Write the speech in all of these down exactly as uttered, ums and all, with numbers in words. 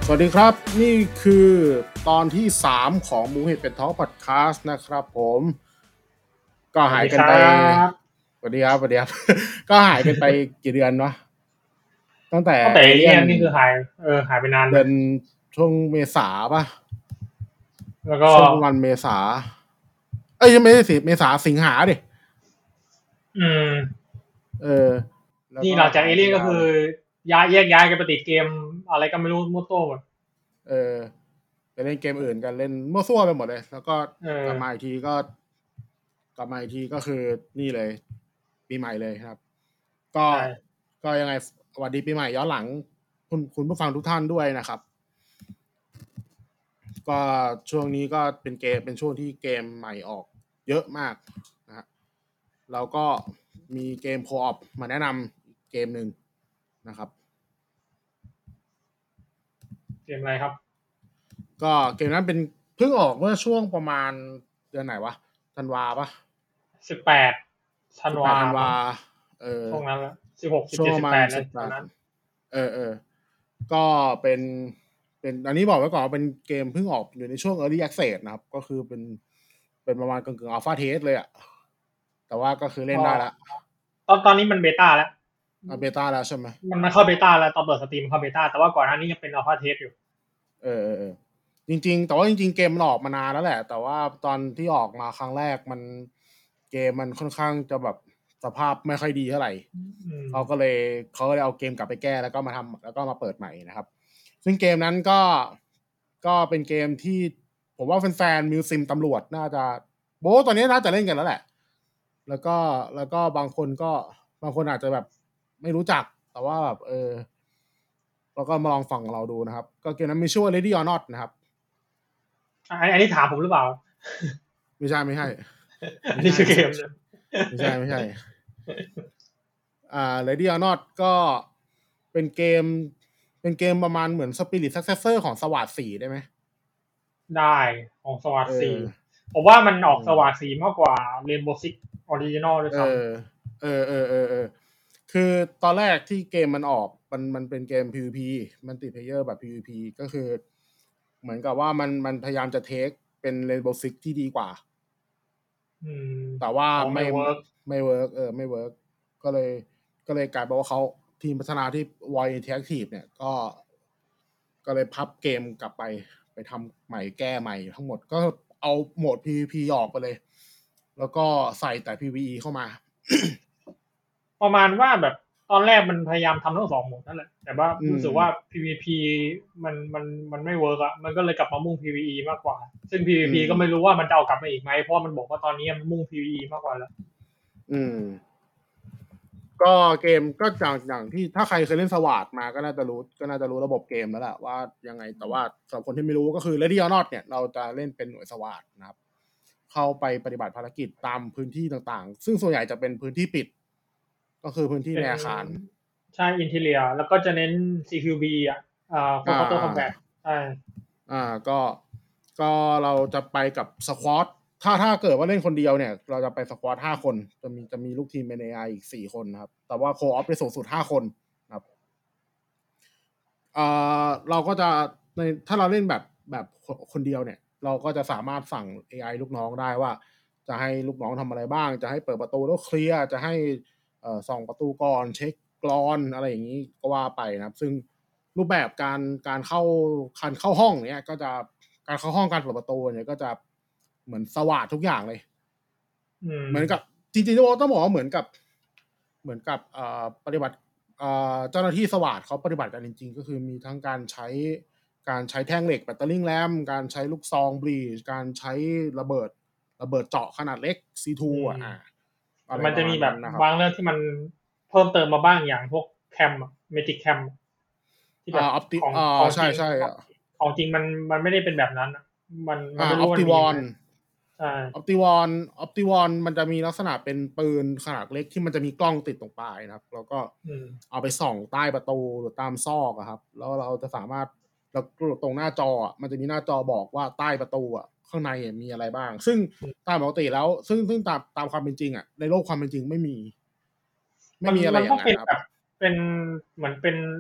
สวัสดีครับนี่คือตอนที่สามของหมูเห็ดเป็ดท้องพอดคาสต์นะครับผมก็หายกันไปสวัสดีครับสวัสดีครับ ก็หายกันไปกี่เดือนเนาะตั้งแต่ตั้งแต่เอเอเลียนเลี่ยนนี่คือหายเออหายไปนานเดือนช่วงเมษาป่ะแล้วก็ช่วงประมาณเมษาเอ้ยไม่ใช่สิเมษาสิงหาดิอืมเออแล้วนี่ก็หลังจากเอหายไปเลี่ยนก็คือยาวเลยย้ายแยกย้ายกันไปติดเกมอะไรก็ไม่รู้มั่วตัวหมดเออไปเล่นเกมอื่นกันเล่นมั่วซั่วไปหมดเลยแล้วก็เออกลับมาอีกทีก็กลับมาอีกทีก็คือนี่เลยปีใหม่เลยครับก็ใช่ก็ยังไงสวัสดีปีใหม่ย้อนหลังคุณคุณผู้ฟังทุกท่านด้วยนะครับก็ช่วงนี้ก็เป็นเกมเป็นช่วงที่เกมใหม่ออกเยอะมากนะฮะเราก็มีเกมโคออปมาแนะนำเกมหนึ่งนะครับเกมอะไรครับก็เกมนั้นเป็นเพิ่งออกเมื่อช่วงประมาณเดือนไหนวะธันวาปะสิบแปดธันสิบแปวาดธันวามั้งเออช่วงนั้นละสิบหกสิบช่วงประมาณเจ็ดสิบแปดเลสิบแปดยตอนนั้นเออเออก็เป็นเป็นอันนี้บอกไว้ก่อนว่าเป็นเกมเพิ่งออกอยู่ในช่วง Early Access นะครับก็คือเป็นเป็นประมาณกึ่งๆ Alpha Test เลยอะแต่ว่าก็คือเล่นก็ได้แล้วตอนตอนนี้มันเบต้าแล้วอ่ะเบต้าแล้วใช่ไหมมันมันเข้าเบต้าแล้วตอนเปิดสตรีมเข้าเบต้าแต่ว่าก่อนหน้านี้ยังเป็นอัลฟาเทสอยู่เออเออเออจริงๆแต่ว่าจริงๆเกมมันออกมานานแล้วแหละแต่ว่าตอนที่ออกมาครั้งแรกมันเกมมันค่อนข้างจะแบบสภาพไม่ค่อยดีเท่าไหร่อืมเขาก็เลยเขาก็เลยเอาเกมกลับไปแก้แล้วก็มาทำแล้วก็มาเปิดใหม่นะครับซึ่งเกมนั้นก็ก็เป็นเกมที่ผมว่าแฟนๆมิวซิมตำรวจน่าจะโบ้ตอนนี้น่าจะเล่นกันแล้วแหละแล้วก็แล้วก็บางคนก็บางคนอาจจะแบบไม่รู้จักแต่ว่าแบบเออเราก็มาลองฟังเราดูนะครับก็เกมนั้นมีชื่อว่า Ready or Not นะครับอันอันนี้ถามผมหรือเปล่าไม่ใช่ไม่ใช่อันนี้ไม่ใช่คือเกมเลยไม่ใช่ไม่ใช่อ่า Ready or Not ก็เป็นเกมเป็นเกมประมาณเหมือน Spirit Successor ของ SWAT สี่ได้ไหมได้ของสวัสเอดสี่อผมว่ามันออกสอืมวัสดสี่มากกว่าเรนโบว์ซิกออริจินอลด้วยเอซ้อเออเออเออเออคือตอนแรกที่เกมมันออกมันมันเป็นเกม PVP มันติดเพลเยอร์แบบ PVP ก็คือเหมือนกับว่ามันมันพยายามจะเทคเป็น Rainbow Six ที่ดีกว่าำอืมแต่ว่าอ๋อไม่ไม่เวิร์กไม่เวิร์กเออไม่เวิร์กก็เลยก็เลยกลายเป็นว่าเขาทีมพัฒนาที่ Void Interactive เนี่ยก็ก็เลยพับเกมกลับไปไปทำใหม่แก้ใหม่ทั้งหมดก็เอาโหมด PVP ออกไปเลย แล้วก็ใส่แต่ PVE เข้ามาประมาณว่าแบบตอนแรกมันพยายามทำทั้งสองโหมดนั่นแหละแต่ว่าอืมรู้สึกว่า พี วี พี มันมันมันไม่เวิร์กอะมันก็เลยกลับมามุ่ง พี วี อี มากกว่าซึ่งอืพี วี พีมก็ไม่รู้ว่ามันจะเอากลับมาอีกไหมเพราะมันบอกว่าตอนนี้มันมุ่ง พี วี อี มากกว่าแล้วอืมก็เกมก็อย่างอย่างที่ถ้าใครเคยเล่นสวาดมาก็น่าจะรู้ก็น่าจะรู้ระบบเกมแล้วแหละว่ายังไงแต่ว่าสำหรับคนที่ไม่รู้ก็คือ Ready or Not เนี่ยเราจะเล่นเป็นหน่วยสวาดนะครับเข้าไปปฏิบัติภารกิจตามพื้นที่ต่างๆซึ่งส่วนใหญ่จะเป็นพื้นที่ปิดก็คือพื้นที่เป็นในอาคารใช่อินทีเรียแล้วก็จะเน้น ซี คิว บี อ่ะอ่า Full อ่า Auto อ่า Combat ใช่อ่าก็ก็เราจะไปกับสควอตถ้าถ้าเกิดว่าเล่นคนเดียวเนี่ยเราจะไปสควอตห้าคนจะมีจะมีลูกทีมเป็น เอ ไอ อีกสี่คนนะครับแต่ว่าโคออฟได้สูงสุดห้าคนนะครับเอ่อเราก็จะในถ้าเราเล่นแบบแบบคนเดียวเนี่ยเราก็จะสามารถสั่ง เอ ไอ ลูกน้องได้ว่าจะให้ลูกน้องทำอะไรบ้างจะให้เปิดประตูแล้วเคลียร์จะให้เอ่อส่องประตูก่อนเช็คกรอนอะไรอย่างนี้ก็ว่าไปนะครับซึ่งรูปแบบการการเข้าการเข้าห้องเนี่ยก็จะการเข้าห้องการเปิดประตูเนี่ยก็จะเหมือนสว่างทุกอย่างเลยอืมเหมือนกับจริงๆต้องบอกว่าเหมือนกับเหมือนกับเอ่อปฏิบัติ เจ้าหน้าที่สวาทเขาปฏิบัติกันจริงๆก็คือมีทั้งการใช้การใช้แท่งเหล็กแบตเตอรี่แรมการใช้ลูกซองบลีชการใช้ระเบิดระเบิดเจาะขนาดเล็ก ซี ทูอือ่ะมอะไรมันประมาณจะมีแบบนั้นนะครับบางเรื่องที่มันเพิ่มเติมมาบ้างอย่างพวกแคมเมจิกแคมที่แบบอ่าออปติของอ่าของจริงใช่ใช่ของจริงมันมันไม่ได้เป็นแบบนั้นมันมันไม่อ่าออปรู้ว่ามันมีไหมติวอนใช่ออปติวอนออปติวอนมันจะมีลักษณะเป็นปืนขนาดเล็กที่มันจะมีกล้องติดตรงปลายนะครับแล้วก็อืมเอาไปส่องใต้ประตูหรือตามซอกอะครับแล้วเราจะสามารถเราตรงหน้าจอมันจะมีหน้าจอบอกว่าใต้ประตูอะข้างในมีอะไรบ้างซึ่งตามปกติแล้วซึ่งซึ่งตามตามความเป็นจริงอะในโลกความเป็นจริงไม่มีไม่มันมีอะไรมันอย่างนั้นครับต้องเป็นแบบเป็นเหมือนเป็นเป็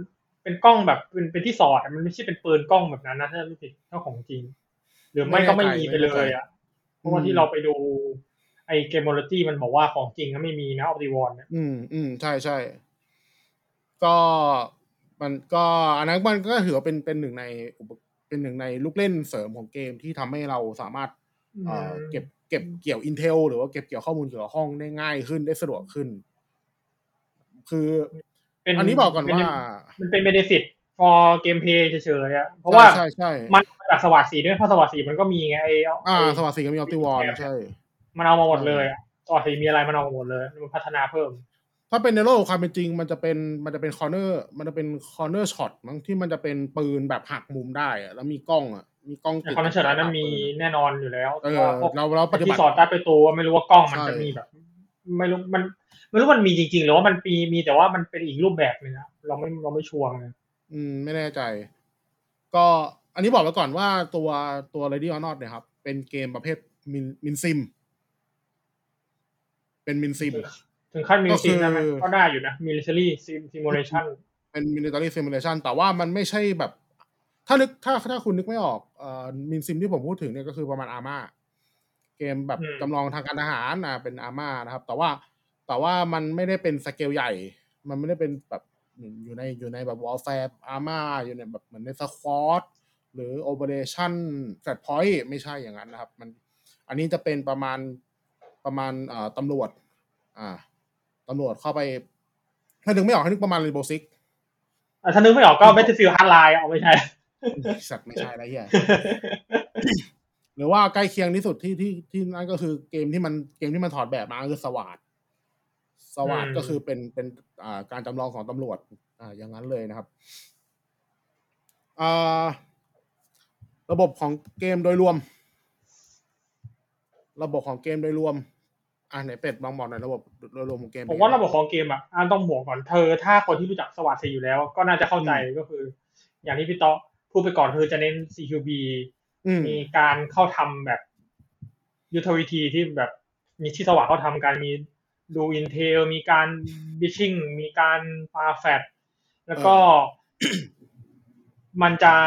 เป็นกล้องแบบเป็นเป็นที่สอดมันไม่ใช่เป็นปืนกล้องแบบนั้นนะถ้าไม่ผิดเท่าของจริงหรือไม่ก็ไม่มีไปเลยอ่ะเพราะว่าที่เราไปดูไอ้เกมโมโลจีมันบอกว่าของจริงก็ไม่มีนะออปติวอนเนี่ยอืมอืมใช่ใช่ก็มันก็อันนั้นมันก็ถือว่าเป็นเป็นหนึ่งในเป็นหนึ่งในลูกเล่นเสริมของเกมที่ทำให้เราสามารถเอ่อเก็บเก็บเกี่ยว Intel หรือว่าเก็บเกี่ยวข้อมูลเกี่ยวกับห้องได้ง่ายขึ้นได้สะดวกขึ้นคืออันนี้บอกก่อนว่ามันเป็น benefit for gameplay เฉยๆอ่ะเพราะว่าใช่ใช่มันจากสวัสดิ์สีด้วยเพราะสวัสดิ์สีมันก็มีไงไอ้อ่าสวัสดิ์สีก็มีออปติวอนใช่มันเอามาหมดเลยอ่ะสวัสดิ์สีมีอะไรมันเอาหมดเลยมันพัฒนาเพิ่มถ้าเป็นในโลกความเป็นจริงมันจะเป็นมันจะเป็นคอร์เนอร์มันจะเป็นคอร์เนอร์ช็อตมั้งที่มันจะเป็นปืนแบบหักมุมได้อะแล้วมีกล้องอ่ะมีกล้องติดคอร์เนอร์ช็อตนั้นมีแน่นอนอยู่แล้วเออเราเราปฏิบัติที่สอดใต้ประตูไม่รู้ว่ากล้องมันจะมีแบบไม่รู้มันไม่รู้มันมีจริงๆหรือว่ามันมีมีแต่ว่ามันเป็นอีกรูปแบบนึงนะเราไม่เราไม่ชัวร์นะอืมไม่แน่ใจก็อันนี้บอกไว้ก่อนว่าตัวตัว Lady or Not เนี่ยครับเป็นเกมประเภทมินมินซิมเป็นมินซิมถึงขั้นมินซิมได้ไหมก็ได้อยู่นะ military simulation เป็น military simulation แต่ว่ามันไม่ใช่แบบถ้านึกถ้าถ้าคุณนึกไม่ออกเอ่อมินซิมที่ผมพูดถึงเนี่ยก็คือประมาณอาม่าเกมแบบจำลองทางการทหารนะเป็นอาม่านะครับแต่ว่าแต่ว่ามันไม่ได้เป็นสเกลใหญ่มันไม่ได้เป็นแบบอยู่ในอยู่ในแบบวอลแฟร์อาม่าอยู่ในแบบเหมือนในสควอตหรือ Operation Flat Point ไม่ใช่อย่างนั้นนะครับมันอันนี้จะเป็นประมาณประมาณเอ่อตำรวจอ่าตำรวจเข้าไปถ้านึกไม่ออกให้นึกประมาณ Rainbow Six อ่ะถ้านึกไม่ออกก็ Battlefield Hardline เอาไม่ใช่สัตว์ไม่ใช่อะไรเหี้ยหรือว่าใกล้เคียงที่สุดที่ที่ที่นั่นก็คือเกมที่มันเกมที่มันถอดแบบมาคือสวาดสวาดก็คือเป็นเป็นอ่าการจำลองของตำรวจอ่าอย่างนั้นเลยนะครับอ่าระบบของเกมโดยรวมระบบของเกมโดยรวมอ่าไหนเป็ดบางบอกหน่อยระบบโดยรวมของเกมผมว่าระบบของเกมอ่ะอันต้องบอกก่อนเธอถ้าคนที่รู้จักสวัสดิ์สีอยู่แล้วก็น่าจะเข้าใจก็คืออย่างที่พี่ต๊อกพูดไปก่อนคือจะเน้น ซี คิว บี มีการเข้าทำแบบยุทธวิธีที่แบบมีที่สว่างเขาทำการมีดู Intel มีการบิชชิ่งมีการปาแฟตแล้วก็มันจะ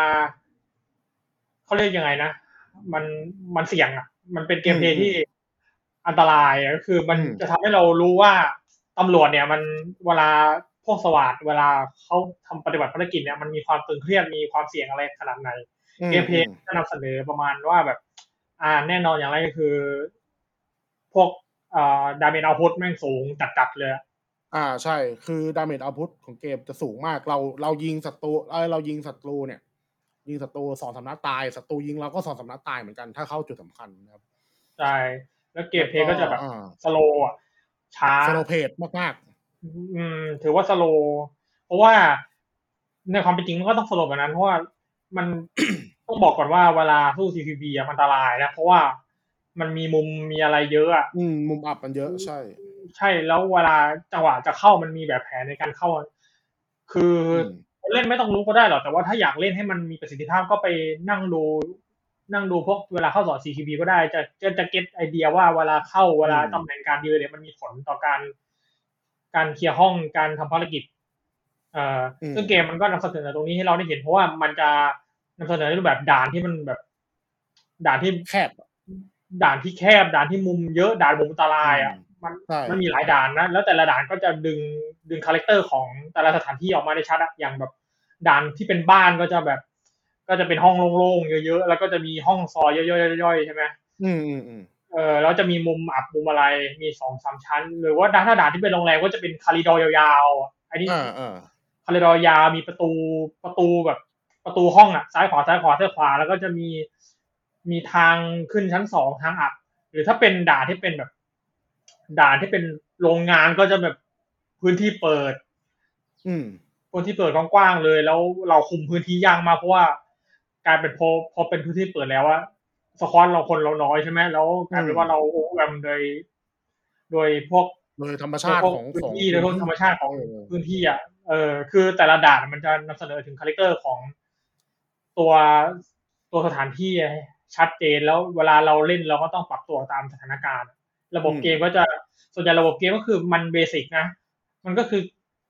เขาเรียกยังไงนะมันมันเสี่ยงอ่ะมันเป็นเกมเพลย์ที่อันตรายก็คือมันจะทำให้เรารู้ว่าตำรวจเนี่ยมันเวลาพวกสวัสดิ์เวลาเขาทำปฏิบัติภารกิจเนี่ยมันมีความตึงเครียดมีความเสี่ยงอะไรขนาดไหนเกมเพลย์จะนำเสนอประมาณว่าแบบอ่าแน่นอนอย่างแรกก็คือพวกอ่าดาเมจเอาพุตแม่งสูงจัดๆเลยอ่าใช่คือดาเมจเอาพุตของเกมจะสูงมากเราเรายิงศัตรูเออเรายิงศัตรูเนี่ยยิงศัตรูสองสามนัดตายศัตรูยิงเราก็สองสามนัดตายเหมือนกันถ้าเข้าจุดสำคัญนะครับใช่แล้วเกมเพลย์ก็จะแบบสโลว์อ่ะช้าสโลเพจมากๆอืมถือว่าสโลว์เพราะว่าในความเป็นจริงมันก็ต้องสโลว์แบบนั้นเพราะว่ามันต้องบอกก่อนว่าเวลาสู้ ซี พี บี อ่ะมันอันตรายนะเพราะว่ามันมีมุมมีอะไรเยอะอ่ะอืมมุมอับมันเยอะใช่ใช่แล้วเวลาจังหวะจะเข้ามันมีแบบแผนในการเข้าคือเล่นไม่ต้องรู้ก็ได้หรอกแต่ว่าถ้าอยากเล่นให้มันมีประสิทธิภาพก็ไปนั่งดูนั่งดูพวกเวลาเข้าสอน ซี คิว บี ก็ได้จะจะจะเก็ตไอเดียว่าเวลาเข้าเวลาตำแหน่งการยืนเนี่ยมันมีผลต่อการการเคลียร์ห้องการทำภารกิจเอ่อซึ่งเกมมันก็นำเสนอตรงนี้ให้เราได้เห็นเพราะว่ามันจะนำเสนอในรูปแบบด่านที่มันแบบด่านที่แคบด่านที่แคบด่านที่มุมเยอะด่านมุมอันตรายอ่ะมันมันมีหลายด่านนะแล้วแต่ละด่านก็จะดึงดึงคาแรคเตอร์ของแต่ละสถานที่ออกมาได้ชัดอะอย่างแบบด่านที่เป็นบ้านก็จะแบบ ก็จะเป็นห้องโล่งๆเยอะๆแล้วก็จะมีห้องซอยย่อยๆๆใช่ไหมอืมอืมอืมเออแล้วจะมีมุมอับมุมอะไรมีสองสามชั้นหรือว่าถ้าด่านที่เป็นโรงแรมก็จะเป็นคาริดอร์ยาวๆอันนี้คาริดอร์ยาวมีประตูประตูแบบประตูห้องอ่ะซ้ายขวาซ้ายขวาซ้ายขวาแล้วก็จะมีมีทางขึ้นชั้นสองทางอับหรือถ้าเป็นด่านที่เป็นแบบด่านที่เป็นโรงงานก็จะแบบพื้นที่เปิดอืมพื้นที่เปิดกว้างๆเลยแล้วเราคุมพื้นที่ยากมากเพราะว่ากลายเป็นพอพอเป็นพื้นที่เปิดแล้วอะสควอตเราคนเราน้อยใช่ไหมแล้วกลายเป็นว่าเราโอเวอร์แวมโดยโดยพวกโดยธรรมชาติของพื้นของที่โดยพวกธรรมชาติของพื้นที่อ่ะเออคือแต่ละด่านมันจะนำเสนอถึงคาแรคเตอร์ของตัวตัวสถานที่ชัดเจนแล้วเวลาเราเล่นเราก็ต้องปรับตัวตามสถานการณ์ระบบเกมก็จะส่วนใหญ่ระบบเกมก็คือมันเบสิกนะมันก็คือ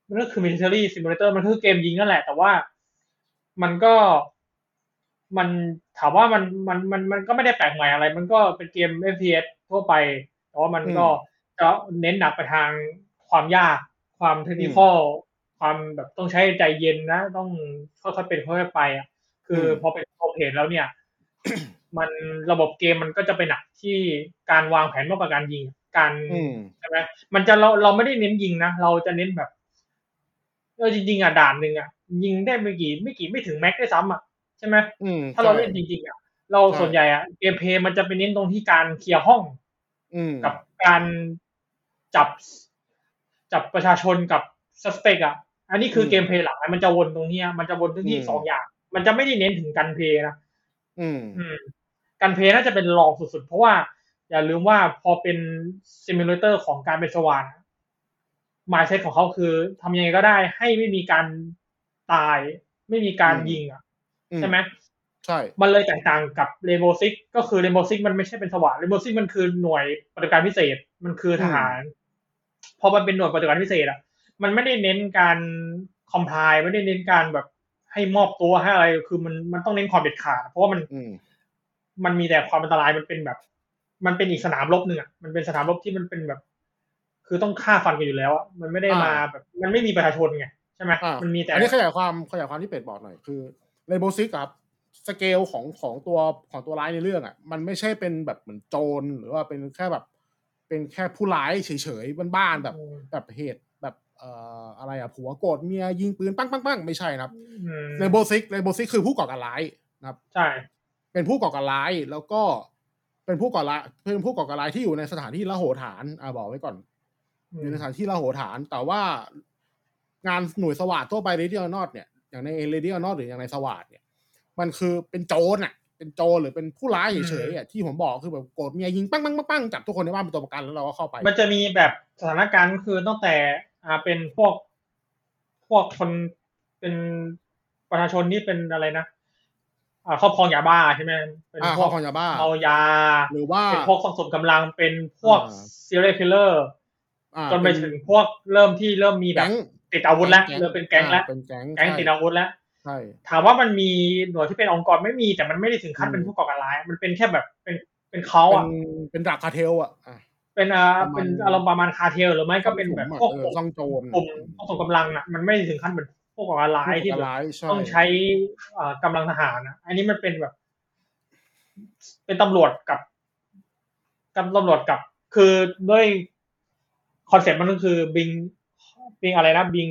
มันก็คือ military simulator มันคือเกมยิงนั่นแหละแต่ว่ามันก็มันถามว่ามันมันมันมันก็ไม่ได้แปลกใหม่อะไร มันก็เป็นเกม เอฟ พี เอส ทั่วไปแต่ว่ามันก็จะเน้นหนักไปทางความยากความเทคนิคอลความแบบต้องใช้ใจเย็นนะต้องค่อยๆเป็นค่อยๆไปอ่ะคือพอเป็นโอเพนแล้วเนี่ยมันระบบเกมมันก็จะไปหนักที่การวางแผนมากกว่าการยิงการใช่ไหมมันจะเราเราไม่ได้เน้นยิงนะเราจะเน้นแบบเออจริงๆอ่ะด่านหนึ่งอ่ะยิงได้ไม่กี่ไม่กี่ไม่ถึงแม็กได้ซ้ำอ่ะใช่ไหมถ้าเราเล่นจริงๆอ่ะเราส่วนใหญ่อ่ะเกมเพลย์มันจะไปเน้นตรงที่การเคลียร์ห้องกับการจับจับประชาชนกับซัสเปกอ่ะอันนี้คือเกมเพลย์หลักมันจะวนตรงนี้มันจะวนตรงที่สองอย่างมันจะไม่ได้เน้นถึงการเพลย์นะอืมอืมการเพลย์น่าจะเป็นรองสุดๆเพราะว่าอย่าลืมว่าพอเป็นซิมูเลเตอร์ของการเป็นสว่านมายเซ็ตของเขาคือทำยังไงก็ได้ให้ไม่มีการตายไม่มีการยิงอ่ะใช่ไหมใช่มันเลยแตกต่างกับเรนโบว์ซิกก็คือเรนโบว์ซิกมันไม่ใช่เป็นสว่านเรนโบว์ซิกมันคือหน่วยปฏิบัติการพิเศษมันคือทหารพอมันเป็นหน่วยปฏิบัติการพิเศษอ่ะมันไม่ได้เน้นการคอมไพล์ไม่ได้เน้นการแบบให้มอบตัวให้อะไรคือมันมันต้องเน้นความเด็ดขาดเพราะว่ามันมันมีแต่ความอันตรายมันเป็นแบบ มันเป็นอีกสนามรบหนึ่งอ่ะมันเป็นสนามรบที่มันเป็นแบบ คือต้องฆ่าฟันกันอยู่แล้วอ่ะมันไม่ได้มาแบบ มันไม่มีประชาชนไงใช่ไหมมันมีแต่อันนี้ขยายความขยายความที่เป็ดบอกหน่อยคือเรนโบว์ซิกครับสเกลของของตัวของตัวร้ายในเรื่องอ่ะมันไม่ใช่เป็นแบบเหมือนโจรหรือว่าเป็นแค่แบบเป็นแค่ผู้ร้ายเฉยๆบ้านๆแบบแบบเหตุแบบเอ่ออะไรอ่ะผัวโกรธเมียยิงปืนปังปังปังไม่ใช่นะครับเรนโบว์ซิกเรนโบว์ซิกคือผู้ก่อการร้ายนะครับใช่เป็นผู้ก่อการร้ายแล้วก็เป็นผู้ก่อร้ายเป็นผู้ก่อการร้ายที่อยู่ในสถานที่ละโหฐานอ่าบอกไว้ก่อนอยู่ในสถานที่ละโหฐานแต่ว่างานหน่วยสวัสดิ์ทั่วไปเรดิโอนอตเนี่ยอย่างในเรดิโอนอตหรืออย่างในสวัสดิ์เนี่ยมันคือเป็นโจรอ่ะเป็นโจรหรือเป็นผู้ร้ายเฉยๆอ่ะที่ผมบอกคือแบบโกรธเมียยิงปังปังปังปังจับทุกคนในบ้านเป็นตัวประกันแล้วเราก็เข้าไปมันจะมีแบบสถานการณ์คือตั้งแต่อ่าเป็นพวกพวกคนเป็นประชาชนที่เป็นอะไรนะอ่าครอบครองยาบ้าใช่ไหมเป็นพวกเมายาหรือว่าเป็นพวกสังสมกำลังเป็นพวกซีเรียลคิลเลอร์จนไปถึงพวกเริ่มที่เริ่มมีแบบติดอาวุธแล้วเริ่มเป็นแก๊งแล้วแก๊งติดอาวุธแล้วถามว่ามันมีหน่วยที่เป็นองค์กรไม่มีแต่มันไม่ได้ถึงขั้นเป็นผู้ก่อการร้ายมันเป็นแค่แบบเป็นเป็นเขาอ่ะเป็นดักคาเทลอ่ะเป็นอ่าเป็นอารมณ์ประมาณคาเทลหรือไม่ก็เป็นแบบพวกซ่องโจรกลุ่มต้องส่งกำลังอ่ะมันไม่ถึงขั้นเป็นพวกก่อการร้ายที่แบบต้องใช้อ่ากำลังทหารนะอันนี้มันเป็นแบบ เป็นตำรวจกับกับตำรวจกับคือด้วยคอนเซ็ปต์มันก็คือบิงบิงอะไรนะบิง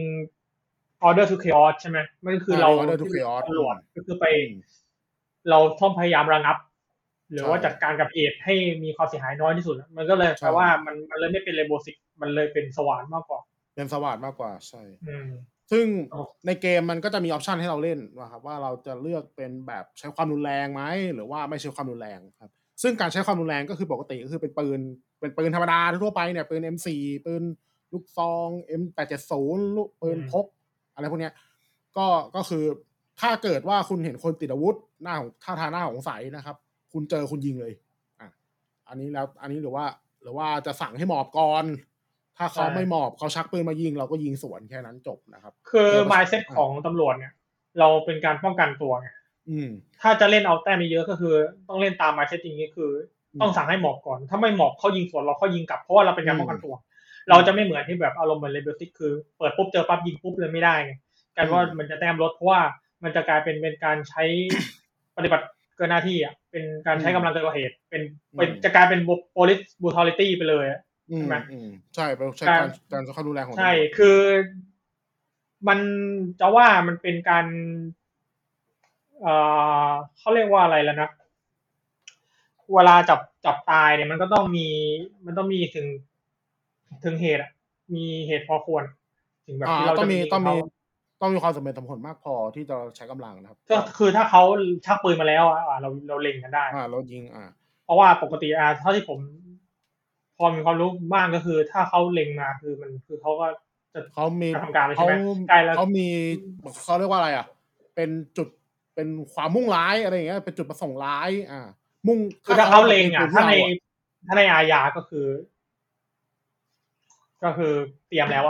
order to chaos ใช่ไหมมันก็คือเราตำรวจก็คือไปเราต้องพยายามระงับหรือว่าจัดการกับเหตุให้มีความเสียหายน้อยที่สุดมันก็เลยแปลว่ามันมันเลยไม่เป็นเรนโบว์ซิกมันเลยเป็นสว่านมากกว่าเป็นสว่านมากกว่าใช่ซึ่งในเกมมันก็จะมีออปชันให้เราเล่นนะครับว่าเราจะเลือกเป็นแบบใช้ความรุนแรงไหมหรือว่าไม่ใช้ความรุนแรงครับซึ่งการใช้ความรุนแรงก็คือปกติก็คือเป็นปืนเป็นปืนธรรมดาทั่วไปเนี่ยปืน เอ็ม โฟร์ ปืนลูกซอง เอ็ม แปดเจ็ดศูนย์ ลูกปืนพกอะไรพวกเนี้ยก็ก็คือถ้าเกิดว่าคุณเห็นคนติดอาวุธหน้าของท่าทางหน้าของใสนะครับคุณเจอคุณยิงเลยอ่ะอันนี้แล้วอันนี้หรือว่าหรือว่าจะสั่งให้หมอบก่อนถ้าเขาไม่หมอบเขาชักปืนมายิงเราก็ยิงสวนแค่นั้นจบนะครับคือ mindset ของตำรวจเนี่ยเราเป็นการป้องกันตัวไงถ้าจะเล่นเอาแต้มเยอะก็คือต้องเล่นตาม mindset จริงๆคือต้องสั่งให้หมอบก่อนถ้าไม่หมอบเขายิงสวนเราเขายิงกลับเพราะว่าเราเป็นการป้องกันตัวเราจะไม่เหมือนที่แบบอารมณ์เหมือนเรเบลซิกคือเปิดปุ๊บเจอปั๊บยิงปุ๊บเลยไม่ได้ไงการว่ามันจะแต้มลดเพราะว่ามันจะกลายเป็นเป็นการใช้ปฏิบัติเกินหน้าที่อ่ะเป็นการใช้กำลังเกินกว่าเหตุเป็นเป็นจะกลายเป็น police brutality ไปเลยใช่ไหมใช่เป็นใช้การการใช้ความรุนแรงของใช่คือมันจะว่ามันเป็นการเอ่อเขาเรียกว่าอะไรแล้วนะเวลาจับจับตายเนี่ยมันก็ต้องมีมันต้องมีถึงถึงเหตุอ่ะมีเหตุพอควรถึงแบบที่เราต้องมีต้องมีต้องมีความสมเหตุสมผลมากพอที่จะใช้กำลังนะครับก็คือถ้าเขาชักปืนมาแล้วอ่ะเราเราเล็งกันได้อ่าเรายิงอ่าเพราะว่าปกติอ่าเท่าที่ผมพอมีความรู้บ้างก็คือถ้าเขาเล็งมาคือมันคือเขาก็จะเขามีทำการเลยใช่ไหมใกล้แล้วเขามีเขาเรียกว่าอะไรอ่ะเป็นจุดเป็นความมุ่งร้ายอะไรอย่างเงี้ยเป็นจุดประสงค์ร้ายอ่ามุ่งคือถ้าเขาเล็งอ่ะถ้าในถ้าในอาญาก็คือก็คือเตรียมแล้วอะ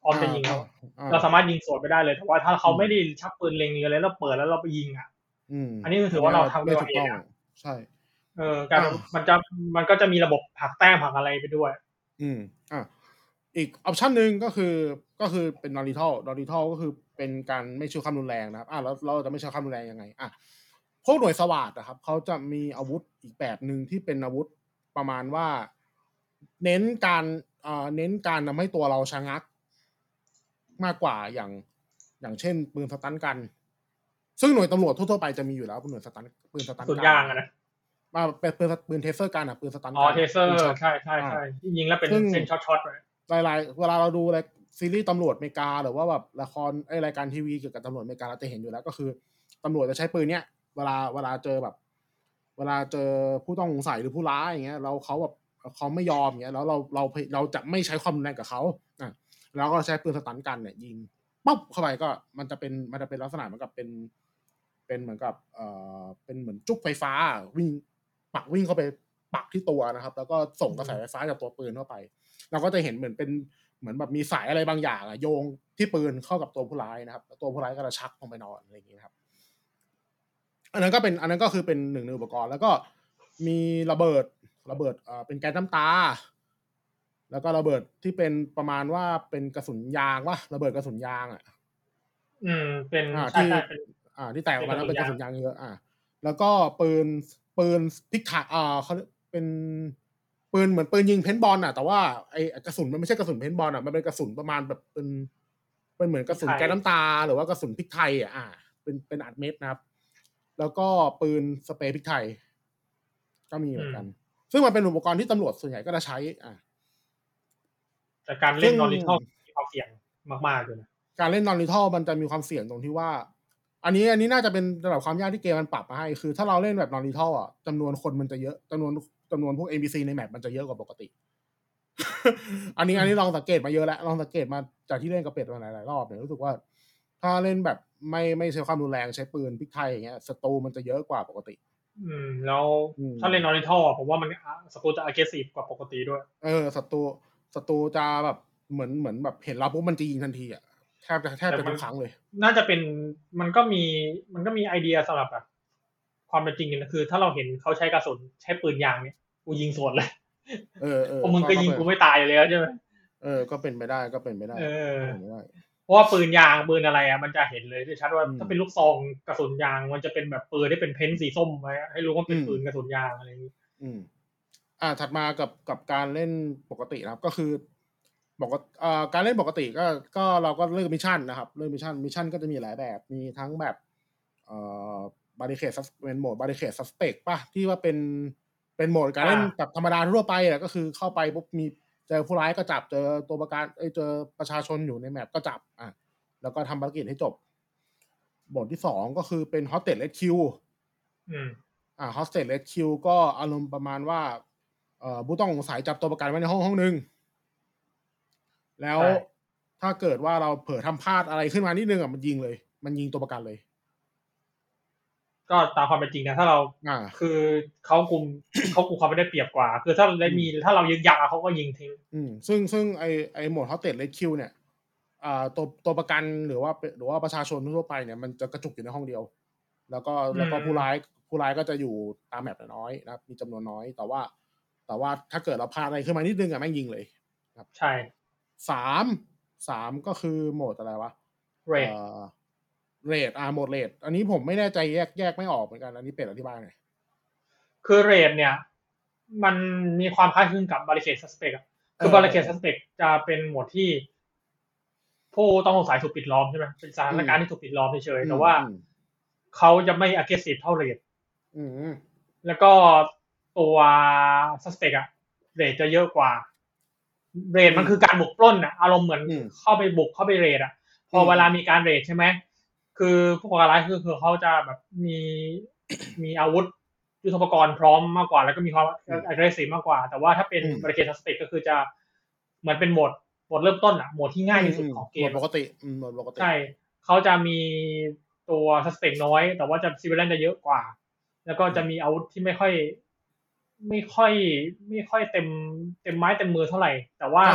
พร้อมจะยิงแล้วเราสามารถยิงสวนไปได้เลยแต่ว่าถ้าเขาไม่ได้ชักปืนเล็งอะไรแล้วเปิดแล้วเราไปยิงอ่ะอันนี้ถือว่าเราทำด้วยตัวเองใช่เออการมันจะมันก็จะมีระบบผักแต้มผักอะไรไปด้วยอืมอ่ะอีกออปชันหนึ่งก็คือก็คือเป็น non lethal non lethal ก็คือเป็นการไม่ใช้ความรุนแรงนะครับอ่ะแล้วเราจะไม่ใช้ความรุนแรงยังไงอ่ะพวกหน่วยสวาทนะครับเขาจะมีอาวุธอีกแบบหนึ่งที่เป็นอาวุธประมาณว่าเน้นการเอ่อเน้นการทำให้ตัวเราชะงักมากกว่าอย่างอย่างเช่นปืนสตันกันซึ่งหน่วยตำรวจทั่วๆไปจะมีอยู่แล้วปืนหน่วยสตันปืนสตันกันสุดยางอะนะมาเป็นปืนปืนเทเซอร์กันอ่ะปืนสตันกันอ๋อเทเซอร์ใช่ใช่ใช่ยิงแล้วเป็นเส้นช็อตๆเลยหลายๆเวลาเราดูอะไรซีรีส์ตำรวจอเมริกาหรือว่าแบบละครไอ้รายการทีวีเกี่ยวกับตำรวจอเมริกาเราจะเห็นอยู่แล้วก็คือตำรวจจะใช้ปืนเนี้ยเวลาเวลาเจอแบบเวลาเจอผู้ต้องสงสัยหรือผู้ร้ายอย่างเงี้ยเราเขาแบบเขาไม่ยอมอย่างเงี้ยแล้วเราเราเราจะไม่ใช้ความรุนแรงกับเขาอ่ะแล้วก็ใช้ปืนสตันกันเนี่ยยิงปุ๊บเข้าไปก็มันจะเป็นมันจะเป็นลักษณะเหมือนกับเป็นเป็นเหมือนกับเอ่อเป็นเหมือนจุกไฟฟ้าวิ่งปักวิ่งเข้าไปปักที่ตัวนะครับแล้วก็ส่งกระแสไฟฟ้าจากตัวปืนเข้าไปเราก็จะเห็นเหมือนเป็นเหมือนแบบมีสายอะไรบางอย่างอะโยงที่ปืนเข้ากับตัวผู้ร้ายนะครับแล้วตัวผู้ร้ายก็จะชักลงไปนอนอะไรอย่างนี้ครับอันนั้นก็เป็นอันนั้นก็คือเป็นหนึ่งในอุปกรณ์แล้วก็มีระเบิดระเบิดเอ่อเป็นแก๊สน้ำตาแล้วก็ระเบิดที่เป็นประมาณว่าเป็นกระสุนยางว่าระเบิดกระสุนยางอ่ะอืมเป็นใช่ใช่เป็นอ่าที่แตกออกมาแล้วเป็นกระสุนยางเยอะอ่าแล้วก็ปืนปืนพิกถาอ่าเขาเป็นปืนเหมือนปืนยิงเพนบอลอ่ะแต่ว่าไอ้กระสุนมันไม่ใช่กระสุนเพนบอลอ่ะมันเป็นกระสุนประมาณแบบเป็นเป็นเหมือนกระสุนแก๊สน้ำตาหรือว่ากระสุนพริกไทยอ่ะอ่าเป็นเป็นอัดเม็ดนะครับแล้วก็ปืนสเปรย์พริกไทยก็มีเหมือนกันซึ่งมันเป็นอุปกรณ์ที่ตำรวจส่วนใหญ่ก็จะใช้อ่าแต่การเล่นนอนลิทัลมีความเสี่ยงมากๆเลยนะการเล่นนอนลิทัลมันจะมีความเสี่ยงตรงที่ว่าอันนี้อันนี้น่าจะเป็นระดับความยากที่เกมมันปรับมาให้คือถ้าเราเล่นแบบนอนลิทัลอ่ะจำนวนคนมันจะเยอะจำนวนจำนวนพวก เอ็น พี ซี ในแมปมันจะเยอะกว่าปกติ อันนี้อันนี้ลองสังเกตมาเยอะแล้วลองสังเกตมาจากที่เล่นกับเป็ดมาหลายๆรอบเนี่ยรู้สึกว่าถ้าเล่นแบบไม่ไม่ใช้ความรุนแรงใช้ปืนพริกไทยอย่างเงี้ยศัตรูมันจะเยอะกว่าปกติอืมแล้วถ้าเล่นนอริทัลผมว่ามันศัตรูจะ aggressive กว่าปกติด้วยเออศัตรูศัตรูจะแบบเหมือนเหมือนแบบเห็นเราปุ๊บมันจะยิงทันทีอ่ะแทบจะแทบจะทุกครั้งเลยน่าจะเป็นมันก็มีมันก็มีไอเดียสำหรับแบบความเป็นจริงนะคือถ้าเราเห็นเขาใช้กระสุนใช้ปืนยางเนี่ยกูยิงสวนเลยเออเออพวกมึงก็ยิงกูไม่ตายเลยใช่ไหมเออก็เป็นไปได้ก็เป็นไปได้เออเพราะว่าปืนยางปืนอะไรอ่ะมันจะเห็นเลยชัดว่าถ้าเป็นลูกซองกระสุนยางมันจะเป็นแบบปืนที่เป็นเพ้นสีส้มไว้ให้รู้ว่าเป็นปืนกระสุนยางอะไรอย่างนี้อืมอ่าถัดมากับกับการเล่นปกตินะครับก็คือบอกว่าอ่าการเล่นปกติก็ก็เราก็เลือกมิชชั่นนะครับเลือกมิชชั่นมิชชั่นก็จะมีหลายแบบมีทั้งแบบเอ่อบาริเคดเป็นโหมดบาริเคดซัสเปกป่ะที่ว่าเป็นเป็นโหมดการเล่นแบบธรรมดาทั่วไปอ่ะก็คือเข้าไปปุ๊บมีเจอผู้ร้ายก็จับเจอตัวประกันเอ้ยเจอประชาชนอยู่ในแมปก็จับอ่ะแล้วก็ทำภารกิจให้จบโหมดที่สองก็คือเป็น Hostage Rescue อืมอ่า Hostage Rescue ก็อารมณ์ประมาณว่าเอ่อผู้ต้องสงสัยจับตัวประกันไว้ในห้องห้องนึงแล้วถ้าเกิดว่าเราเผลอทำพลาดอะไรขึ้นมานิดนึงอ่ะมันยิงเลยมันยิงตัวประกันเลยก็ตามความเป็นจริงนะถ้าเราคือเขาคุมเขาคุมความไม่ได้เปรียบกว่าคือถ้าได้มีถ้าเรายึกยักเขาก็ยิงทิ้งอืมซึ่งซึ่งไอไอโหมด Hostage Rescue เนี่ยอ่าตัวตัวประกันหรือว่าหรือว่าประชาชนทั่วไปเนี่ยมันจะกระจุกอยู่ในห้องเดียวแล้วก็แล้วก็ผู้ร้ายผู้ร้ายก็จะอยู่ตามแมปน้อยนะครับมีจำนวนน้อยแต่ว่าแต่ว่าถ้าเกิดเราพลาดอะไรขึ้นมานิดนึงอ่ะแม่งยิงเลยครับใช่สามสามก็คือโหมดอะไรวะเรทเรทอ่าโหมดเรทอันนี้ผมไม่แน่ใจแยกแยกไม่ออกเหมือนกันอันนี้เป็ดอธิบายหน่อยคือเรทเนี่ยมันมีความคล้ายคลึงกับบาริเคดซัสเปกคือบาริเคดซัสเปกจะเป็นโหมดที่ผู้ต้องสงสัยถูกปิดล้อมใช่ไหมเป็นสถานการณ์ที่ถูกปิดล้อมเฉยๆแต่ว่าเขาจะไม่ aggressive เท่าเรทแล้วก็ตัว suspect อะเรทจะเยอะกว่าเรทมันคือการบุกปล้นอะอารมณ์เหมือนเข้าไปบุกเข้าไปเรทอะพอเวลามีการเรทใช่ไหมคือผู้ก่อการร้ายคือคือเขาจะแบบมีมีอาวุธยุทโธปกรณ์พร้อมมากกว่าแล้วก็มีความ aggressive มากกว่าแต่ว่าถ้าเป็น barricade suspect ก็คือจะเหมือนเป็นโหมดโหมดเริ่มต้นอะโหมดที่ง่ายที่สุดของเกมโหมดปกติโหมดปกติใช่เขาจะมีตัว suspect น้อยแต่ว่าจะ civilian จะเยอะกว่าแล้วก็จะมีอาวุธที่ไม่ค่อยไม่ค่อยไม่ค่อยเต็มเต็มไม้เต็มมือเท่าไหร่แต่ว่าก็คือ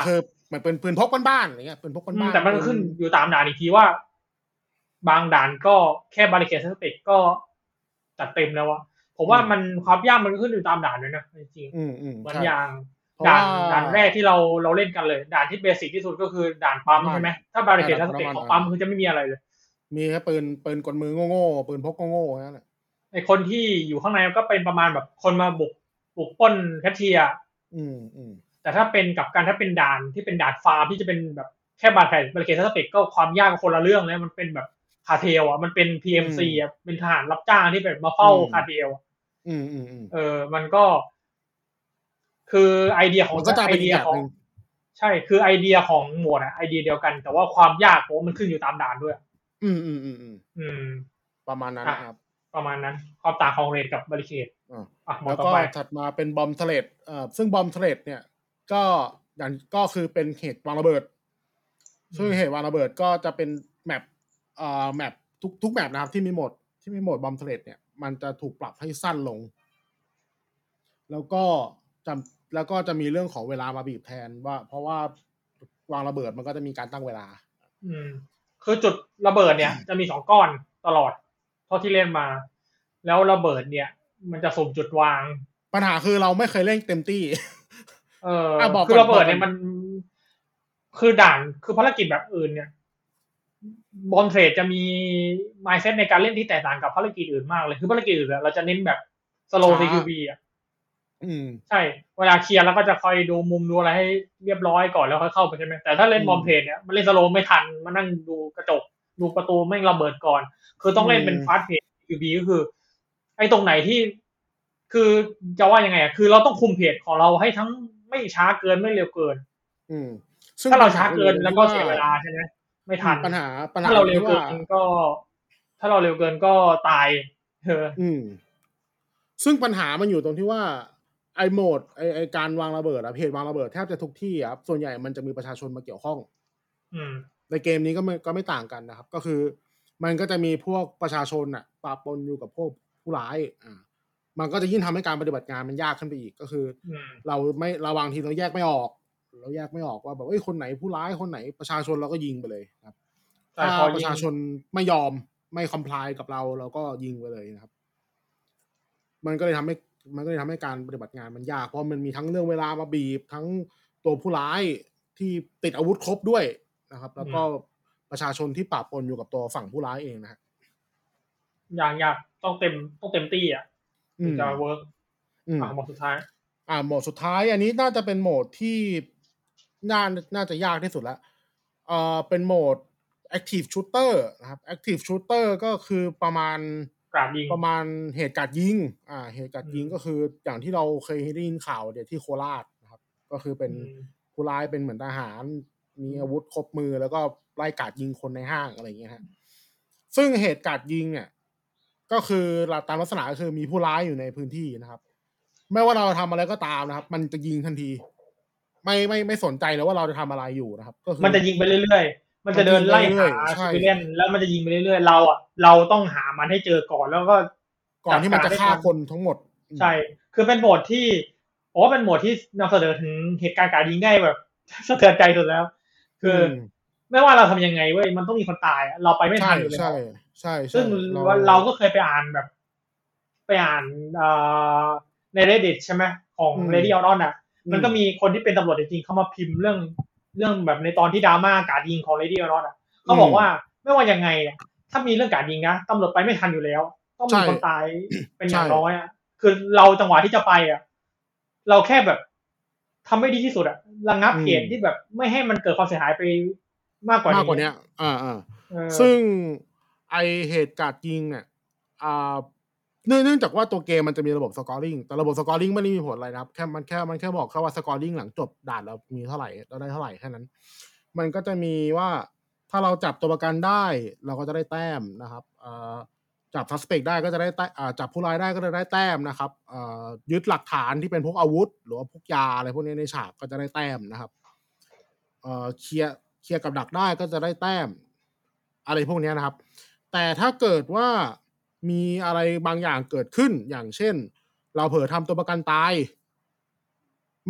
เหมือนเป็นปืนพกบ้านๆอย่างเงี้ยปืนพกบ้านๆแต่มันขึ้นอยู่ตามด่านอีกทีว่าบางด่านก็แค่บาริเคดสเต็กก็จัดเต็มแล้วอะผมว่ามันความยากมันขึ้นอยู่ตามด่านด้วยนะจริงๆเหมือนอย่างด่านด่านแรกที่เราเราเล่นกันเลยด่านที่เบสิกที่สุดก็คือด่านปั๊มใช่ไหมถ้าบาริเคดสเต็กของปั๊มคือจะไม่มีอะไรเลยมีแค่ปืนปืนกลมือโง่ๆปืนพกโง่ๆนั่นแหละไอคนที่อยู่ข้างในก็เป็นประมาณแบบคนมาบุกบุกปล้นแคชเชียร์อืมอืมแต่ถ้าเป็นกับการถ้าเป็นด่านที่เป็นด่านฟาร์มที่จะเป็นแบบแค่บาริเคดบาริเคดสเต็กก็ความยากคนละเรื่องเลยมันเป็นแบบคาเทลอ่ะมันเป็น พี เอ็ม ซี อ่ะเป็นทหารรับจ้างที่แบบมาเฝ้าคาเทลอืมอืมอืมเออมันก็คือไอเดียของไอเดียของใช่คือไอเดียของหมวดอะไอเดียเดียวกันแต่ว่าความยากเพราะมันขึ้นอยู่ตามด่านด้วยอืมอืมอืมอืมอืมประมาณนั้นครับประมาณนั้นความต่างของเรดกับบาริเคดอ่ะแล้วก็ถัดมาเป็นบอมเทเลตเอ่อซึ่งบอมเทเลตเนี่ยก็อย่างก็คือเป็นเหตุวางระเบิดซึ่งเหตุวางระเบิดก็จะเป็นแมปเอ่อแมปทุกทุกแมปนะครับที่มีโหมดที่มีโหมดบอมเทเลตเนี่ยมันจะถูกปรับให้สั้นลงแล้วก็จำแล้วก็จะมีเรื่องของเวลามาบีบแทนว่าเพราะว่าวางระเบิดมันก็จะมีการตั้งเวลาอืมคือจุดระเบิดเนี่ยจะมีสองก้อนตลอดเท่าที่เล่นมาแล้วระเบิดเนี่ยมันจะสุ่มจุดวางปัญหาคือเราไม่เคยเล่นเต็มที่เออคือระเบิดเนี่ยมันคือด่านคือภารกิจแบบอื่นเนี่ยบอมเทรดจะมี mindset ในการเล่นที่แตกต่างกับภารกิจอื่นมากเลยคือภารกิจอื่นเราจะเน้นแบบ slow ซี คิว บี อ่ะใช่เวลาเคลียร์แล้วก็จะคอยดูมุมดูอะไรให้เรียบร้อยก่อนแล้วค่อยเข้าไปใช่ไหมแต่ถ้าเล่นบอมเทรดเนี่ยมันเล่นสโลว์ไม่ทันมานั่งดูกระจกดูประตูไม่ระเบิดก่อนคือต้องเล่นเป็นฟาสต์เพจ ซี คิว บี ก็คือไอ้ตรงไหนที่คือจะว่ายังไงอ่ะคือเราต้องคุมเพจของเราให้ทั้งไม่ช้าเกินไม่เร็วเกินถ้าเราช้าเกินแล้วก็เสียเวลาใช่ไหมไม่ทันปัญหาปัญหาถ้าเราเร็วเกินก็ ถ้าเราเร็วเกินก็ตายเอออืมซึ่งปัญหามันอยู่ตรงที่ว่าไอโหมดไอไอการวางระเบิดอะเพจวางระเบิดแทบจะทุกที่ครับส่วนใหญ่มันจะมีประชาชนมาเกี่ยวข้องในเกมนี้ก็ไม่ก็ไม่ต่างกันนะครับก็คือมันก็จะมีพวกประชาชนอะปะปนอยู่กับพวกผู้ร้ายอ่ามันก็จะยิ่งทำให้การปฏิบัติงานมันยากขึ้นไปอีกก็คือเราไม่เราวางทีเราแยกไม่ออกเราแยกไม่ออกว่าแบบเอ้ยคนไหนผู้ร้ายคนไหนประชาชนเราก็ยิงไปเลยครับถ้าประชาชนไม่ยอมไม่คอมพลายกับเราเราก็ยิงไปเลยนะครับมันก็เลยทำให้มันก็เลยทำให้การปฏิบัติงานมันยากเพราะมันมีทั้งเรื่องเวลามาบีบทั้งตัวผู้ร้ายที่ติดอาวุธครบด้วยนะครับแล้วก็ประชาชนที่ปะปนอยู่กับตัวฝั่งผู้ร้ายเองนะฮะอย่างยากต้องเต็มต้องเต็มตี้อ่ะถึงจะเวิร์กอ่าโหมดสุดท้ายอ่าโหมดสุดท้ายอันนี้น่าจะเป็นโหมดที่น่าน่าจะยากที่สุดแล้วเอ่อเป็นโหมด Active Shooter นะครับ Active Shooter ก็คือประมาณประมาณเหตุการณ์ยิงอ่าเหตุการณ์ยิงก็คืออย่างที่เราเคยได้ยินข่าวเดี๋ยวที่โคราชนะครับก็คือเป็นผู้ร้ายเป็นเหมือนทหารมีอาวุธครบมือแล้วก็ไล่กราดยิงคนในห้างอะไรอย่างเงี้ยฮะซึ่งเหตุการณ์ยิงเนี่ยก็คือตามลักษณะก็คือมีผู้ร้ายอยู่ในพื้นที่นะครับไม่ว่าเราทำอะไรก็ตามนะครับมันจะยิงทันทีไม่ไม่ไม่สนใจเลยว่าเราจะทำอะไรอยู่นะครับก็คือมันจะยิงไปเรื่อยๆมันจะเดินไล่หาซิวิเลียนแล้วมันจะยิงไปเรื่อยๆเราอ่ะเราต้องหามันให้เจอก่อนแล้วก็ก่อนที่มันจะฆ่าคนทั้งหมดใช่คือเป็นโหมดที่โอ้เป็นโหมดที่นำเสนอถึงเหตุการณ์การยิงได้แบบสะเทือนใจสุดแล้วคือไม่ว่าเราทำยังไงเว้ยมันต้องมีคนตายเราไปไม่ทันอยู่แล้วใช่ใช่ซึ่งเราก็เคยไปอ่านแบบไปอ่านใน Reddit ใช่ไหมของ Lady Auron อ่ะมันก็มีคนที่เป็นตำรวจจริงๆเขามาพิมพ์เรื่องเรื่องแบบในตอนที่ดราม่าการยิงของ Lady Auron อ่ะเขาบอกว่าไม่ว่ายังไงถ้ามีเรื่องการยิงนะตำรวจไปไม่ทันอยู่แล้วต้องมีคนตายเป็นอย่างน้อยอ่ะคือเราจังหวะที่จะไปอ่ะเราแค่แบบทำไม่ดีที่สุดอ่ะระงับเหตุที่แบบไม่ให้มันเกิดความเสียหายไปมากกว่านี้มากกว่านี้อ่าอ่าซึ่งไอเหตุการณ์ยิงเนี่ยอ่าเนื่องจากว่าตัวเกมมันจะมีระบบสกอร์ลิงแต่ระบบสกอร์ลิงไม่ได้มีผลอะไรนะครับแค่มันแค่มันแค่บอกแค่ว่าสกอร์ลิงหลังจบด่านเรามีเท่าไหร่เราได้เท่าไหร่แค่นั้นมันก็จะมีว่าถ้าเราจับตัวประกันได้เราก็จะได้แต้มนะครับอ่าจับซัสเปกได้ก็จะได้แต้มจับผู้ร้ายได้ก็จะได้แต้มนะครับยึดหลักฐานที่เป็นพวกอาวุธหรือว่าพวกยาอะไรพวกนี้ในฉากก็จะได้แต้มนะครับเคลียร์เคลียร์กับดักได้ก็จะได้แต้มอะไรพวกนี้นะครับแต่ถ้าเกิดว่ามีอะไรบางอย่างเกิดขึ้นอย่างเช่นเราเผลอทำตัวประกันตายไม่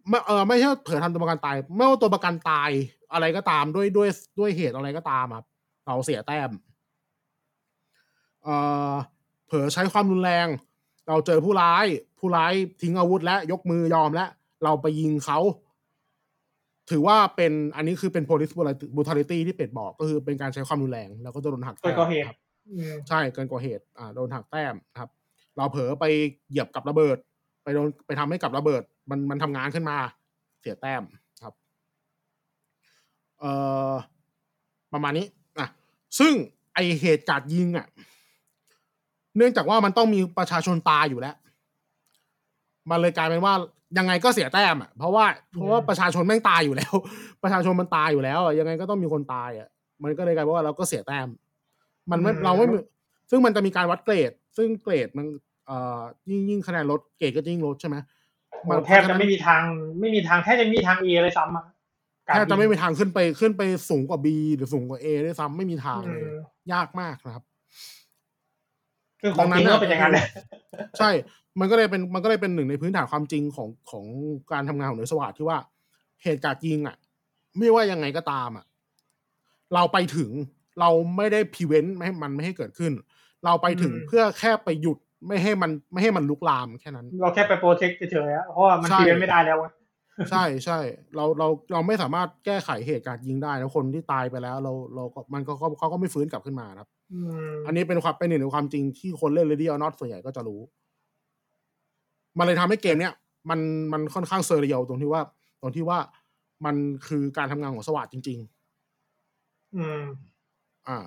ไม่เออไม่ใช่เผลอทำตัวประกันตายไม่ว่าตัวประกันตายอะไรก็ตามด้วยด้วยด้วยเหตุอะไรก็ตามครับเราเสียแต้มเอ่อเผลอใช้ความรุนแรงเราเจอผู้ร้ายผู้ร้ายทิ้งอาวุธและยกมือยอมและเราไปยิงเขาถือว่าเป็นอันนี้คือเป็น police brutality ที่เป็ดบอกก็คือเป็นการใช้ความรุนแรงแล้วก็จะโดนหักแต้มครับใช่เกินกว่าเหตุอ่าโดนหักแต้มครับเราเผลอไปเหยียบกับระเบิดไปโดนไปทำให้กับระเบิดมันมันทำงานขึ้นมาเสียแต้มครับเอ่อประมาณนี้อ่ะซึ่งไอเหตุการณ์ยิงอ่ะเนื่องจากว่ามันต้องมีประชาชนตายอยู่แล้วมันเลยกลายเป็นว่ายังไงก็เสียแต้มอ่ะเพราะว่าเพราะว่าประชาชนแม่งตายอยู่แล้วประชาชนมันตายอยู่แล้วยังไงก็ต้องมีคนตายอ่ะมันก็เลยกลายเป็นว่าเราก็เสียแต้มมันไม่เราไม่ซึ่งมันจะมีการวัดเกรดซึ่งเกรดมันเอ่อยิ่งยิ่งคะแนนลดเกรดก็ยิ่งลดใช่ไหมมันแทบจะไม่มีทางไม่มีทางแทบจะไม่มีทาง A เลยซ้ำอ่ะแทบจะไม่มีทางขึ้นไปขึ้นไปสูงกว่า B หรือสูงกว่า A ด้วยซ้ำไม่มีทางเลยยากมากนะครับคือของจริงก็เป็นอย่างนั้นแหละใช่มันก็เลยเป็นมันก็เลยเป็นหนึ่งในพื้นฐานความจริงของของการทำงานของหน่วยสวัสดิ์ที่ว่าเหตุการณ์ยิงอ่ะไม่ว่ายังไงก็ตามอ่ะเราไปถึงเราไม่ได้พรีเวนต์ไม่ให้มันไม่ให้เกิดขึ้นเราไปถึงเพื่อแค่ไปหยุดไม่ให้มันไม่ให้มันลุกลามแค่นั้นเราแค่ไปโปรเทคเฉยๆเพราะว่ามันพรีเวนต์ไม่ได้แล้วใช่ใช่เราเราเราไม่สามารถแก้ไขเหตุการณ์ยิงได้แล้วคนที่ตายไปแล้วเราเราก็มันก็เขาก็ไม่ฟื้นกลับขึ้นมาครับอันนี้เป็นความเป็นหนึ่งในความจริงที่คนเล่น Ready or Not ส่วนใหญ่ก็จะรู้มันเลยทำให้เกมเนี้ยมันมันค่อนข้างเซอร์เรียลตรงที่ว่าตรงที่ว่ามันคือการทำงานของสวัสดิ์จริงๆอืมอ่า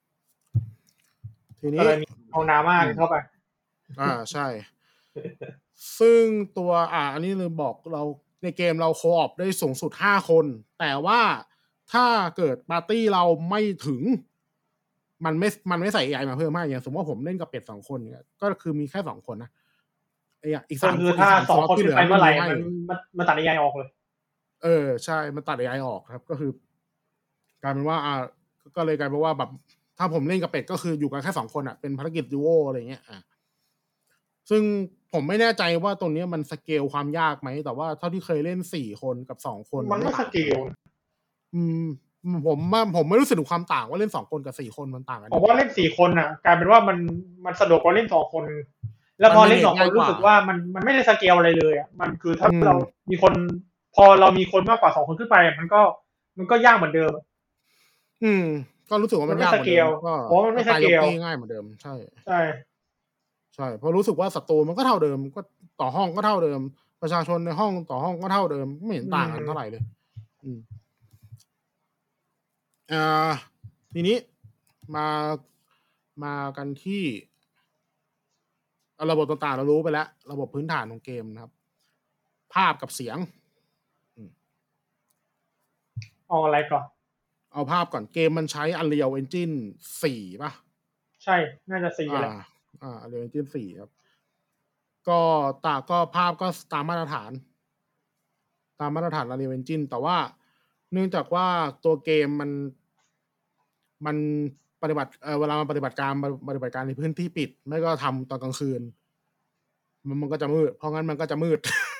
ทีนี้เอาน้ำมากเข้าไปอ่าใช่ซึ่งตัวอ่าอันนี้ลืมบอกเราในเกมเราโคออปได้สูงสุดห้าคนแต่ว่าถ้าเกิดปาร์ตี้เราไม่ถึงมันไม่มันไม่ใส่ เอ ไอ มาเพิ่มมากอย่างสมมติว่าผมเล่นกับเป็ดสองคนเนี่ยก็คือมีแค่สองคนนะอีกสามคือถ้าสองคนขึ้นไปเมื่อไหร่มันมันตัด เอ ไอ ออกเลยเออใช่มันตัด เอ ไอ ออกครับก็คือกลายเป็นว่าอ่าก็เลยกลายเป็นว่าแบบถ้าผมเล่นกับเป็ดก็คืออยู่กันแค่สองคนอ่ะเป็นภารกิจดูโออะไรเงี้ยอ่ะซึ่งผมไม่แน่ใจว่าตรงนี้มันสเกลความยากไหมแต่ว่าเท่าที่เคยเล่นสี่คนกับสองคนมันไม่สเกลอืมผมว่าผมไม่รู้สึกถึงความต่างว่าเล่นสองคนกับสี่คนมันต่างกันผมว่าเล่นสี่คนอ่ะกลายเป็นว่ามันมันสะดวกกว่าเล่นสองคนแล้วพอเล่นสองคนรู้สึกว่ามันมันไม่ได้สเกลอะไรเลยอ่ะมันคือถ้าเรามีคนพอเรามีคนมากกว่าสองคนขึ้นไปมันก็มันก็ยากเหมือนเดิมอืมก็รู้สึกว่ามันยากเหมือนเดิมก็เพราะมันไม่สเกลง่ายเหมือนเดิมใช่ใช่ใช่เพราะรู้สึกว่าศัตรูมันก็เท่าเดิมก็ต่อห้องก็เท่าเดิมประชาชนในห้องต่อห้องก็เท่าเดิมไม่เห็นต่างกันเท่าไหร่เลยอืมอ่าทีนี้มามากันที่ระบบต่างๆเรารู้ไปแล้วระบบพื้นฐานของเกมนะครับภาพกับเสียงเอาอะไรก่อนเอาภาพก่อนเกมมันใช้ Unreal Engine สี่ป่ะใช่น่าจะสี่แหละอ่า Unreal Engine สี่ครับก็ตาก็ภาพก็ตามมาตรฐานตามมาตรฐาน Unreal Engine แต่ว่าเนื่องจากว่าตัวเกมมันมันปฏิบัติเอ่อเวลามันปฏิบัติการปฏิบัติการในพื้นที่ปิดไม่ก็ทำตอนกลางคืนมันมันก็จะมืดเพราะงั้นมันก็จะมืด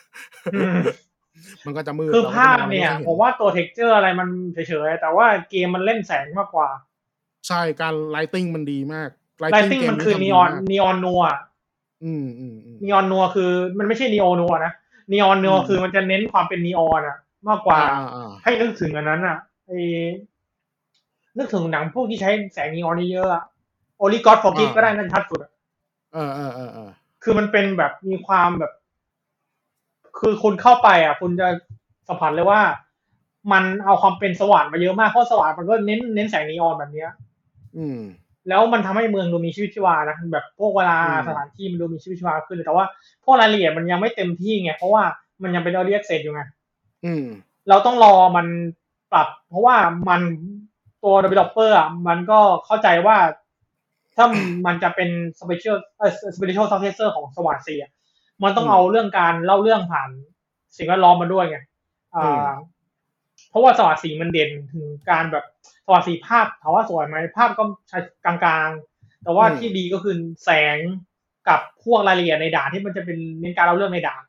มันก็จะมืดคือภาพเนี่ยผมว่าตัว texture อะไรมันเฉยๆแต่ว่าเกมมันเล่นแสงมากกว่าใช่การ lighting มันดีมาก lighting มันคือ neon neon นัวอืมอืม neon นัวคือมันไม่ใช่ neo นัวนะ neon นัวคือมันจะเน้นความเป็น neon อ่ะมากกว่าให้นึกถึงอันนั้นอ่ะไอ้นึกถึงหนังพวกที่ใช้แสง neon เยอะๆอ่ะ Only God Forgive ก็ได้นั่นชัดสุดอ่ะเออเออเออเออคือมันเป็นแบบมีความแบบคือคุณเข้าไปอ่ะคุณจะสัมผัสเลยว่ามันเอาความเป็นสว่างมาเยอะมากเพราะสว่างมันก็เน้นเน้นแสงนีออนแบบเนี้ยอืมแล้วมันทำให้เมืองดูมีชีวิตชีวานะแบบพวกเวลาสถานที่มันดูมีชีวิตชีวาขึ้นแต่ว่าพวกรายละเอียดมันยังไม่เต็มที่ไงเพราะว่ามันยังเป็น early access อยู่ไงอืมเราต้องรอมันปรับเพราะว่ามันตัว developer อ่ะมันก็เข้าใจว่าถ้ามันจะเป็น special เอ่อ special successor ของสวาร์ทซีอ่ะมันต้องเอาเรื่องการเล่าเรื่องผ่านสิ่งแวดล้อมมาด้วยไงอ่าเพราะว่าสวัสดิ์สีมันเด่นถึงการแบบสวัสดิ์สีภาพถามว่าสวยไหมภาพก็ใช้กลางๆแต่ว่าที่ดีก็คือแสงกับพวกรายละเอียดในด่านที่มันจะเป็นเน้นการเล่าเรื่องในด่าน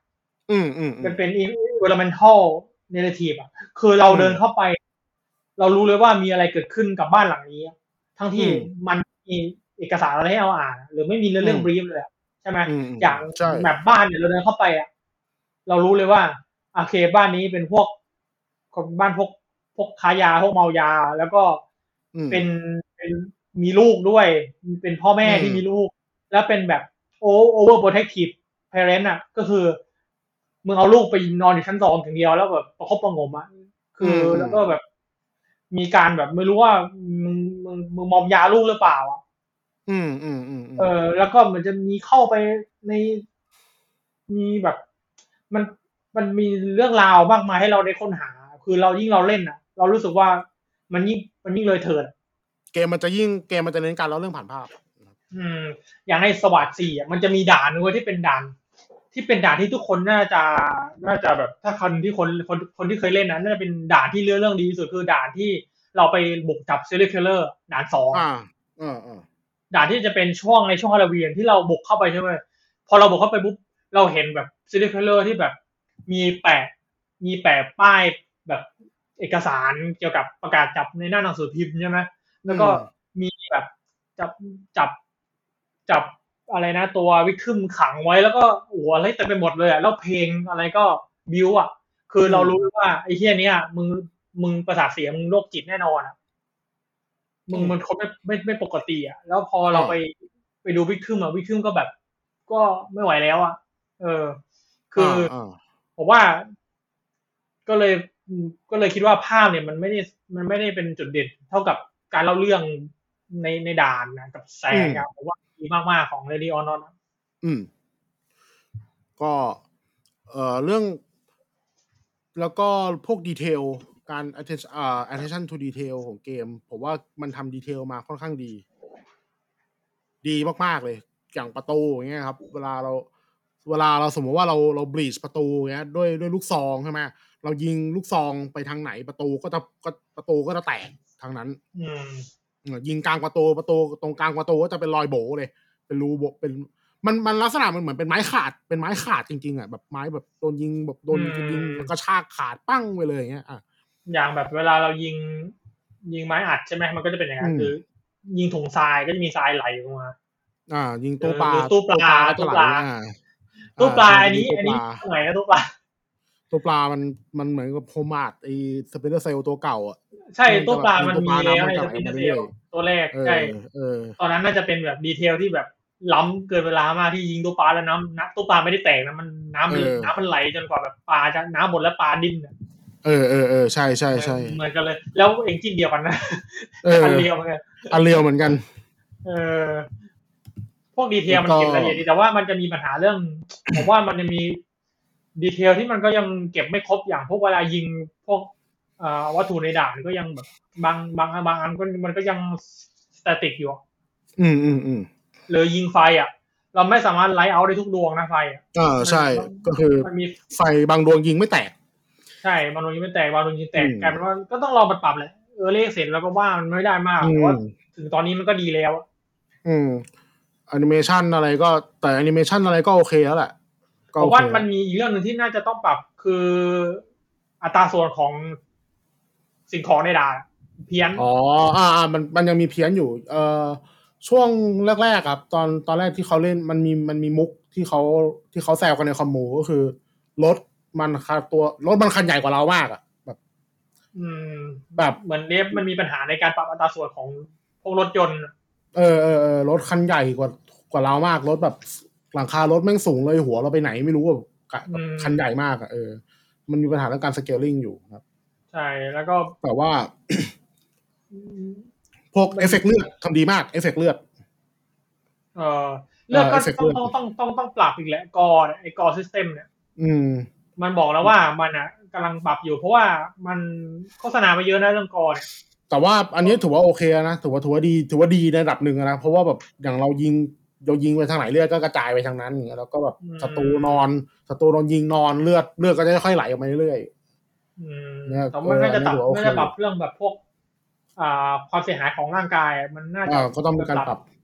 อืมอืมมันเป็น environmental narrative อ่ะคือเราเดินเข้าไปเรารู้เลยว่ามีอะไรเกิดขึ้นกับบ้านหลังนี้ทั้งที่มันมีเอกสารอะไรให้เราอ่านหรือไม่มีเรื่องบรีฟเลยใช่ไหมอย่างแบบบ้านเนี่ยเราเดินเข้าไปอ่ะเรารู้เลยว่าโอเคบ้านนี้เป็นพวกบ้านพวกพวกค้ายาพวกเมายาแล้วก็เป็นเป็นมีลูกด้วยเป็นพ่อแม่ที่มีลูกแล้วเป็นแบบโอเวอร์โปรเทคทีฟพาเรนต์อ่ะก็คือมึงเอาลูกไปนอนอยู่ชั้นสองอย่างเดียวแล้วแบบประคบประงมอ่ะคือแล้วก็แบบมีการแบบไม่รู้ว่ามึงมึงมึงมอมยาลูกหรือเปล่าอ่ะอืมอืมอืมเออแล้วก็มันจะมีเข้าไปในมีแบบมันมันมีเรื่องราวมากมายให้เราได้ค้นหาคือเรายิ่งเราเล่นอ่ะเรารู้สึกว่ามันยิ่งมันยิ่งเลยเถิดเกมมันจะยิ่งเกมมันจะเน้นการเล่าเรื่องผ่านภาพอืมอย่างในสวัสดสี่อ่ะมันจะมีด่านนึงไว้ที่เป็นด่านที่เป็นด่านที่ทุกคนน่าจะน่าจะแบบถ้าคนที่คนคนคนที่เคยเล่นนะน่าจะเป็นด่านที่เรื่องเรื่องดีที่สุดคือด่านที่เราไปบุกจับซีรีส์คิลเลอร์ด่านสองอ่าอ่าอ่าด่านที่จะเป็นช่วงในช่วงฮาโลวีนที่เราบุกเข้าไปใช่ไหมพอเราบุกเข้าไปปุ๊บเราเห็นแบบซีรีส์คิลเลอร์ที่แบบมีแปะมีแปะป้ายแบบเอกสารเกี่ยวกับประกาศจับในหน้าหนังสือพิมพ์ใช่ไหมแล้วก็มีแบบจับจับจับอะไรนะตัววิกทึมขังไว้แล้วก็โอ้โหอะไรเต็มไปหมดเลยอ่ะแล้วเพลงอะไรก็บิวอ่ะคือเรารู้ว่าไอ้เฮียเนี้ยมึงมึงประสาทเสียมึงโรคจิตแน่นอนอ่ะมึงมันคนไม่ไม่ไม่ปกติอ่ะแล้วพอเราไปไปดูวิกทึมอ่ะวิกทึมก็แบบก็ไม่ไหวแล้วอ่ะเออคือผมว่าก็เลยก็เลยคิดว่าภาพเนี่ยมันไม่ได้มันไม่ได้เป็นจุดเด่นเท่ากับการเล่าเรื่องในในด่านนะกับแสงอะผมว่าดีมากๆของ Lady or Not อืมก็เอ่อเรื่องแล้วก็พวกดีเทลการ attention อ่า attention to detail ของเกมผมว่ามันทำดีเทลมาค่อนข้างดีดีมากๆเลยอย่างประตูอย่างเงี้ยครับเวลาเราเวลาเราสมมติว่าเราเราบลีชประตูเงี้ยด้วยด้วยลูกซองใช่ไหมเรายิงลูกซองไปทางไหนประตูก็จะก็ประตูก็จะแตกทางนั้นยิงกลางประตูประตูตรงกลางประตูก็จะเป็นรอยโบเลยเป็นรูโบเป็นมันมันลักษณะมันเหมือนเป็นไม้ขาดเป็นไม้ขาดจริงๆอ่ะแบบไม้แบบโดนยิงแบบโดนยิงแล้วก็ชากขาดปั้งไปเลยอย่างเงี้ยอ่ะอย่างแบบเวลาเรายิงยิงไม้อัดใช่ไหมมันก็จะเป็นอย่างนั้นคือยิงถุงทรายก็จะมีทรายไหลลงมาอ่ายิงตู้ปลาตู้ปลาตู้ปลาตู้ปลาอันนี้อันนี้สมัยนะตู้ปลาตัวปลามันมันเหมือนกับโพมาดไอ้สเปเดอร์เซลตัวเก่าอ่ะใช่ตัวปลามันมีแล้วในสเปเดอร์เซลตัวแรกใช่ตอนนั้นน่าจะเป็นแบบดีเทลที่แบบล้ำเกินเวลามากที่ยิงตัวปลาแล้วน้ำน้ำตัวปลาไม่ได้แตกนะมันน้ำมันน้ำมันไหลจนกว่าแบบปลาจะน้ำหมดแล้วปลาดิ้นเออเออเออใช่ใช่ใช่เหมือนกันเลยแล้วเองจิ้นเดียวกันนะอันเรียวเหมือนกันอันเรียวเหมือนกันเออพวกดีเทลมันเก็บละเอียดดีแต่ว่ามันจะมีปัญหาเรื่องผมว่ามันจะมีดีเทลที่มันก็ยังเก็บไม่ครบอย่างพวกเวลายิงพวกวัตถุในด่านก็ยังแบบบางบางบางอันก็มันก็ยังสแตติกอยู่อืมอืมอืมเลยยิงไฟอ่ะเราไม่สามารถไลท์เอาท์ได้ทุกดวงนะไฟอ่ะอ่าใช่ก็คือมันมีไฟบางดวงยิงไม่แตกใช่บางดวงยิงไม่แตกบางดวงยิงแตกกลายเป็นว่าก็ต้องรอมันปรับแหละเออเลขเสร็จแล้วก็ว่ามันไม่ได้มากแต่ว่าถึงตอนนี้มันก็ดีแล้วอืมแอนิเมชันอะไรก็แต่แอนิเมชันอะไรก็โอเคแล้วแหละเพราะว่ามันมีอีกเรื่องนึงที่น่าจะต้องปรับคืออัตราส่วนของสิ่งของในด่านเพี้ยนอ๋ออ่าอ่ามันมันยังมีเพี้ยนอยู่เอ่อช่วงแรกๆครับตอนตอนแรกที่เขาเล่นมันมีมันมีมุกที่เขาที่เขาแซวกันในคอมมูก็คือรถมันคันตัวรถมันคันใหญ่กว่าเรามากอ่ะแบบอืมแบบเหมือนเนี้ยมันมีปัญหาในการปรับอัตราส่วนของพวกรถยนต์เออเออเออรถคันใหญ่กว่ากว่าเรามากรถแบบหลังคารถแม่งสูงเลยหัวเราไปไหนไม่รู้แบบคันใหญ่มากอ่ะเออมันมีปัญหาเรื่องการสเกลลิ่งอยู่ครับใช่แล้วก็แต่ว่าพวกเอฟเฟกต์เลือดทำดีมากเอฟเฟกต์เลือดเออเลือดก็ต้องต้องต้องต้องต้องปรับอีกแหละกอไอ้กอซิสเต็มเนี่ยอืมมันบอกแล้วว่ามันอ่ะกำลังปรับอยู่เพราะว่ามันโฆษณาไปเยอะนะเรื่องกอเนี่ยแต่ว่าอันนี้ถือว่าโอเคนะถือว่าถือว่าดีถือว่าดีในระดับหนึ่งนะเพราะว่าแบบอย่างเรายิงเรายิงไปทางไหนเลือดก็กระจายไปทางนั้นอย่างเงี้ยแล้วก็แบบศัตรูนอนศัตรูโดนยิงนอนเลือดเลือดก็จะค่อยไหลออกมาเรื่อยๆอืมแต่มันน่าจะปรับน่าจะปรับเรื่องแบบพวกอ่าความเสียหายของร่างกายมันน่าจะก็ต้องมีการปรับ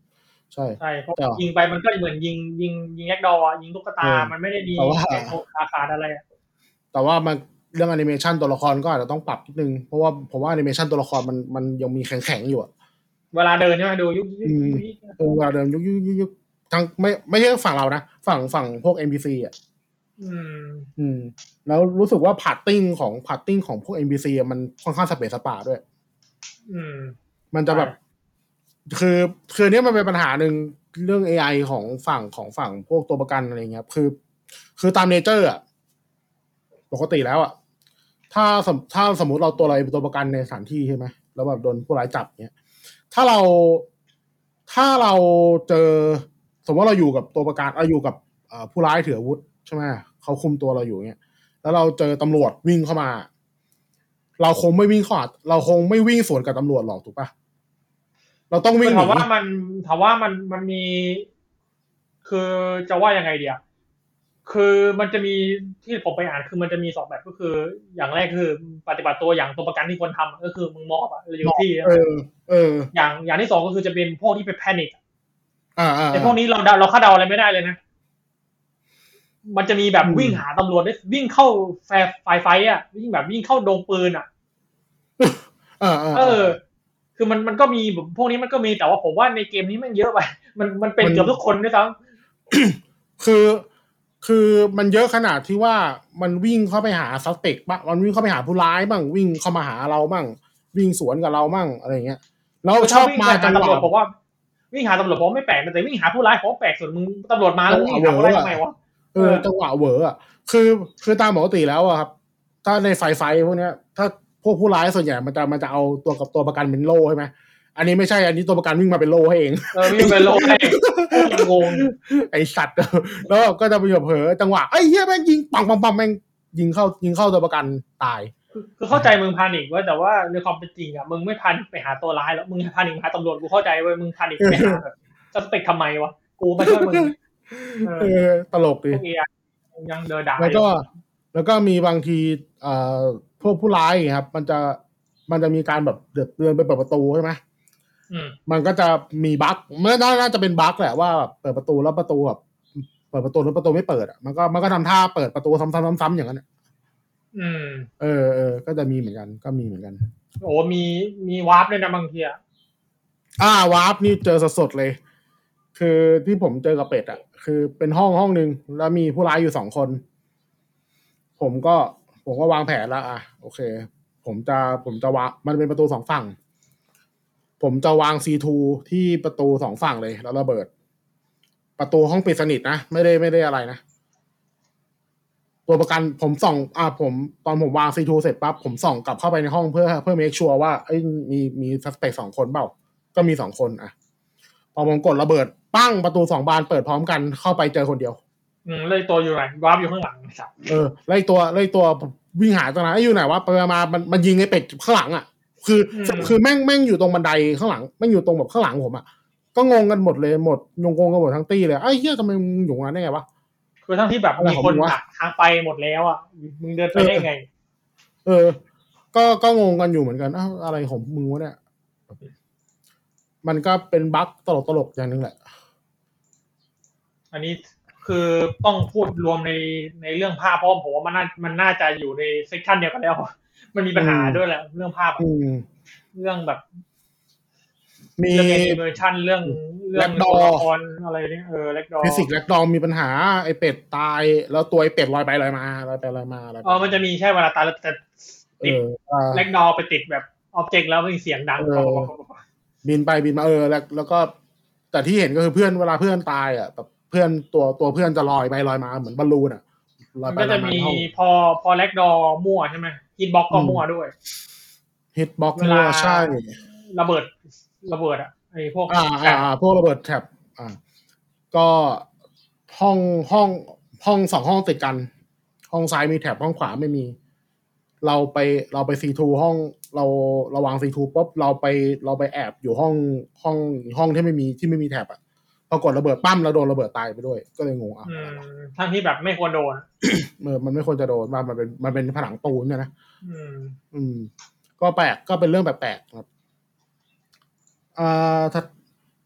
ใช่ใช่เพราะยิงไปมันก็เหมือนยิงยิงยิงแยกดอยิงตุ๊กตามันไม่ได้มีแข่งขาขาดอะไรแต่ว่ามันเรื่องแอนิเมชันตัวละครก็อาจจะต้องปรับนิดนึงเพราะว่าผมว่าแอนิเมชันตัวละครมันมันยังมีแข็งๆอยู่อะเวลาเดินใช่ไหมดูยุกยุกเวลาเดินยุกยุกยุกยุกทั้งไม่ไม่ใช่ฝั่งเรานะฝั่งฝั่งพวก เอ็น พี ซี อ่ะอืมอืมแล้วรู้สึกว่าพาร์ตติ้งของพาร์ตติ้งของพวก เอ็น พี ซี อ่ะมันค่อนข้างสเปซสปาด้วยอืมมันจะแบบคือคือเนี้ยมันเป็นปัญหาหนึ่งเรื่อง เอ ไอ ของฝั่งของฝั่งพวกตัวประกันอะไรเงี้ยคือคือตามเนเจอร์อ่ะปกติแล้วอ่ะถ้าสมถ้าสมมุติเราตัวอะไรเป็นตัวประกันในสถานที่ใช่ไหมแล้วแบบโดนผู้ร้ายจับเนี้ยถ้าเราถ้าเราเจอสมมติว่าเราอยู่กับตัวประกันเราอยู่กับผู้ร้ายถืออาวุธใช่ไหมเขาคุมตัวเราอยู่เนี้ยแล้วเราเจอตำรวจวิ่งเข้ามาเราคงไม่วิ่งเข้าเราคงไม่วิ่งสวนกับตำรวจหรอกถูกปะเราต้องวิ่งหนีถามว่ามันถามว่ามันมันมีคือจะว่ายังไงเดียวคือมันจะมีที่ผมไปอ่านคือมันจะมีสองแบบก็คืออย่างแรกคือปฏิบัติตัวอย่างตัวประกันที่ควรทำก็คือมึงมอบอะอยู่ที่เออเอออย่างอย่างที่สองก็คือจะเป็นพวกที่ไปแพนิคอ่าอ่าไอ้พวกนี้เราเดาเราคาดเดาอะไรไม่ได้เลยนะมันจะมีแบบวิ่งหาตำรวจได้วิ่งเข้าแฟร์ไฟไฟอ่ะวิ่งแบบวิ่งเข้าโดงปืนอ่ะเออคือมันมันก็มีพวกนี้มันก็มีแต่ว่าผมว่าในเกมนี้มันเยอะไปมันมันเป็นเกือบทุกคนด้วยซ้ำคือคือมันเยอะขนาดที่ว่ามันวิ่งเข้าไปหาซัสเปกบ้างมันวิ่งเข้าไปหาผู้ร้ายบ้างวิ่งเข้ามาหาเราบ้างวิ่งสวนกับเราบ้างอะไรเงี้ยแล้วชอบมาจังหวะผมว่าวิ่งหาตำรวจผมไม่แปลกแต่วิ่งหาผู้ร้ายผมแปลกส่วนมึงตำรวจมาแล้ววิ่งหาผู้ร้ายทำไมวะเออจังหวะเวอร์อ่ะคือคือตามปกติแล้วอะครับถ้าในไฟไฟพวกเนี้ยถ้าพวกผู้ร้ายส่วนใหญ่มันจะมันจะเอาตัวกับตัวประกันเป็นโล่ใช่ไหมอันนี้ไม่ใช่อันนี้ตัวประกันวิ่งมาเป็นโล่ให้เองเออวิ่งเป็นโล่ให้งงไอสัตว์แล้วก็จะไปเผลอจังหวะไอ้เหี้ยแม่งยิงปังปังปังแม่งยิงเข้ายิงเข้าตัวประกันตายคือเข้าใจมึงพานิกว่าแต่ว่าในความเป็นจริงอ่ะมึงไม่พานิกไปหาตัวร้ายแล้วมึงพานิกหาตำรวจกูเข้าใจเว้ยมึงพานิกไปหาแบบจะสเปกทำไมวะกูมาช่วยมึงเออตลกดิยังเดินด่าแล้วก็แล้วก็มีบางทีเอ่อพวกผู้ร้ายครับมันจะมันจะมีการแบบเดือดเตือนไปเปิดประตูใช่ไหมมันก็จะมีบั๊กไม่น่าจะเป็นบั๊กแหละว่าเปิดประตูแล้วประตูแบบเปิดประตูแล้วประตูไม่เปิดอ่ะมันก็มันก็ทำท่าเปิดประตูซ้ำๆๆๆอย่างนั้นอืมเออเออก็จะมีเหมือนกันก็มีเหมือนกันโอ้มีมีวาร์ปด้วยนะบางทีอ่ะอ่าวาร์ปนี่เจอสดๆเลยคือที่ผมเจอกับเป็ดอ่ะคือเป็นห้องห้องนึงแล้วมีผู้ร้ายอยู่สองคนผมก็ผมก็วางแผนแล้วอ่ะโอเคผมจะผมจะวางมันเป็นประตูสองฝั่งผมจะวาง ซี ทู ที่ประตูสองฝั่งเลยแล้วระเบิดประตูห้องปิดสนิทนะไม่ได้ไม่ได้อะไรนะตัวประกันผมส่องอ่าผมตอนผมวาง ซี ทู เสร็จปั๊บผมส่องกลับเข้าไปในห้องเพื่อเพื่อเมคชัวร์ว่าไอ้มีมีซัสเปกสองคนเปล่าก็มีสองคนอ่ะพอผมกดระเบิดปั้งประตูสองบานเปิดพร้อมกันเข้าไปเจอคนเดียวอืมเลยตัวอยู่ไหนวาร์ปอยู่ข้างหลังครับเออไล่ตัวไล่ตัววิ่งหาตรงนั้นไอ้อยู่ไหนวะไปมามันมันยิงไอ้เป็ดข้างหลังอ่ะคือคือแม่งแม่งอยู่ตรงบันไดข้างหลังแม่งอยู่ตรงแบบข้างหลังผมอ่ะก็งงกันหมดเลยหมดงงงกันหมดทั้งตี้เลยไอ้เหี้ยทำไมมึงอยู่งั้นได้ไงวะคือทั้งที่แบบมีคนดักทางไปหมดแล้วอ่ะมึงเดินไปได้ไงเออก็ก็งงกันอยู่เหมือนกันอ้าวอะไรของมึงวะเนี่ยมันก็เป็นบั๊กตลกตลกอย่างนึงแหละอันนี้คือต้องพูดรวมในในเรื่องภาพเพราะผมว่ามันน่ามันน่าจะอยู่ในเซกชันเดียวกันแล้วมันมีปัญหาด้วยแหละเรื่องภาพเรื่องแบบมีเรื่องแอนิเมชันเรื่องเรื่องตัวละครอะไรนี่เออแล็กดอฟิสิกส์แล็กดอมีปัญหาไอเป็ดตายแล้วตัวไอเป็ดลอยไปลอยมาลอยไปลอยมาเออมันจะมีใช่เวลาตายแล้วจะติดแล็กดอไปติดแบบออบเจกต์แล้วมีเสียงดังบินไปบินมาเออแล้วแล้วก็แต่ที่เห็นก็คือเพื่อนเวลาเพื่อนตายอ่ะแบบเพื่อนตัวตัวเพื่อนจะลอยไปลอยมาเหมือนบอลลูนอ่ะลอยไปก็จะมีพอพอแล็กดอมั่วใช่ไหมฮิตบ็อกก็มั่วด้วยฮิตบ็อกมั่วใช่ระเบิดระเบิดอ่ะไอ้พวกอ่าอ่าพวกระเบิดแท็บอ่าก็ห้องห้องห้องสองห้องติดกันห้องซ้ายมีแท็บห้องขวาไม่มีเราไปเราไป ซี ทู ห้องเราระวาง ซี ทู ปุ๊บเราไปเราไปแอบอยู่ห้องห้องห้องที่ไม่มีที่ไม่มีแท็บอ่ะปรากฏระเบิดปั้มแล้วโดนระเบิดตายไปด้วยก็เลยงงอ่ะทั้งที่แบบไม่ควรโดนเออมันไม่ควรจะโดนมันมันเป็นมันเป็นผนังปูนเนี่ยนะอืมอืมก็แปลกก็เป็นเรื่องแปลกๆครับอ่า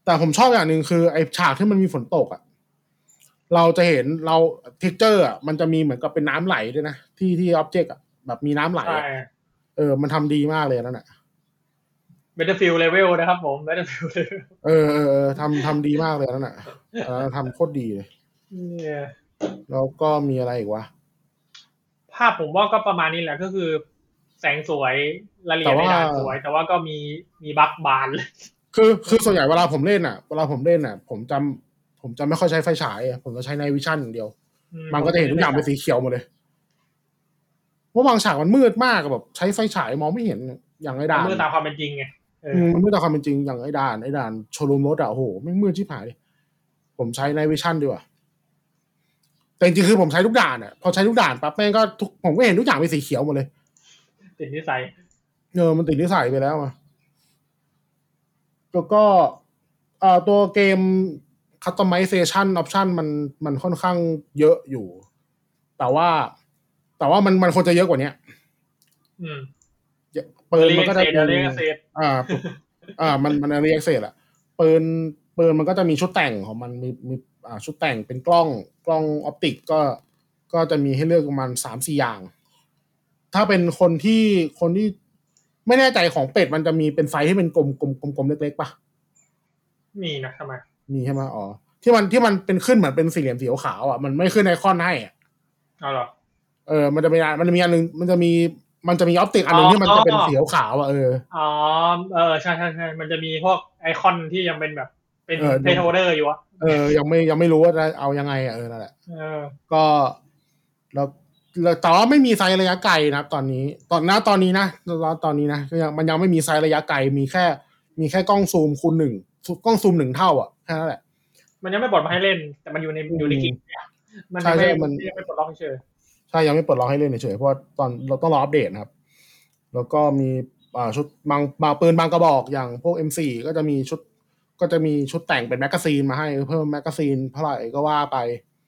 แต่ผมชอบอย่างหนึ่งคือไอ้ฉากที่มันมีฝนตกอ่ะเราจะเห็นเราเท็กเจอร์อ่ะมันจะมีเหมือนกับเป็นน้ำไหลด้วยนะที่ที่อ็อบเจกต์อ่ะแบบมีน้ำไหลอ่ะเออมันทำดีมากเลยนั่นแหละ Battlefield Level นะครับผม Battlefield Level เออเออเออทำทำดีมากเลยนั่นแหละเออทำโคตรดีเลยเนี่ยแล้วก็มีอะไรอีกวะภาพผมว่าก็ประมาณนี้แหละก็คือแสงสวยรายละเอียดในด่านสวย แต่ว่าก็มีมีบั๊กบานเลยคือคือส่วนใหญ่เวลาผมเล่นอ่ะเวลาผมเล่นอ่ะผมจำผมจะไม่ค่อยใช้ไฟฉายผมจะใช้ในวิชั่นอย่างเดียวมันก็จะเห็นทุกอย่างเป็นสีเขียวหมดเลยเพราะบางฉากมันมืดมากแบบใช้ไฟฉายมองไม่เห็นอย่างไอ้ด่านมืดตามความเป็นจริงไงมันมืดตามความเป็นจริงอย่างไอ้ด่านไอ้ด่านโชว์รูมรถอ่ะโอ้โหไม่มืดชิบหายเลยผมใช้ในวิชั่นดีกว่าแต่จริงๆคือผมใช้ทุกด่านอ่ะพอใช้ทุกด่านปั๊บแม่งก็ทุกผมก็เห็นทุกอย่างเป็นสีเขียวหมดเลยติดนิสัยเออมันติดนิสัยไปแล้วอ่ะแล้วก็เอ่อตัวเกม customization option มันมันค่อนข้างเยอะอยู่แต่ว่าแต่ว่ามันมันควรจะเยอะกว่านี้อืมปืนมันก็จะมีอ่าอ่ามันมันเรียกเศษอะปืนปืนมันก็จะมีชุดแต่งของมันมีมีอ่าชุดแต่งเป็นกล้องกล้องออปติกก็ก็จะมีให้เลือกประมาณสามสี่อย่างถ้าเป็นคนที่คนที่ไม่แน่ใจของเป็ดมันจะมีเป็นไฟที่เป็นกลมกลมกลมกลมเล็กๆป่ะมีนะทำไมมีใช่ไหมอ๋อที่มันที่มันเป็นขึ้นเหมือนเป็นสี่เหลี่ยมสีขาวอ่ะมันไม่ขึ้นไอคอนให้อ่ะเอาหรอเออมันจะมีมันจะมีอันนึงมันจะมีมันจะมีออปติกอันนึงที่มันจะเป็นสีขาวอ่ะเอออ๋อเออใช่ใช่ใช่มันจะมีพวกไอคอนที่ยังเป็นแบบเป็นเพย์โฮเดอร์อยู่อะเออยังไม่ยังไม่รู้ว่าจะเอายังไงอ่ะเออนั่นแหละเออก็แล้วแต่ว่าไม่มีไซส์ระยะไกลนะตอนนี้ตอนหน้าตอนนี้นะตอนนี้นะก็ยังมันยังไม่มีไซส์ระยะไกลมีแค่มีแค่กล้องซูมคูณหนึ่งกล้องซูมหนึ่งเท่าอ่ะแค่นั้นแหละมันยังไม่ปลดมาให้เล่นแต่มันอยู่ในอยู่ในกิจมันยังไม่มันยังไม่ปลดล็อกเฉยใช่ยังไม่ปลดล็อกให้เล่นเฉยเพราะตอนเราต้องรออัปเดตนะครับแล้วก็มีอ่าชุดบางบางปืนบางกระบอกอย่างพวก เอ็ม โฟร์ ก็จะมีชุดก็จะมีชุดแต่งเป็นแมกกาซีนมาให้เพิ่มแมกกาซีนเท่าไหร่ก็ว่าไป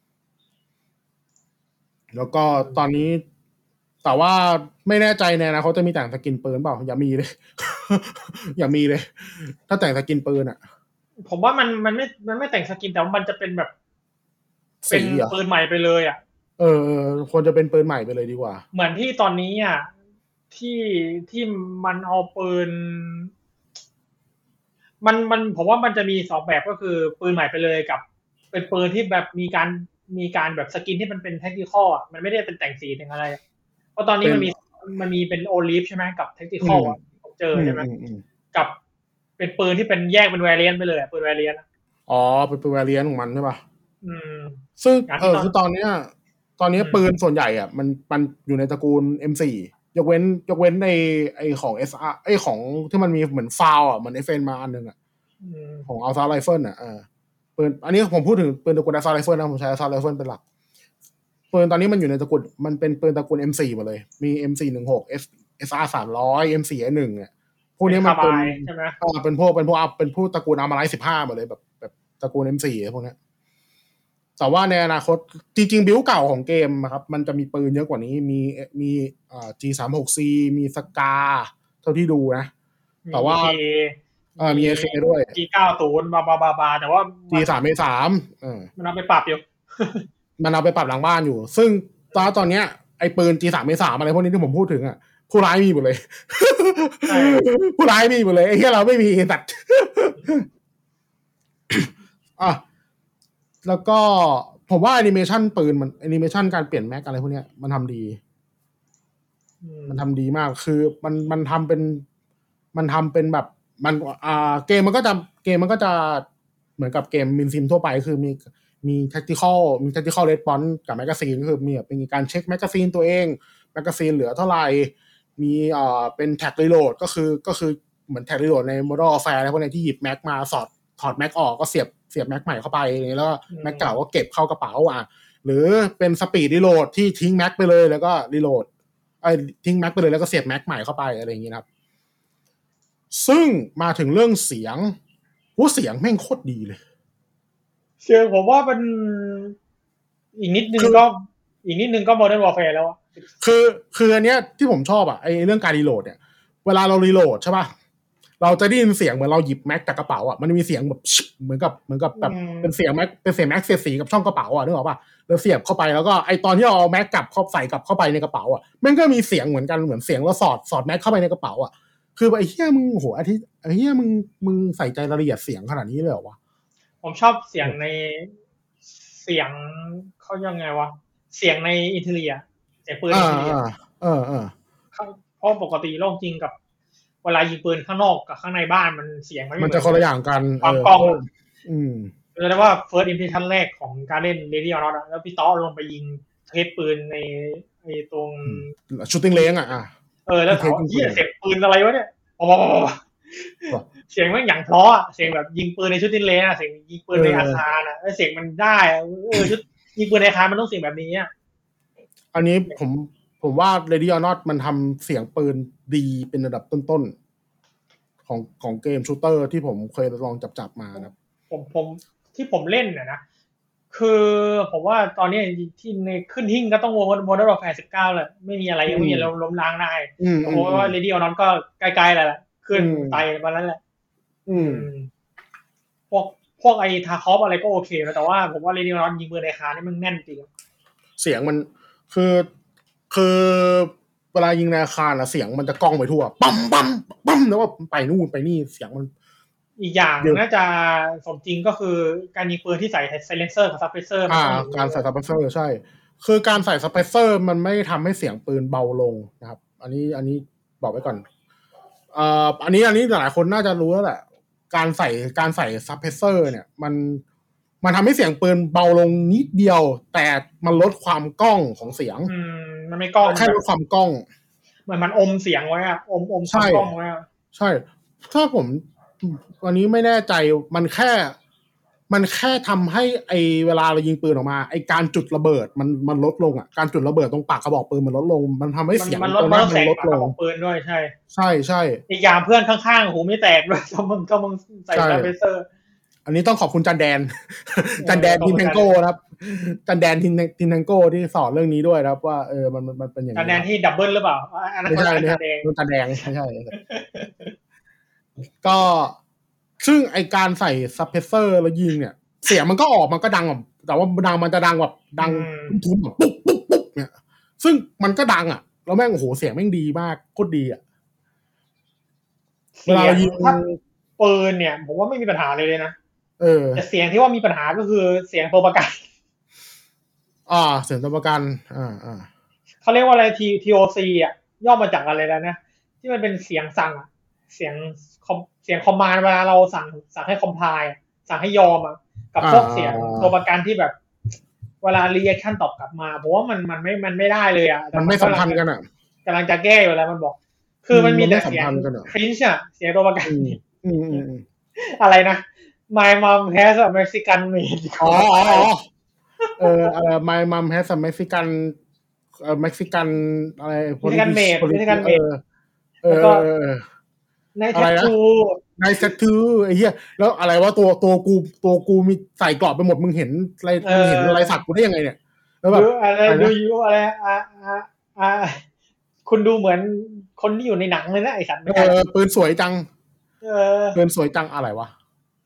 แล้วก็ตอนนี้แต่ว่าไม่แน่ใจในอนาคตจะมีแต่งสกินปืนเปล่าอย่ามีเลย อย่ามีเลย ถ้าแต่งสกินปืนอ่ะผมว่ามันมันไม่มันไม่แต่งสกินแต่ว่ามันจะเป็นแบบเป็นปืนใหม่ไปเลยอ่ะเออควรจะเป็นปืนใหม่ไปเลยดีกว่าเหมือนที่ตอนนี้อ่ะที่ที่มันเอาปืนมันมันผมว่ามันจะมีสองแบบก็คือปืนใหม่ไปเลยกับเป็นปืนที่แบบมีการมีการแบบสกินที่มันเป็นเทคนิคอลอ่ะมันไม่ได้เป็นแต่งสีแต่งอะไรเพราะตอนนี้มันมีมันมีเป็นโอลิฟใช่ไหมกับเทคนิคอลอ่ะผมเจอใช่ไหมกับเป็นปืนที่เป็นแยกเป็นแวรเลียนไปเลยอ่ะปืนแวรเลียนอ๋อเป็นปืนแวรเลียนของมันใช่ป่ะอืมซึ่งเออคือตอนเนี้ยตอนนี้ปืนส่วนใหญ่อ่ะมันมันอยู่ในตระกูล เอ็ม โฟร์ ยกเว้นยกเว้นในไอของ เอส อาร์ ไอของที่มันมีเหมือนฟาวอ่ะเหมือน เอฟ เอ็น มาอันนึงอ่ะของ Assault Rifle อ่ะเออปืนอันนี้ผมพูดถึงปืนตระกูล Assault Rifle นะผมใช้ Assault Rifle เป็นหลักปืนตอนนี้มันอยู่ในตระกูลมันเป็นปืนตระกูล เอ็ม โฟร์ หมดเลยมี เอ็ม โฟร์ หนึ่งหก S เอส อาร์ สามร้อย เอ็ม โฟร์ เอ หนึ่ง เนี่ยพวกนี้มันเป็นใช่ไหมเป็นพวกเป็นพวกเป็นพวกตระกูล Armalite สิบห้าหมดเลยแบบแบบตระกูล เอ็ม โฟร์ พวกนี้แต่ว่าในอนาคตจริงๆบิลเก่าของเกมครับมันจะมีปืนเยอะกว่านี้มีมีอ่า จี สามหกซี มีสกาเท่าที่ดูนะแต่ว่าเออมี เอ เค ด้วยจี เก้าสิบ บาบาบาบาแต่ว่าจี สาม เอ สาม เออมันเอาไปปรับอยู่มันเอาไปปรับหลังบ้านอยู่ซึ่งตอนตอนเนี้ยไอ้ปืน จี สาม เอ สาม อะไรพวกนี้ที่ผมพูดถึงอ่ะผู้ร้ายมีหมดเลยผู้ร้ายมีหมดเลยไอ้ที่เราไม่มีตัดอ่ะแล้วก็ผมว่าแอนิเมชันปืนมันแอนิเมชันการเปลี่ยนแม็กอะไรพวกเนี้ยมันทำดีมันทำดีมากคือมันมันทำเป็นมันทำเป็นแบบมันอ่าเกมมันก็จะเกมมันก็จะเหมือนกับเกมมินซิมทั่วไปคือมีมี tactical มี tactical response กับแมกกาซีนก็คือมีเป็นการเช็คแมกกาซีนตัวเองแมกกาซีนเหลือเท่าไหร่มีเอ่อเป็นแท็กรีโหลดก็คือก็คือเหมือนแท็กรีโหลดใน Modern Warfare อะไรพวกนี้ที่หยิบแม็กมาสอดถอดแม็กออกก็เสียบเสียบแม็กใหม่เข้าไปแล้วแม็กเก่าก็เก็บเข้ากระเป๋าอ่ะหรือเป็นสปีดรีโหลดที่ทิ้งแม็กไปเลยแล้วก็รีโหลดไอ้ทิ้งแม็กไปเลยแล้วก็เสียบแม็กใหม่เข้าไปอะไรอย่างงี้นะครับซึ่งมาถึงเรื่องเสียงหูเสียงแม่งโคตรดีเลยเสียงผมว่ามันอีกนิดนึงก็อีกนิดนึงก็ Modern Warfare แล้วอะคือคืออันเนี้ยที่ผมชอบอ่ะไอ้เรื่องการรีโหลดเนี่ยเวลาเรารีโหลดใช่ป่ะเเราจะได้ยินเสียงเหมือนเราหยิบแม็กจากกระเป๋าอ่ะมันจะมีเสียงแบบเหมือนกับเหมือนกับแบบเป็นเสียงแม็กเป็นเสียงแม็กเสียดสีกับช่องกระเป๋าอ่ะนึกออกป่ะเราเสียบเข้าไปแล้วก็ไอตอนที่เราเอาแม็กกลับเข้าใส่กลับเข้าไปในกระเป๋าอ่ะมันก็มีเสียงเหมือนกันเหมือนเสียงเราสอดสอดแม็กเข้าไปในกระเป๋าอ่ะคือไอ้เหี้ยมึงโหไอ้ที่ไอ้เหี้ยมึงมึงใส่ใจรายละเอียดเสียงขนาดนี้เลยเหรอวะผมชอบเสียงในเสียงเขายังไงวะเสียงในอินเทอร์เนียเสียงปืนอินเทอร์เนียเออเออเพราะปกติโลกจริงกับเวลายิงปืนข้างนอกกับข้างในบ้านมันเสียงมันมันจะคนละอย่างกันความกล้องอืมเรียกว่า first impression แรกของการเล่น Lady or Not แล้วพี่ต้อลงไปยิงเทสปืนในไอ้ตรง shooting range อ่ะเออแล้วถามเหี้ยเสียงปืนอะไรวะเนี่ยเสียงมันอย่างเพราะอ่ะเสียงแบบยิงปืนในชุดตินเลนอ่ะเสียงยิงปืนในอาคารอ่ะแล้วเสียงมันได้เออชุดยิงปืนในอาคารมันต้องเสียงแบบนี้อ่ะอันนี้ผมผมว่า Lady or Not มันทำเสียงปืนดีเป็นระดับต้นๆของของเกมชูตเตอร์ที่ผมเคยลองจับๆมานะผมผมที่ผมเล่นน่ะนะคือผมว่าตอนนี้ที่ในขึ้นหิ้งก็ต้อง Modern Warfare สิบเก้าแหละไม่มีอะไรยังไม่มีอะไรล้มล้างได้เพราะว่า Lady or Not ก็ใกล้ๆแล้วแหละขึ้นไตมาแล้วแหละอืมพวกพวกไอ้ทาคอฟอะไรก็โอเคนะแต่ว่าผมว่า Lady or Not ยิงปืนในคานี่มันแน่นจริงเสียงมันคือคือเวลายิงในอาคารอะเสียงมันจะก้องไปทั่วปั๊มปั๊มปั๊มแล้วว่าไปนู่นไปนี่เสียงมันอีกอย่างน่าจะสมจริงก็คือการยิงปืนที่ใส่ไซเลนเซอร์กับซับเพรสเซอร์อ่าการใส่ซับเพรสเซอร์ใช่คือการใส่ซับเพรสเซอร์มันไม่ทำให้เสียงปืนเบาลงนะครับอันนี้อันนี้บอกไว้ก่อนเอ่ออันนี้อันนี้หลายคนน่าจะรู้แล้วแหละการใส่การใส่ซับเพรสเซอร์เนี่ยมันมันทำให้เสียงปืนเบาลงนิดเดียวแต่มันลดความก้องของเสียงอืมมันไม่ก้องแค่ลดความก้องเหมือนมันอมเสียงไว้อะอมอมความก้องไว้อะใช่ถ้าผมวันนี้ไม่แน่ใจมันแค่มันแค่ทำให้ไอเวลาเรายิงปืนออกมาไอการจุดระเบิดมันมันลดลงอ่ะการจุดระเบิดตรงปากกระบอกปืนมันลดลงมันทำให้เสียงมันลดมันลดแสงปากกระบอกปืนด้วยใช่ใช่ใช่อีกอย่างเพื่อนข้างๆหูไม่แตกด้วยก็มึงก็มึงใส่ซับเพรสเซอร์อันนี้ต้องขอบคุณจันแดนจันแดนทินแทงโก้ครับจันแดนทินทินแทงโก้ที่สอนเรื่องนี้ด้วยครับว่าเออมันมันเป็นอย่างนี้จันแดนที่ดับเบิลหรือเปล่าอันนั้นไม่ใช่ไม่ใช่จันแดงไม่ใช่ก็ซึ่งไอการใส่ซับเพรสเซอร์แล้วยิงเนี่ยเสียงมันก็ออกมันก็ดังแบบแต่ว่าดังมันจะดังแบบดังทุ้มๆแบบปุ๊บปุ๊บปุ๊บเนี่ยซึ่งมันก็ดังอ่ะแล้วแม่งโอ้โหเสียงแม่งดีมากโคตรดีอ่ะเวลายิงปืนเนี่ยผมว่าไม่มีปัญหาเลยเลยนะเออแต่เสียงที่ว่ามีปัญหาก็คือเสียงตัวประกันอ่าเสียงตัวประกันอ่าอ่าเขาเรียกว่าอะไร ที ที โอ ซี อ่ะย่อมาจากอะไรแล้วนะที่มันเป็นเสียงสั่งอ่ะเสียงเสียงคอมมานด์เวลาเราสั่งสั่งให้คอมไพล์สั่งให้ยอมอ่ะกับพวกเสียงตัวประกันที่แบบเวลารีแอคชั่นตอบกลับมาผมว่ามันมันไม่มันไม่ได้เลยอ่ะมันไม่สัมพันธ์กันอ่ะกำลังจะแก้อยู่แล้วมันบอกคือมันมีแต่เสียงครินช์อ่ะเสียงตัวประกันอะไรนะ My mom has a Mexican maid อ๋อเอออะไร My mom has a Mexican เอ่อ Mexican อะไร Mexican maid Mexican maid เออในแททูในแททูไอ้เหี้ยแล้วอะไรวะตัวตัวกูตัวกูมีใส่กรอบไปหมดมึงเห็นอะไรมึงเห็นอะไรสักกูได้ยังไงเนี่ยแล้วแบบอะไรดูยูอะไรอ่าอ่าคุณดูเหมือนคนที่อยู่ในหนังเลยนะไอ้สัตว์เออปืนสวยจังเออปืนสวยจังอะไรวะ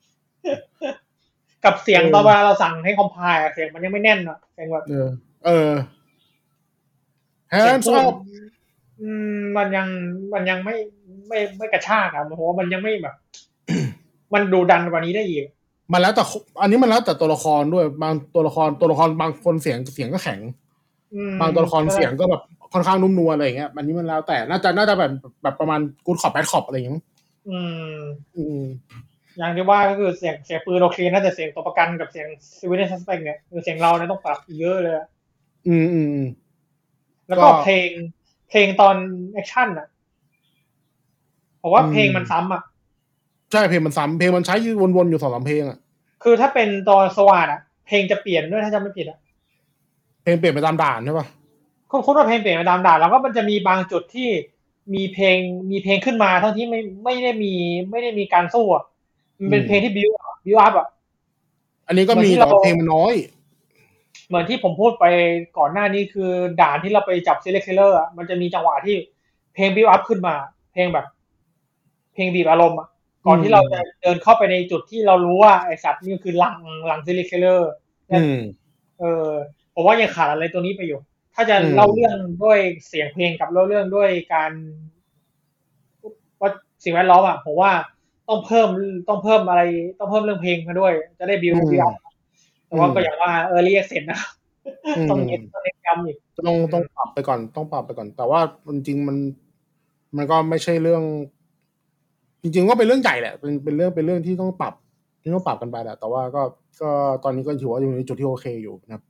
กับเสียงตอนเวลาเราสั่งให้คอมไพล์เสียงมันยังไม่แน่นอ่ะเสียงแบบเออเออแฮนด์ออฟอืมมันยังมันยังไม่ไม่ไม่กระชากอ่ะเพราะว่ามันยังไม่แบบมันดูดันกว่านี้ได้อีกมันแล้วแต่อันนี้มันแล้วแต่ตัวละครด้วยบางตัวละครตัวละครบางคนเสียงเสียงก็แข็งบางตัวละครเสียงก็แบบค่อนข้างนุ่มนวลอะไรอย่างเงี้ยอันนี้มันแล้วแต่น่าจะน่าจะแบบแบบประมาณกู๊ดคอปแบดคอปอะไรอย่างเงี้ยอืมอืมอย่างที่ว่าก็คือเสียงเสียงปืนโอเคน่าจะเสียงตัวประกันกับเสียงซีวิลซัสเปกเนี่ยคือเสียงเราเนี่ยต้องปรับเยอะเลยอืมอืมแล้วก็เพลงเพลงตอนแอคชั่นอ่ะผมว่าเพลงมันซ้ำอ่ะใช่เพลงมันซ้ำเพลงมันใช้วนๆอยู่สองสามเพลงอ่ะคือถ้าเป็นตอนสวัสดอ่ะเพลงจะเปลี่ยนด้วยถ้าจำไม่ผิดอ่ะเพลงเปลี่ยนไปตามด่านใช่ป่ะคุณคุณว่าเพลงเปลี่ยนไปตามด่านแล้วก็มันจะมีบางจุดที่มีเพลงมีเพลงขึ้นมาทั้งที่ไม่ไม่ได้มีไม่ได้มีการสู้อ่ะมันเป็นเพลงที่บิวบิวอัพอ่ะอันนี้ก็มีแต่เพลงมันน้อยเหมือนที่ผมพูดไปก่อนหน้านี้คือด่านที่เราไปจับ Select Killer อ่ะมันจะมีจังหวะที่เพลงบิวอัพขึ้นมาเพลงแบบเพเพลงบีบอารมณ์อ่ะก่อนที่เราจะเดินเข้าไปในจุดที่เรารู้ว่าไอสัตว์นี่คือหลังหลังซิลิคิลเลอร์เออผมว่ายังขาดอะไรตัวนี้ไปอยู่ถ้าจะเล่าเรื่องด้วยเสียงเพลงกับเล่าเรื่องด้วยการว่าสิ่งแวดล้อมอ่ะผมว่าต้องเพิ่มต้องเพิ่มอะไรต้องเพิ่มเรื่องเพลงมาด้วยจะได้บิวบิวอัพแต่ว่าก็อย่างว่าเออเรียกเสร็จนะต้องเน้นต้องเน้นย้ำอีกต้องต้องปรับไปก่อนต้องปรับไปก่อนแต่ว่าจริงๆมันมันก็ไม่ใช่เรื่องจริงๆก็เป็นเรื่องใหญ่แหละเป็นเป็นเรื่องเป็นเรื่องที่ต้องปรับที่ต้องปรับกันไปแหละแต่ว่าก็ก็ตอนนี้ก็ถือว่าอยู่ในจุดที่โอเคอยู่นะครับ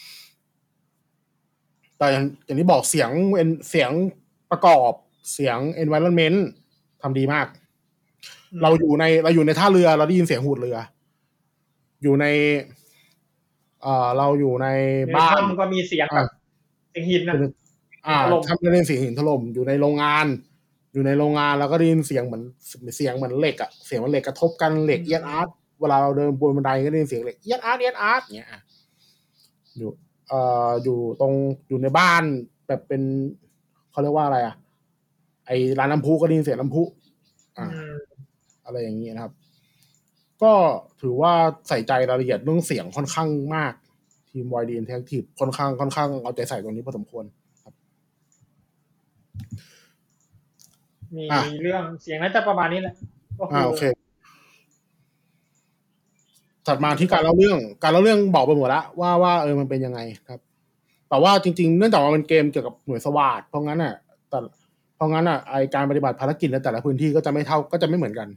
แต่อย่างที่บอกเสียงเสียงประกอบเสียง environment ทำดีมากเราอยู่ในเราอยู่ในท่าเรือเราได้ยินเสียงหูดเรืออยู่ในเอ่อเราอยู่ในบ้านก็มีเสียงแบบเสียงหินนะอ่าทำได้เสียงหินถล่มอยู่ในโรงงานอยู่ในโรงงานแล้วก็ได้ยินเสียงเหมือนเสียงเหมือนเหล็กอ่ะเสียงมันเหล็กกระทบกันเหล็กเอียดอาร์ตเวลาเราเดินบนบันไดก็ได้ยินเสียงเหล็กเอียดอาร์ตเอียดอาร์ตเงี้ยอยู่เอ่ออยู่ตรงอยู่ในบ้านแบบเป็นเขาเรียกว่าอะไรอ่ะไอ้ร้านน้ำพุก็ได้ยินเสียงน้ำพุอ่าอะไรอย่างเงี้ยนะครับก็ถือว่าใส่ใจรายละเอียดเรื่องเสียงค่อนข้างมากทีม วาย ดี Interactive ค่อนข้างค่อนข้างเอาใจใส่ตรงนี้พอสมควรครับมีเรื่องเสียงน่าจะประมาณนี้แหละอ่าโอเคถัดมาที่การเล่าเรื่องการเล่าเรื่องบอกไปหมดแล้วว่าว่าเออมันเป็นยังไงครับแต่ว่าจริงๆเนื่องจากว่ามันเกมเกี่ยวกับหน่วยสวาทเพราะงั้นอ่ะแต่เพราะงั้นอ่ะไอการปฏิบัติภารกิจในแต่ละพื้นที่ก็จะไม่เท่าก็จะไม่เหมือนกัน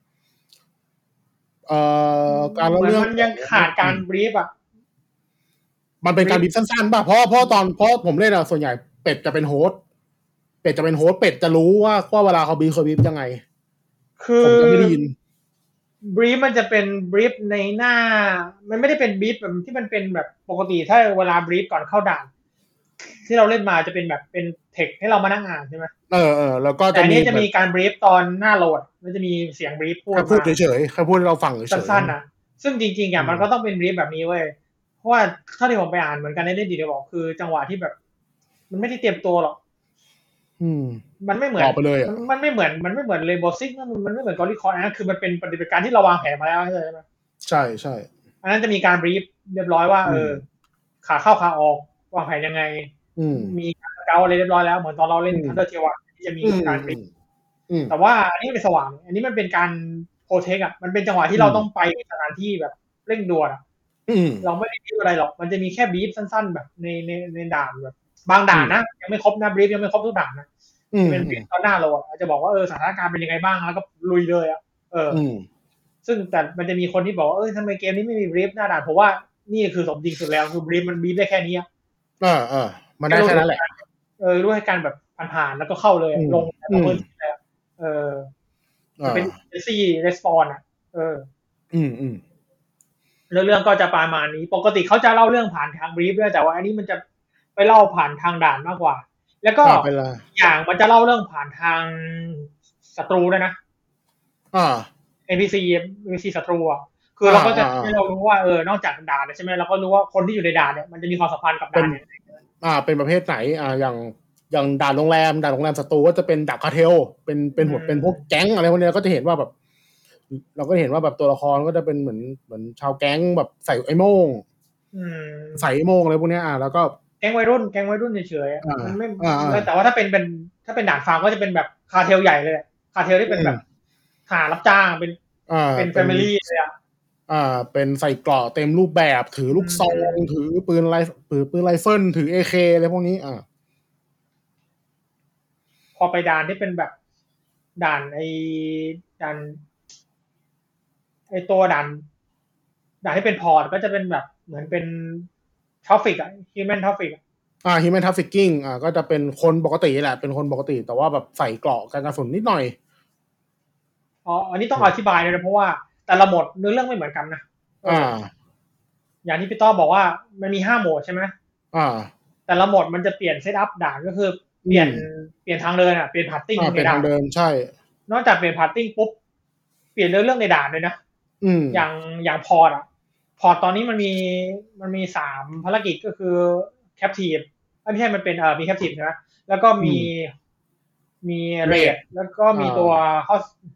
เอ่อการเล่าเรื่องมันยังขาดการบรีฟอ่ะมันเป็นการบรีฟสั้นๆป่ะเพราะเพราะตอนเพราะผมเล่นอ่ะส่วนใหญ่เป็ดจะเป็นโฮสต์เป็ดจะเป็นโฮสต์เป็ดจะรู้ว่าว่าเวลาเขาบรีฟเขาบรีฟยังไงผมจะไม่ได้ยินบรีฟมันจะเป็นบรีฟในหน้ามันไม่ได้เป็นบรีฟแบบที่มันเป็นแบบปกติถ้าเวลาบรีฟก่อนเข้าด่านที่เราเล่นมาจะเป็นแบบเป็นเทคให้เรามานั่งอ่านใช่ไหมเออเออแล้วก็จะมีจะมีการบรีฟตอนหน้าโหลดมันจะมีเสียงบรีฟพูดมาพูดเฉยๆแค่พูดให้เราฟังเฉยๆสั้นๆนะซึ่งจริงๆอย่างมันก็ต้องเป็นบรีฟแบบนี้เว้ยเพราะว่าถ้าที่ผมไปอ่านเหมือนกันในเล่นดีเดี๋ยวบอกคือจังหวะที่แบบมันไม่ได้เตรียมตัวหรอกมันไม่เหมือนมันไม่เหมือนมันไม่เหมือนเรนโบว์ซิกมันมันไม่เหมือนกอริคอนนะคือมันเป็นปฏิบัติการที่เราวางแผนมาแล้วใช่ไหมใช่ใช่อันนั้นจะมีการบรีฟเรียบร้อยว่าเออขาเข้าขาออกวางแผนยังไงมีการเกาอะไรเรียบร้อยแล้วเหมือนตอนเราเล่นทันเดอร์เทวะที่จะมีการบรีฟแต่ว่าอันนี้เป็นสว่างอันนี้มันเป็นการโปรเทคอ่ะมันเป็นจังหวะที่เราต้องไปสถานที่แบบเร่งด่วนอ่ะเราไม่ได้บรีฟอะไรหรอกมันจะมีแค่บรีฟสั้นๆแบบในในในด่านแบบบางด่านนะยังไม่ครบนะบรีฟยังไม่ครบทุกด่านนะเป็นบรีฟตอนหน้าเราอาจจะบอกว่าเออสถานการณ์เป็นยังไงบ้างแล้วก็ลุยเลยอ่ะเออซึ่งแต่มันจะมีคนที่บอกว่าเออทำไมเกมนี้ไม่มีบรีฟหน้าด่านเพราะว่านี่คือสมจริงสุดแล้วคือบรีฟมันบรีฟได้แค่นี้เออเออมันได้แค่นั้นแหละเออรู้ให้การแบบผ่านๆแล้วก็เข้าเลยลงแล้วก็เออเป็นเอซี่เรสปอนอ่ะเอออืมอืมแล้วเรื่องก็จะประมาณนี้ปกติเขาจะเล่าเรื่องผ่านทางบรีฟด้วยแต่ว่าอันนี้มันจะไปเล่าผ่านทางด่านมากกว่าแล้วก็อย่างมันจะเล่าเรื่องผ่านทางศัตรูด้วยนะอ่าเอ็น พี ซี เอ็น พี ซี ศัตรูอ่ะคือเราก็จะให้เรารู้ว่าเออนอกจากด่านใช่ไหมเราก็รู้ว่าคนที่อยู่ในด่านเนี่ยมันจะมีความสัมพันธ์กับด่านเนี่ยอ่าเป็นประเภทไหนอ่าอย่างอย่างด่านโรงแรมด่านโรงแรมศัตรูก็จะเป็นด่านคาเทลเป็นเป็นหัวเป็นพวกแก๊งอะไรพวกนี้ก็จะเห็นว่าแบบเราก็เห็นว่าแบบตัวละครก็จะเป็นเหมือนเหมือนชาวแก๊งแบบใส่ไอ้โม่งใส่ไอ้โม่งอะไรพวกนี้อ่าแล้วก็แก๊งวัยรุ่นแก๊งวัยรุ่นเฉยๆมันไม่แต่ว่าถ้าเป็นเป็นถ้าเป็นด่านฟาร์มก็จะเป็นแบบคาเทลใหญ่เลยคาเทลที่เป็นแบบหารับจ้างเป็นเป็นแฟมิลี่เลยอ่ะอ่าเป็นใส่เกราะเต็มรูปแบบถือลูกซองถือปืนไรถือปืนไรเฟิลถือ เอ เค อะไรพวกนี้อ่าพอไปด่านที่เป็นแบบด่านไอ้ด่านไอ้ตัวด่านด่านที่เป็นพอร์ตก็จะเป็นแบบเหมือนเป็นทราฟฟิกอ่ะฮิวแมนทราฟฟิกอ่าฮิวแมนทราฟฟิกกิ้งอ่าก็จะเป็นคนปกติแหละเป็นคนปกติแต่ว่าแบบใส่เกราะกันกระสุนนิดหน่อยอ๋ออันนี้ต้องอธิบายเลยนะเพราะว่าแต่ละโหมดเนื้อเรื่องไม่เหมือนกันนะอ่าอย่างที่พี่ต้อบอกว่ามันมีห้าโหมดใช่ไหมอ่าแต่ละโหมดมันจะเปลี่ยนเซตอัพด่านก็คือเปลี่ยนเปลี่ยนทางเดินอ่ะเปลี่ยนพาร์ตติ้งในด่านเดินใช่นอกจากเปลี่ยนพาร์ตติ้งปุ๊บเปลี่ยนเรื่องเรื่องในด่านเลยนะอย่างอย่างพอร์ตอ่ะพอร์ตตอนนี้มันมีมันมีสามภารกิจก็คือแคปทีฟไม่ใช่มันเป็นเอ่อมีแคปทีฟใช่ไหมแล้วก็มีมีเรดแล้วก็มีตัวฮอส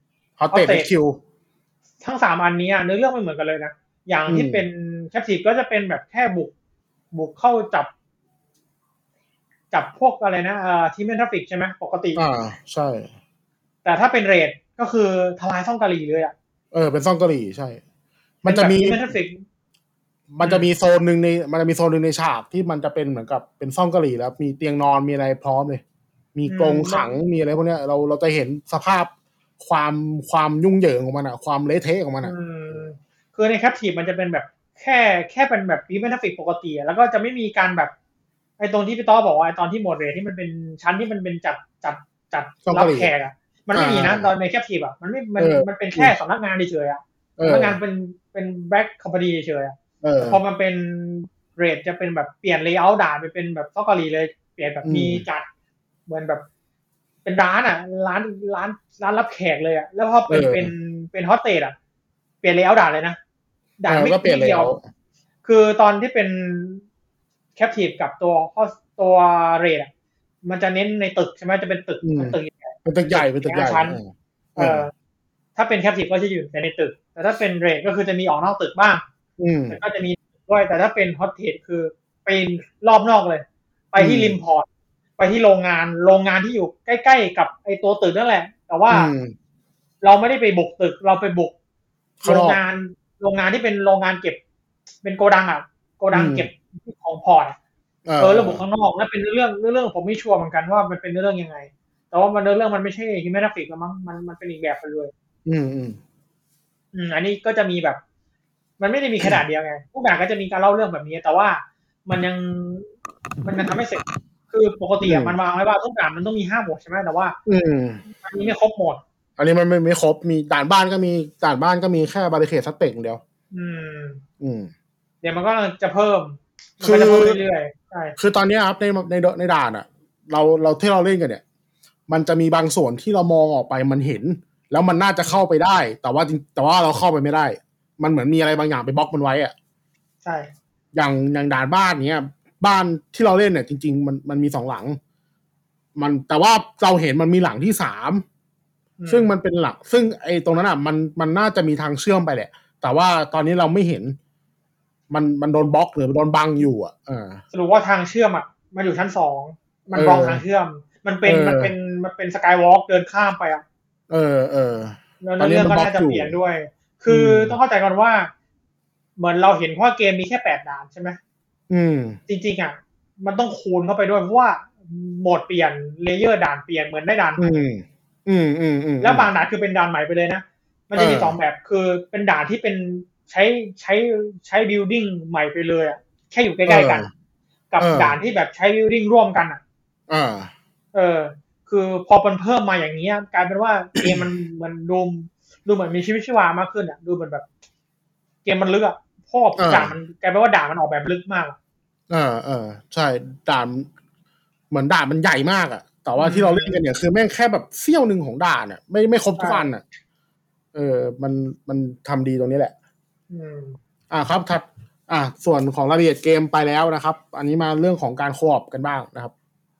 Hostage เอช คิวทั้งสามอันนี้เนื้อเรื่องไม่เหมือนกันเลยนะอย่างที่เป็นแคปทีฟก็จะเป็นแบบแค่บุกบุกเข้าจับจับพวกอะไรนะเอ่อทีมเมนทราฟิกใช่ไหมปกติอ่าใช่แต่ถ้าเป็นเรดก็คือทลายซ่องกะหรี่เลยอ่ะเออเป็นซ่องกะหรี่ใช่มันจะมีมันจะมีโซนหนึ่งในมันจะมีโซนหนึ่งในฉากที่มันจะเป็นเหมือนกับเป็นซ่องกะหรี่แล้วมีเตียงนอนมีอะไรพร้อมเลยมีกรงขังมีอะไรพวกเนี้ยเราเราจะเห็นสภาพความความยุ่งเหยิงของมันอ่ะความเละเทะของมันอ่ะคือในแคปทีฟมันจะเป็นแบบแค่แค่เป็นแบบทีมเมนทราฟิกปกติแล้วก็จะไม่มีการแบบไอ้ตรงที่พี่ต้อบอกว่าไอ้ตอนที่โหมดเรทที่มันเป็นชั้นที่มันเป็นจัดจัดจัดรับแขกอ่ะมันไม่มีนะตอนในแคปทีฟอ่ะมันไม่มันมันเป็นแค่สำนักงานเฉยๆอ่ะสำนักงานเป็นเป็นแบ็คคอมพานีเฉยๆอ่ะพอมันเป็นเรทจะเป็นแบบเปลี่ยนเลเยอร์ด่านไปเป็นแบบซ่องกะหรี่เลยเปลี่ยนแบบมีจัดเหมือนแบบเป็นร้านอ่ะร้านร้านร้านรับแขกเลยอ่ะแล้วพอเป็นเป็นเป็นฮอสเตสอ่ะเปลี่ยนเลเยอร์ด่านเลยนะด่านไม่เปลี่ยนเลยคือตอนที่เป็นแคปทีฟกับตัวตัวเรดอ่ะมันจะเน้นในตึกใช่ไหมจะเป็นตึกตึกเป็นตึกใหญ่เป็นตึกใหญ่ชั้นเออถ้าเป็นแคปทีฟก็จะอยู่ในตึกแต่ถ้าเป็นเรดก็คือจะมีออกนอกตึกบ้างแต่ก็จะมีด้วยแต่ถ้าเป็นฮอตเทสคือเป็นรอบนอกเลยไปที่ริมพอร์ตไปที่โรงงานโรงงานที่อยู่ใกล้ๆกับไอ้ตัวตึกนั่นแหละแต่ว่าเราไม่ได้ไปบุกตึกเราไปบุกโรงงานโรงงานที่เป็นโรงงานเก็บเป็นโกดังอ่ะโกดังเก็บของพอร์ตเออระบบข้างนอกนั่นเป็นเรื่องเรื่องผมไม่ชัวร์เหมือนกันว่ามันเป็นเรื่องยังไงแต่ว่ามันเรื่องมันไม่ใช่ฮิวแมนกราฟิกแล้วมั้งมันมันเป็นอีกแบบไปเลยอืมอืมอืมอันนี้ก็จะมีแบบมันไม่ได้มีขนาดเดียวไงทุกอย่างก็จะมีการเล่าเรื่องแบบนี้แต่ว่ามันยังมันยังทำไม่เสร็จคือปกติอ่ะมันวางไว้ว่าทุกด่านมันต้องมีห้าหมวดใช่ไหมแต่ว่าอืมอันนี้ไม่ครบหมดอันนี้มันไม่ไม่ครบมีด่านบ้านก็มีด่านบ้านก็มีแค่บาริเคดสเต็กเดียวอืมอืมเดี๋ยวมันก็จะเพิ่มคือเรื่อยๆใช่คือตอนนี้ครับในในในด่านอ่ะเราเราที่เราเล่นกันเนี่ยมันจะมีบางส่วนที่เรามองออกไปมันเห็นแล้วมันน่าจะเข้าไปได้แต่ว่าแต่ว่าเราเข้าไปไม่ได้มันเหมือนมีอะไรบางอย่างไปบล็อกมันไว้อ่ะใช่อย่างอย่างด่านบ้านเนี้ยบ้านที่เราเล่นเนี่ยจริงๆมันมันมีสองหลังมันแต่ว่าเราเห็นมันมีหลังที่สามซึ่งมันเป็นหลักซึ่งไอ้ตรงนั้นอ่ะมันมันน่าจะมีทางเชื่อมไปแหละแต่ว่าตอนนี้เราไม่เห็นมันมันโดนบล็อกหรือโดนบังอยู่อ่ะสรุปว่าทางเชื่อมอ่ะมันอยู่ชั้นสองมันบล็อกทางเชื่อมมันเป็นมันเป็นมันเป็นสกายวอล์กเดินข้ามไปอ่ะเออเออแล้วเรื่องก็น่าจะเปลี่ยนด้วยคือต้องเข้าใจก่อนว่าเหมือนเราเห็นว่าเกมมีแค่แปดด่านใช่ไหมอืมจริงๆอ่ะมันต้องคูณเข้าไปด้วยเพราะว่าโหมดเปลี่ยนเลเยอร์ด่านเปลี่ยนเหมือนได้ด่านใหม่อืมอืมอืมแล้วบางด่านคือเป็นด่านใหม่ไปเลยนะมันจะมีสองแบบคือเป็นด่านที่เป็นใช้ใช้ใช้บิลดิ้งใหม่ไปเลยอ่ะแค่อยู่ใกล้ๆกันกับด่านที่แบบใช้บิลดิ้งร่วมกันอ่ะเออคือพอมันเพิ่มมาอย่างนี้กลายเป็นว่าเกมมันมันดูดูเหมือนมีชีวิตชีวามากขึ้นอ่ะดูเหมือนแบบเกมมันลึกอ่ะพ่อด่านมันกลายเป็นว่าด่านมันออกแบบลึกมากเออเออใช่ด่านเหมือนด่านมันใหญ่มากอ่ะแต่ว่าที่เราเล่นกันเนี่ยคือแม่งแค่แบบเสี้ยวหนึ่งของด่านอ่ะไม่ไม่ครบทุกอันอ่ะเออมันมันทำดีตรงนี้แหละอืมอ่าครับถัดอ่าส่วนของรายละเอียดเกมไปแล้วนะครับอันนี้มาเรื่องของการโคออปกันบ้างนะครับ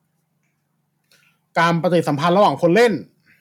การปฏิสัมพันธ์ระหว่างคนเล่น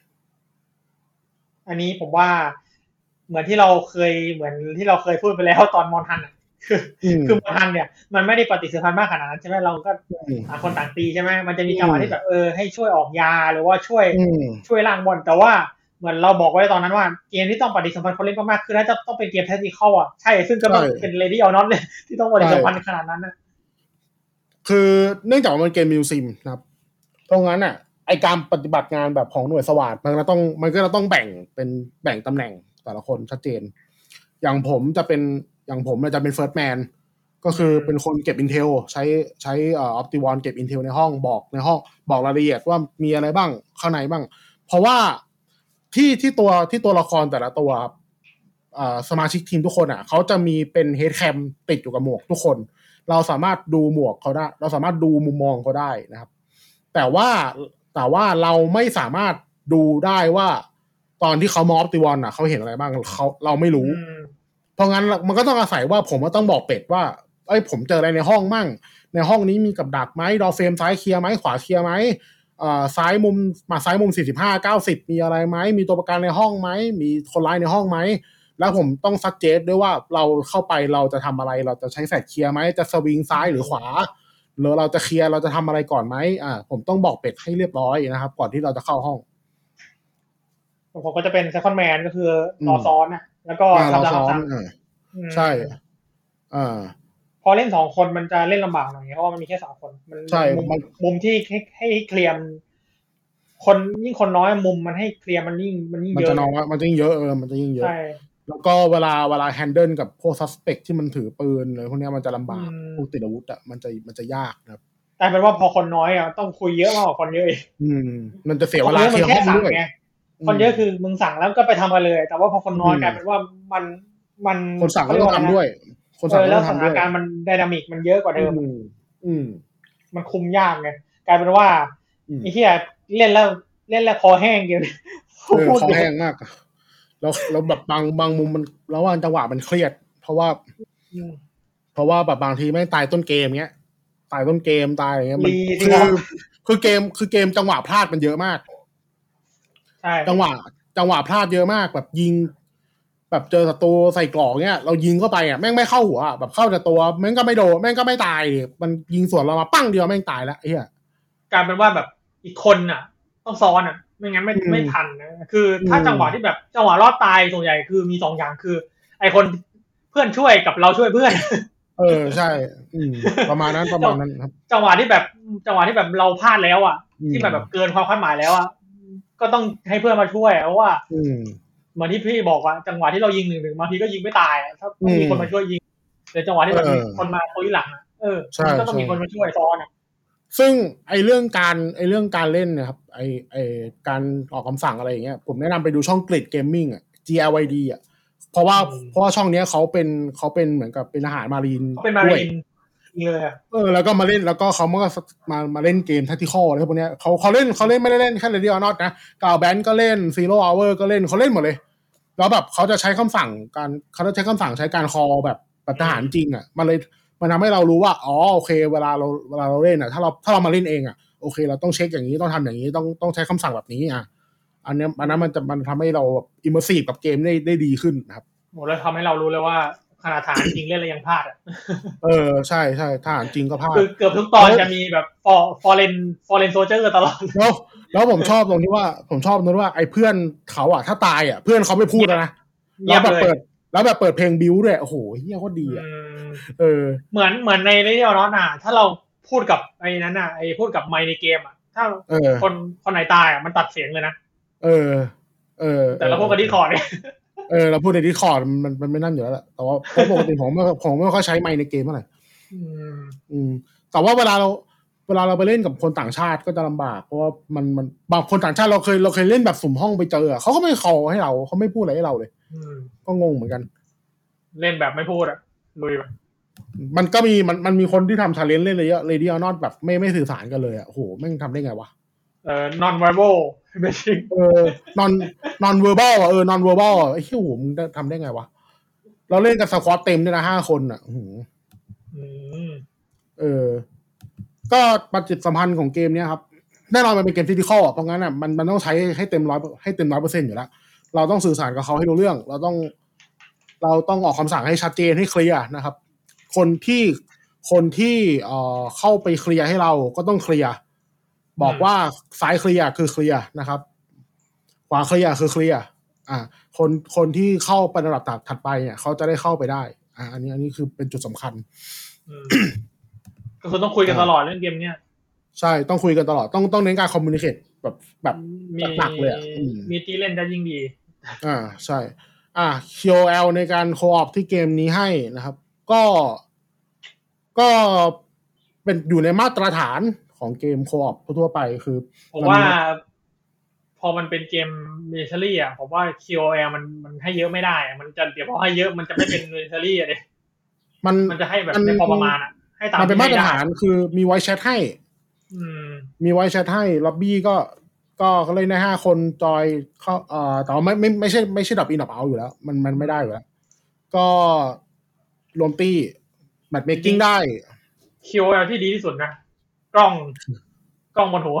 อันนี้ผมว่าเหมือนที่เราเคยเหมือนที่เราเคยพูดไปแล้วตอนมอนทันอ่ะคือคือมอนทันเนี่ยมันไม่ได้ปฏิสัมพันธ์มากขนาดนั้นใช่ไหมเราก็ต่างคนต่างตีใช่ไหมมันจะมีจังหวะที่แบบเออให้ช่วยออกยาหรือว่าช่วยช่วยล้างบอลแต่ว่าเหมือนเราบอกไว้ตอนนั้นว่าเกมที่ต้องปฏิสัมพันธ์คนเล่นมากๆคือน่าจะต้องเป็นเกมแทคติคอลอ่ะใช่ซึ่งก็ต้องเป็น Lady or Not เลยที่ต้องปฏิสัมพันธ์ขนาดนั้นนะคือเนื่องจากมันเกมมิวซิมนะครับเพราะงั้นอ่ะไอการปฏิบัติงานแบบของหน่วยสวัสดมันก็ต้องมันก็ต้องแบ่งเป็นแบ่งตำแหน่งแต่ละคนชัดเจนอย่างผมจะเป็นอย่างผมจะเป็นเฟิร์สแมนก็คือเป็นคนเก็บอินเทลใช้ใช้เอ่อออปติวอนเก็บอินเทลในห้องบอกในห้องบอกรายละเอียดว่ามีอะไรบ้างข้างในบ้างเพราะว่าที่ที่ตัวที่ตัวละครแต่ละตัวครับสมาชิกทีมทุกคนอ่ะเขาจะมีเป็นเฮดแคมติดอยู่กับหมวกทุกคนเราสามารถดูหมวกเขาได้เราสามารถดูมุมมองเขาได้นะครับแต่ว่าแต่ว่าเราไม่สามารถดูได้ว่าตอนที่เขามออปติวอนอ่ะเขาเห็นอะไรบ้างเขาเราไม่รู้เพราะงั้นมันก็ต้องอาศัยว่าผมก็ต้องบอกเป็ดว่าเอ้ยผมเจออะไรในห้องมั่งในห้องนี้มีกับดักไหมดอเฟรมซ้ายเคลียร์ไหมขวาเคลียร์ไหมอ่าซ้ายมุมมาซ้ายมุมสี่สิบห้า เก้าสิบมีอะไรไหมมีตัวประกันในห้องไหมมีคนร้ายในห้องไหมแล้วผมต้องซักเจสด้วยว่าเราเข้าไปเราจะทำอะไรเราจะใช้แฟลชเคลียร์ไหมจะสวิงซ้ายหรือขวาหรือเราจะเคลียร์เราจะทำอะไรก่อนไหมอ่าผมต้องบอกเป็ดให้เรียบร้อยนะครับก่อนที่เราจะเข้าห้องผมก็จะเป็นเซคอนด์แมนก็คือรอซ้อนนะแล้วก็ทำตามคำสั่งใช่อ่าพอเล่นสองคนมันจะเล่นลำบากหน่อยเพราะว่ามันมีแค่สองคนมันมุมมุมที่ให้ให้เคลียร์คนยิ่งคนน้อยมุมมันให้เคลียร์มันยิ่งมันยิ่งเยอะมันจะน้อยมันจะยิ่งเยอะเออมันจะยิ่งเยอะแล้วก็เวลาเวลาแฮนเดิลกับพวกซัสเปคที่มันถือปืนอะไรพวกนี้มันจะลำบากพวกติดอาวุธอ่ะมันจะมันจะยากนะครับแต่เป็นว่าพอคนน้อยอ่ะต้องคุยเยอะมากกว่าคนเยอะอีกอืมมันจะเสียเวลาเคลียร์ห้องด้วยคนเยอะคือมึงสั่งแล้วก็ไปทำกันเลยแต่ว่าพอคนน้อยกลายเป็นว่ามันมันคนสั่งก็ต้องทำด้วยคนสั่งแล้วสถานการณ์มันไดนามิกมันเยอะกว่าเดิมอืมมันคุมยากไงกลายเป็นว่าไอ้เหี้ยเล่นแล้วเล่นแล้วคอแห้งเกินเออคอแห้งมากแล้วแล้วแบบบางบางมุมมันแล้วว่าจังหวะมันเครียดเพราะว่าเพราะว่าแบบบางทีแม่งตายต้นเกมเงี้ยตายต้นเกมตายอย่างเงี้ยมันคือคือเกมคือเกมจังหวะพลาดมันเยอะมากใช่จังหวะจังหวะพลาดเยอะมากแบบยิงแบบเจอศัตรูใส่กรอกเงี้ยเรายิงเข้าไปอ่ะแม่งไม่เข้าหัวแบบเข้าแต่ตัวแม่งก็ไม่โดนแม่งก็ไม่ตายมันยิงสวนเรามาปั้งเดียวแม่งตายแล้วไอ้เหี้ยกลายเป็นว่าแบบอีกคนน่ะต้องซ้อนอ่ะไม่งั้นไม่ไม่ทันนะคือถ้าจังหวะที่แบบจังหวะรอดตายส่วนใหญ่คือมีสองอย่างคือไอคนเพื่อนช่วยกับเราช่วยเพื่อนเออใช่อืมประมาณนั้นประมาณนั้นครับจังหวะที่แบบจังหวะที่แบบเราพลาดแล้วอ่ะที่แบบแบบเกินความคาดหมายแล้วอ่ะก็ต้องให้เพื่อนมาช่วยเพราะว่าเหมือนที่พี่บอกว่าจังหวะที่เรายิงหนึ่งหนึ่งบางทีก็ยิงไม่ตายถ้าต้องมีคนมาช่วยยิงในจังหวะที่แบบมีคนมาคุยหลังเออก็ต้องมีคนมาช่วยซ้อนอ่ะซึ่งไอเรื่องการไอเรื่องการเล่นนะครับไอไอการออกคำสั่งอะไรอย่างเงี้ยผมแนะนำไปดูช่อง Grid Gaming อ่ะ จี แอล วาย ดี อ่ะเพราะว่าเพราะว่าช่องเนี้ยเขาเป็นเขาเป็นเหมือนกับเป็นทหารมารีนเป็นมารีนเลยเออแล้วก็มาเล่นแล้วก็เขามามามาเล่นเกม Tactical อะไรพวกเนี้ยเขาเขาเล่นเขาเล่นไม่ได้เล่นแค่ Ready or Not นะกาวแบนก็เล่น Zero Hour ก็เล่นเขาเล่นหมดเลยแล้วแบบเขาจะใช้คำสั่งการเขาจะใช้คำสั่งใช้การคอแบบแบบทหารจริงอ่ะมันเลยมันทำให้เรารู้ว่าอ๋อโอเคเวลาเราเวลาเราเล่นอ่ะถ้าเราถ้าเรามาเล่นเองอ่ะโอเคเราต้องเช็คอย่างนี้ต้องทำอย่างนี้ต้องต้องใช้คำสั่งแบบนี้อ่ะอันนี้อันนั้นมันจะมันทำให้เราอิมเมอร์ซีฟกับเกมได้ได้ดีขึ้นนะครับโหแล้วทำให้เรารู้เลยว่าขนาดทหารจริงเล่นแล้วยังพลาดอ่ะเออใช่ใช่ทหารจริงก็พลาดคือเกือบทุกตอนจะมีแบบฟอร์ฟอร์เรนฟอร์เรนโซเจอร์ตลอดแล้วแล้วผมชอบตรงที่ว่าผมชอบตรงที่ว่าไอ้เพื่อนเขาอ่ะถ้าตายอ่ะเพื่อนเขาไม่พูดนะแล้วแบบเปิดแล้วแบบเปิดเพลงบิวด้วยโอ้โหเฮียโคตรดีอ่ะเออเหมือนเหมือนในเรื่องนั้นน่ะถ้าเราพูดกับไอ้นั้นน่ะไอ้พูดกับไมค์ในเกมอ่ะถ้าคนคนไหนตายอ่ะมันตัดเสียงเลยนะเออเออแต่เราพูดกันที่คอร์ดเนี่ยเออเราพูดในดิสคอร์ดมันมันไม่นั่นอยู่แล้วแหละแต่ว่าปกติผมไม่ผมไม่ค่อยใช้ไมค์ในเกมเท่าไหร่อืมแต่ว่าเวลาเราเวลาเราไปเล่นกับคนต่างชาติก็จะลำบากเพราะว่ามันมันบางคนต่างชาติเราเคยเราเคยเล่นแบบสุ่มห้องไปเจอเขาก็ไม่คอให้เราเขาไม่พูดอะไรให้เราเลยก็งงเหมือนกันเล่นแบบไม่พูดอ่ะลุยไปมันก็มีมันมันมีคนที่ทำชาเลนจ์เล่นเลยเยอะเลยที่เอานอตแบบไม่ไม่สื่อสารกันเลยอ่ะโอ้โหแม่งทำได้ไงวะเอ่อ non verbal ไม่ใช่เออ non non verbal อ่ะเออ non verbal อ่ะไอ้เหี้ยโหมึงทำได้ไงวะเราเล่นกับสควอตเต็มด้วยนะห้าคนอ่ะโอ้โหเออก็ปฏิสัมพันธ์ของเกมเนี้ยครับแน่นอนมันเป็นเกมฟิสิคอลอ่ะเพราะงั้นอ่ะมันมันต้องใช้ให้เต็มร้อยให้เต็มร้อยเปอร์เซ็นต์อยู่แล้วเราต้องสื่อสารกับเขาให้รู้เรื่องเราต้องเราต้องออกคำสั่งให้ชัดเจนให้เคลียร์นะครับคนที่คนที่เอ่อเข้าไปเคลียร์ให้เราก็ต้องเคลียร์บอกว่าซ้ายเคลียร์คือเคลียร์นะครับขวาเคลียร์คือเคลียร์อ่าคนคนที่เข้าไประดับถัดไปเนี่ยเขาจะได้เข้าไปได้อ่าอันนี้อันนี้คือเป็นจุดสำคัญก็คือต้องคุยกันตลอดเรื่องเกมเนี้ยใช่ต้องคุยกันตลอดต้องต้องเน้นการคอมมูนิเคชแบบแบบหนักเลยอ่ะมีที่เล่นจะยิ่งดีอ่าใช่อ่า คิว โอ แอล ในการโคออปที่เกมนี้ให้นะครับก็ก็เป็นอยู่ในมาตรฐานของเกมโคออปทั่วไปคือผมว่าพอมันเป็นเกมมิลิเทอรี่อ่ะผมว่า คิว โอ แอล มันมันให้เยอะไม่ได้มันจะเดี๋ยวพอให้เยอะมันจะไม่เป็นมิลิเทอรี่อ่ะดิมันมันจะให้แบบในพอประมาณอ่ะให้ตามมันเป็นมาตรฐานคือมีไวซ์แชทให้อืมมีไวซ์แชทให้ล็อบบี้ก็ก็เขาเล่นได้ห้าคนจอยเข้าเอ่อแต่ว่าไม่ไม่ไม่ใช่ไม่ใช่ดับอินดับเอาอยู่แล้วมันมันไม่ได้อยู่แล้วก็รวมตี้แมทเมคกิ้งได้คิว โอ แอล ที่ดีที่สุดนะกล้องกล้องบนหัว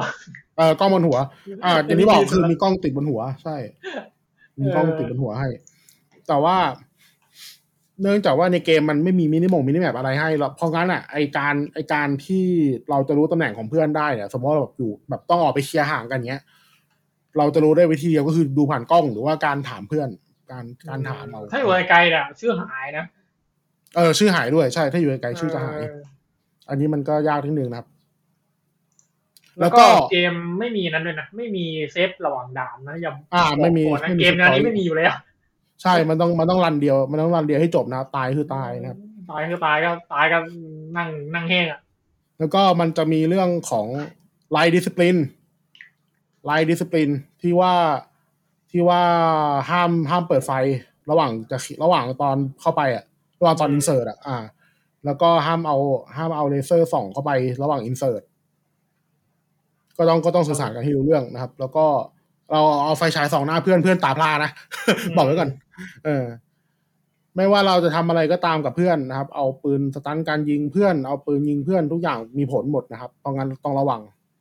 เออกล้องบนหัวอ่าอย่างที่บอกคือมีกล้องติดบนหัวใช่มีกล้องติดบนหัวให้แต่ว่าเนื่องจากว่าในเกมมันไม่มีมินิมงมินิแมปอะไรให้แล้วเพราะงั้นอ่ะไอการไอการที่เราจะรู้ตำแหน่งของเพื่อนได้เนี่ยสมมติว่าแบบอยู่แบบต้องออกไปเคลียร์ห่างกันเงี้ยเราจะรู้ได้วิธีเดียวก็คือดูผ่านกล้องหรือว่าการถามเพื่อนการการถามเอาถ้าอยู่ไกลๆเนี่ยชื่อหายนะเออชื่อหายด้วยใช่ถ้าอยู่ไกลชื่อจะหายอันนี้มันก็ยากนิดนึงนะครับแล้วก็เกมไม่มีนั้นด้วยนะไม่มีเซฟระหว่างด่านนะอย่าอ่าไม่มีเกมแนวนี้ไม่มีอยู่แล้วใช่มันต้องมันต้องรันเดียวมันต้องรันเดียวให้จบนะตายคือตายนะครับตายคือตายก็ตายก็นั่งนั่งแห้งอ่ะแล้วก็มันจะมีเรื่องของไลท์ดิสซิปลินไลท์ดิสซิปลินที่ว่าที่ว่าห้ามห้ามเปิดไฟระหว่างจะระหว่างตอนเข้าไปอ่ะระหว่างตอนอินเสิร์ตอ่ะอ่าแล้วก็ห้ามเอาห้ามเอาเลเซอร์ส่องเข้าไประหว่างอินเสิร์ตก็ต้องก็ต้องสื่อสารกันให้รู้เรื่องนะครับแล้วก็เราเอาไฟฉายส่องหน้าเพื่อนเพื่อนตาพร่านะ บอกไว้ก่อนเออไม่ว่าเราจะทำอะไรก็ตามกับเพื่อนนะครับเอาปืนสตันการยิงเพื่อนเอาปืนยิงเพื่อนทุกอย่างมีผลหมดนะครับเพราะงั้นต้องระวัง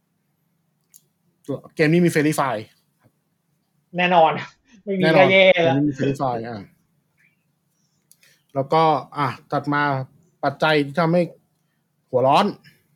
เกมนี้มีเฟรนลี่ไฟล์แน่นอนไม่มีก็แย่แล้วมีเฟรนลี่ไฟล์อ่ะแล้วก็อ่ะถัดมาปัจจัยที่ทำให้หัวร้อน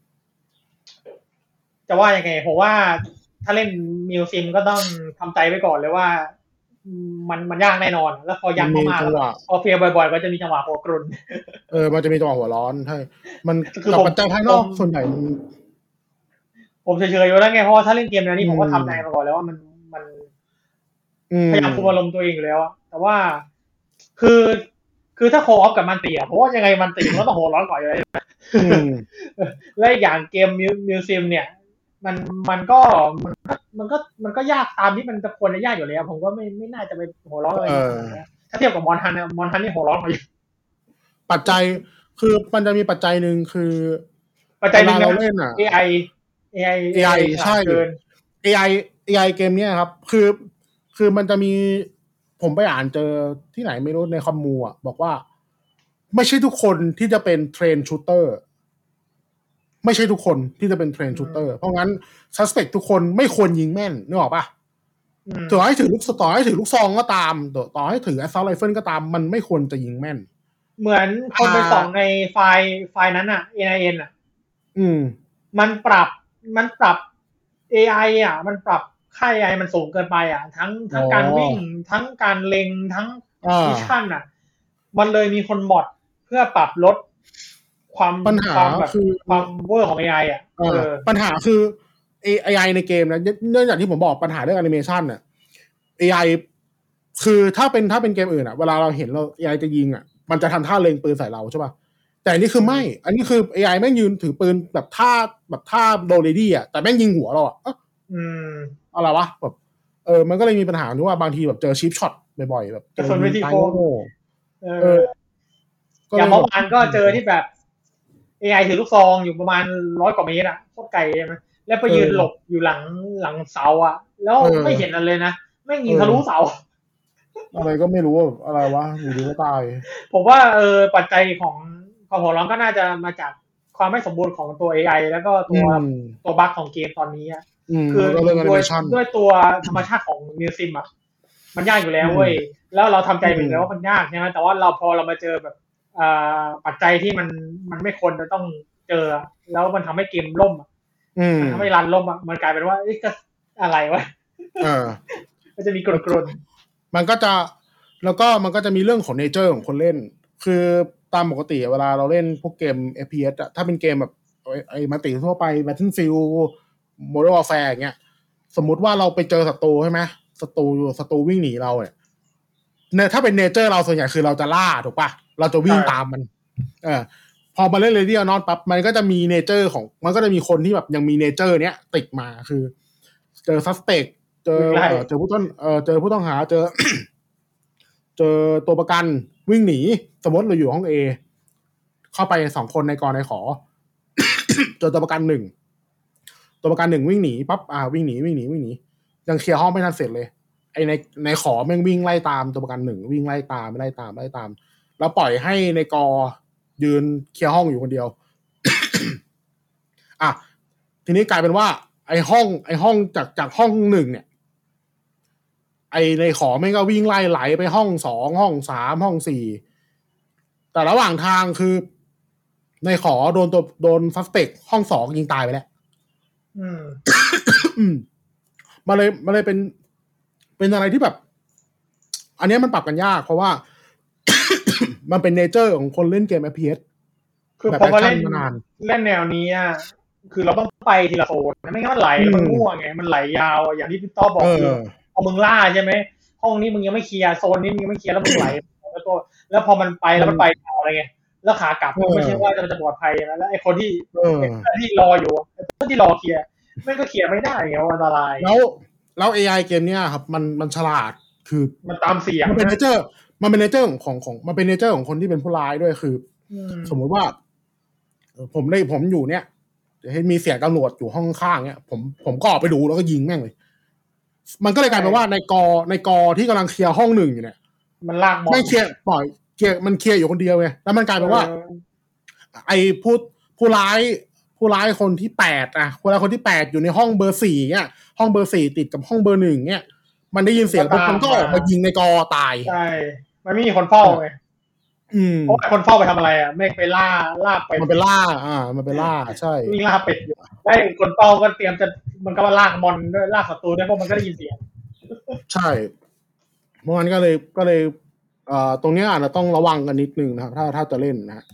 จะว่ายังไงผมว่าถ้าเล่นมิวซิมก็ต้องทำใจไว้ก่อนเลยว่ามันมันยากแน่นอนแล้วพอยักมากๆพอเฟียบ่อยๆก็จะมีจังหวะหัวกรุนเออมันจะมีจังหวะหัวร้อนใช่มันกับปัจจัยภายนอกส่วนใหญ่ผมเฉยๆอยู่แล้วไงเพราะว่าถ้าเล่นเกมแนวนี้ผมก็ทำใจมาก่อนแล้วว่ามันมันพยายามคุมอารมณ์ตัวเองอยู่แล้วแต่ว่าคือคือถ้าโคออฟกับมันตีอ่ะเพราะว่ายังไงมันตีมันก็ต้องหัวร้อนก่อนอยู่แล้วและอย่างเกมมิวซิมเนี่ยมันมันก็มันมันก็มันก็ยากตามที่มันจะควรจะยากอยู่แล้วผมก็ไม่ไม่น่าจะไปหัวร้อนอะไรถ้าเทียบกับมอนทันเนี่ยมอนทันนี่หัวร้อนกว่าอยู่ปัจจัยคือมันจะมีปัจจัยหนึ่งคือปัจจัยหนึ่งเราเล่นอ่ะเอ ไอ เอ ไอเอ ไอ ใช่ เอ ไอ เอ ไอ เกมเนี้ยครับคือคือมันจะมีผมไปอ่านเจอที่ไหนไม่รู้ในคอมมูอ่ะบอกว่าไม่ใช่ทุกคนที่จะเป็นเทรนชูเตอร์ไม่ใช่ทุกคนที่จะเป็นเทรนชูเตอร์เพราะงั้นซัสเปกทุกคนไม่ควรยิงแม่นนึกออกปะต่อให้ถือลูกต่อให้ถือลูกซองก็ตามต่อให้ถือแอสซอลต์ไรเฟิลก็ตามมันไม่ควรจะยิงแม่นเหมือนคนไปส่องในไฟล์ไฟล์นั้นอ่ะ เอ็น ไอ เอ็น อ่ะอืมมันปรับมันปรับ เอ ไอ อ่ะมันปรับค่า เอ ไอ มันสูงเกินไปอ่ะทั้งทั้งการวิ่งทั้งการเล็งทั้งมิชชั่นอ่ะมันเลยมีคนมอดเพื่อปรับลดความปัญหาคือความเวอร์ของ เอ ไอ อ่ะเออปัญหาคือ เอ ไอ ในเกมนะเนื่องจากที่ผมบอกปัญหาเรื่องแอนิเมชันน่ะ เอ ไอ คือถ้าเป็นถ้าเป็นเกมอื่นอ่ะเวลาเราเห็นเรา เอ ไอ จะยิงอ่ะมันจะทำท่าเล็งปืนใส่เราใช่ป่ะแต่อันนี้คือไม่อันนี้คือ เอ ไอ แม่งยืนถือปืนแบบท่าแบบท่าโดเรดี้อ่ะแต่แม่งยิงหัวเราอ่ะอืมอะไรวะแบบเออมันก็เลยมีปัญหาที่ว่าบางทีแบบเจอชิปช็อตบ่อยๆแบบกระสุนวิธีโกงเอออย่างเมื่อวานก็เจอที่แบบ เอ ไอ ถือลูกซองอยู่ประมาณร้อยกว่าเมตรอ่ะโคตรไกลใช่ไหมแล้วไปยืนหลบอยู่หลังหลังเสาอ่ะแล้วไม่เห็นอะไรเลยนะไม่ยิงทะลุเสาอะไรก็ไม่รู้อะไรวะอยู่ดีก็ตายผมว่าเออปัจจัยของของหัวร้อนก็น่าจะมาจากความไม่สมบูรณ์ของตัว เอ ไอ แล้วก็ตัวตัวบั๊กของเกมตอนนี้อ่ะคือด้วยด้วยตัวธรรมชาติของมิวซิมอ่ะมันยากอยู่แล้วเว้ยแล้วเราทำใจถึงแล้วว่ามันยากใช่ไหมแต่ว่าเราพอเรามาเจอแบบอ่าปัจจัยที่มันมันไม่ควรจะต้องเจอแล้วมันทำให้เกมล่มอ่ะมันทำให้รันล่มอ่ะมันกลายเป็นว่าเอ๊ะก็อะไรวะเออมันจะมีกรนๆมันก็จะแล้วก็มันก็จะมีเรื่องของเนเจอร์ของคนเล่นคือตามปกติเวลาเราเล่นพวกเกม เอฟ พี เอส อะถ้าเป็นเกมแบบไอ้มัลติทั่วไป Battlefield Modern Warfare อย่างเงี้ยสมมุติว่าเราไปเจอศัตรูใช่ไหมศัตรูศัตรูวิ่งหนีเราเนี่ยเนี่ยถ้าเป็นเนเจอร์เราส่วนใหญ่คือเราจะล่าถูกป่ะเราจะวิ่งตามมันเออพอมาเล่น Ready or Not ปั๊บมันก็จะมีเนเจอร์ของมันก็จะมีคนที่แบบยังมีเนเจอร์เนี้ยติดมาคือเจอซัสเปกเจอเออเจอผู้ต้องเออเจอผู้ต้องหาเจอ เจอตัวประกันวิ่งหนีสมมติเราอยู่ห้อง A เข้าไปสองคนในกรในขอ เจอตัวประกันหนึ่งตัวประกันหนึ่งวิ่งหนีปั๊บอ่าวิ่งหนีวิ่งหนีวิ่งหนียังเคลียร์ห้องไม่ทันเสร็จเลยไอในในขอแม่งวิ่งไล่ตามตัวประกันหนึ่งวิ่งไล่ตามไม่ไล่ตามไล่ตามแล้วปล่อยให้ในกอยืนเคลียร์ห้องอยู่คนเดียว อ่ะทีนี้กลายเป็นว่าไอห้องไอห้องจากจากห้องหนึ่งเนี่ยไอในขอไม่ก็วิ่งไล่ไหลไปห้องสองห้องสามห้องสี่แต่ระหว่างทางคือในขอโดนตัวโดนซัสเปกห้องสองยิงตายไปแล้วอืมอืมมาเลยมาเลยเป็นเป็นอะไรที่แบบ อันนี้มันปรับกันยากเพราะว่า มันเป็นเนเจอร์ของคนเล่นเกม เอฟ พี เอสคือพอมาเล่นเล่นแนวนี้อ่ะคือเราต้องไปทีละโซนไม่งั้นมันไหลมันมั่วไงมันไหลยาวอย่างที่พี่ต้อบอกคือพอมึงล่าใช่ไหมห้องนี้มึงยังไม่เคลียร์โซนนี้มึงยังไม่เคลียร์แล้วมึงไหลแล้วก็แล้วพอมันไปแล้วมันไปต่ออะไรเงี้ยแล้วขากลับไม่ใช่ว่าจะจะปลอดภัยนะแล้วไอ้คนที่ที่รออยู่คนที่รอเคลียร์ไม่ก็เคลียร์ไม่ได้ไงอันตรายแล้วแล้ว เอ ไอ เกมเนี้ยครับมันมันฉลาดคือมันตามเสียงมันเป็นเนเจอร์มันเป็นเนเจอร์ของของของมันเป็นเนเจอร์ของคนที่เป็นผู้ร้ายด้วยคือสมมุติว่าผมเลยผมอยู่เนี้ยให้มีเสียงตำรวจอยู่ห้องข้างเนี้ยผมผมก็ออกไปดูแล้วก็ยิงแม่งเลยมันก็เลยกลายเป็นว่าในกอในกอที่กำลังเคลียร์ห้องหนึ่งอยู่เนี่ยมันลากบอลไม่เคลียร์ปล่อยเคลียร์มันเคลียร์อยู่คนเดียวไงแล้วมันกลายเป็นว่าไอ้ผู้ผู้ร้ายผู้ร้ายคนที่แปดอ่ะผู้ร้ายคนที่แปดอยู่ในห้องเบอร์สี่เนี่ยห้องเบอร์สี่ติดกับห้องเบอร์หนึ่งเนี่ยมันได้ยินเสียงปุ๊บมันก็ออกมายิงในกอตายใช่มันไม่มีคนเฝ้าไงอืมเพราะคนเฝ้าไปทำอะไรอ่ะไม่ไปล่าล่าเป็ดมันไปล่าอ่ามันไปล่าใช่วิ่งล่าเป็ดอยู่ได้คนเฝ้าก็เตรียมจะมันก็มาลากมอนด้วยลากศัตรูด้วยเพราะมันก็ได้ยินเสียงใช่เมื่อวานก็เลยก็เลยเอ่อตรงนี้อาจจะต้องระวังกันนิดนึงนะครับถ้าถ้าจะเล่นนะฮะ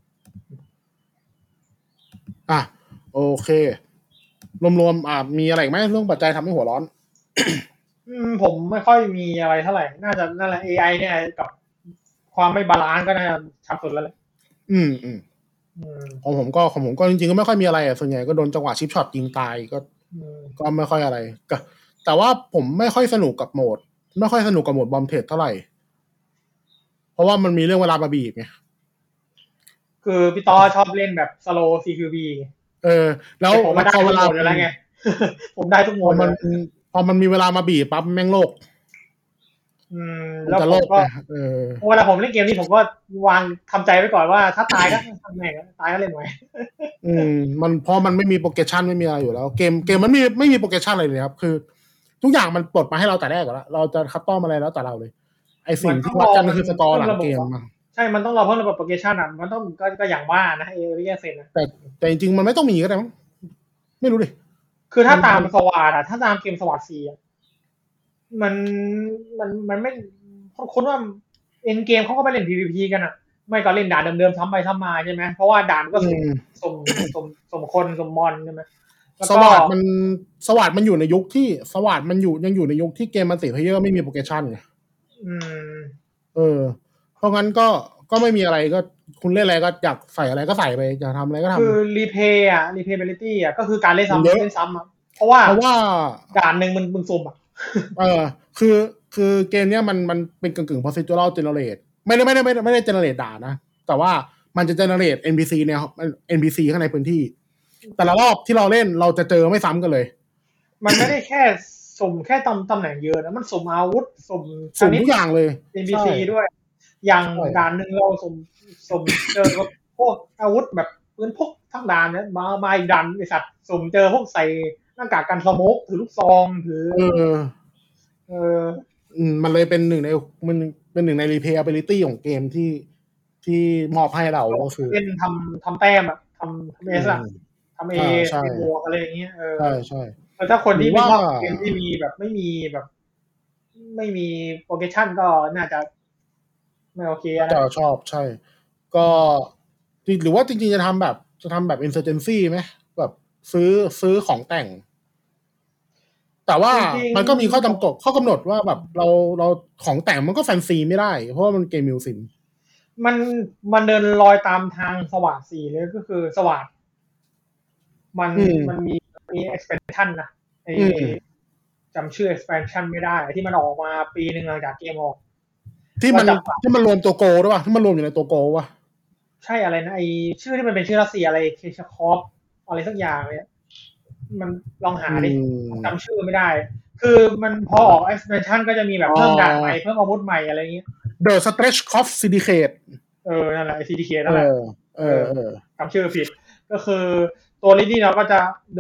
อ่ะโอเครวมๆอ่ามีอะไรไหมเรื่องปัจจัยทำให้หัวร้อนอืมผมไม่ค่อยมีอะไรเท่าไหร่น่าจะนั่นแหละ เอ ไอ เนี่ยกับความไม่บาลานซ์ก็น่าจะชัดสุดแล้วแหละอืมอืมของผมก็ของผมก็จริงๆก็ไม่ค่อยมีอะไรอ่ะส่วนใหญ่ก็โดนจังหวะชิปช็อตยิงตายก็ก็ไม่ค่อยอะไรก็แต่ว่าผมไม่ค่อยสนุกกับโหมดไม่ค่อยสนุกกับโหมดบอมเทรดเท่าไหร่เพราะว่ามันมีเรื่องเวลามาบีบไงคือพี่ต้อชอบเล่นแบบสโล ซี คิว บีเออแล้วผมมาได้ทุกโหมดอยู่แล้วไงผมได้ทุกโหมดมันพอมันมีเวลามาบีบปั๊บแม่งโลกอืมแล้วผมก็เออเวลาผมเล่นเกมนี้ผมก็วางทำใจไว้ก่อนว่าถ้าตายก็ทำไงก็ตายก็เล่นไว้อืมมันเพราะมันไม่มีโปรเกรสชั่นไม่มีอะไรอยู่แล้วเกมเกมมันไม่ไม่มีโปรเกรสชั่นอะไรเลยครับคือทุกอย่างมันปลดมาให้เราแต่แรกแล้วเราจะคัสตอมอะไรแล้วแต่เราเลยไอสิ่งที่วัดกันคือสกอร์หลังเกมใช่มันต้องรอเพิ่มระบบโปรเกรสชั่นอ่ะมันต้องก็ก็อย่างว่านะเอเรียเซนนะแต่แต่จริงๆมันไม่ต้องมีก็ได้มั้งไม่รู้ดิคือถ้าตามสวาดอ่ะถ้าตามเกมสวาดซีอ่ะมันมันมันไม่คนว่าเอ็นเกมเขาก็ไปเล่น พี วี พี กันอ่ะไม่ก็เล่นด่านเดิมๆซ้ำไปซ้ำมาใช่ไหมเพราะว่าด่านก็สมสมสมสมคนสมมอนใช่ไหมสวัสดมันสวัสดมันอยู่ในยุคที่สวัสดมันอยู่ยังอยู่ในยุคที่เกมมันติเพลเยอร์ไม่มีโปรเกรสชั่นไงอืมเออเพราะงั้นก็ก็ไม่มีอะไรก็คุณเล่นอะไรก็อยากใส่อะไรก็ใส่ไปอยากทำอะไรก็ทำคือรีเพย์อ่ะรีเพย์เบลิตี้อ่ะก็คือการเล่นซ้ำเล่นซ้ำอ่ะเพราะว่าเพราะว่าด่านหนึ่งมันมึงสุ่มอ่ะเออคือคือเกมเนี้ยมันมันเป็นกึ่งกึ่ง procedural generate ไม่ได้ไม่ได้ไม่ได้ไม่ได้ generate ด่านนะแต่ว่ามันจะ generate เอ็น พี ซี เนี่ย เอ็น พี ซี ข้างในพื้นที่แต่ละรอบที่เราเล่นเราจะเจอไม่ซ้ำกันเลยมันไม่ได้แค่สุ่มแค่ตำตำแหน่งเยอะนะมันสุ่มอาวุธสุ่มสุ่มทุกอย่างเลยเอ็น พี ซี ด้วยอย่างด่านหนึ่งเราสุ่มสุ่มเจอพวกอาวุธแบบปืนพกทั้งด่านเนี่ยมามาอีกด่านไอสัตว์สุ่มเจอพวกใส่หน้ากากกันสโมกถือลูกซองถือเออเออมันเลยเป็นหนึ่งในมันเป็นหนึ่งใน replayability ของเกมที่ที่มอบให้เราก็คือเป็นทำทำแต้มอะทำทำเอสอะทำเอเป็นบวกอะไรอย่างเงี้ยเออใช่ใช่แต่ถ้าคนที่ไม่ชอบเกมที่มีแบบไม่มีแบบ ไม่มีโปรเกรสชั่นก็น่าจะไม่โอเคนะจะชอบใช่ก็หรือว่าจริงๆจะทำแบบจะทำแบบ insurgency ไหมแบบซื้อซื้อของแต่งแต่ว่ามันก็มีข้อจำกัดข้อกำหนดว่าแบบเราเราของแต่งมันก็แฟนซีไม่ได้เพราะว่ามันเกมมิวสินมันมันเดินรอยตามทางสวัสดสี่เลยก็คือสวัสดมันมันมีมี expansion นะไอจำชื่อ expansion ไม่ได้ที่มันออกมาปีนึงหลังจากเกมออกที่มันที่มันรวมตัวโกด้วยป่ะที่มันรวมอยู่ในตัวโกป่ะใช่อะไรนะไอชื่อที่มันเป็นชื่อรัสเซียอะไรเคชคอฟอะไรสักอย่างเนี่ยมันลองหาดิจำชื่อไม่ได้คือมันพอออก expansion ก็จะมีแบบเพิ่มด่านใหม่เพิ่มอาวุธใหม่อะไรอย่างเงี้ย The Stretchkov Syndicate เออนั่นแหละ Syndicate นั่นแหละเออเออจำชื่อผิดก็คือตัวนี้นี่เราก็จะเดิน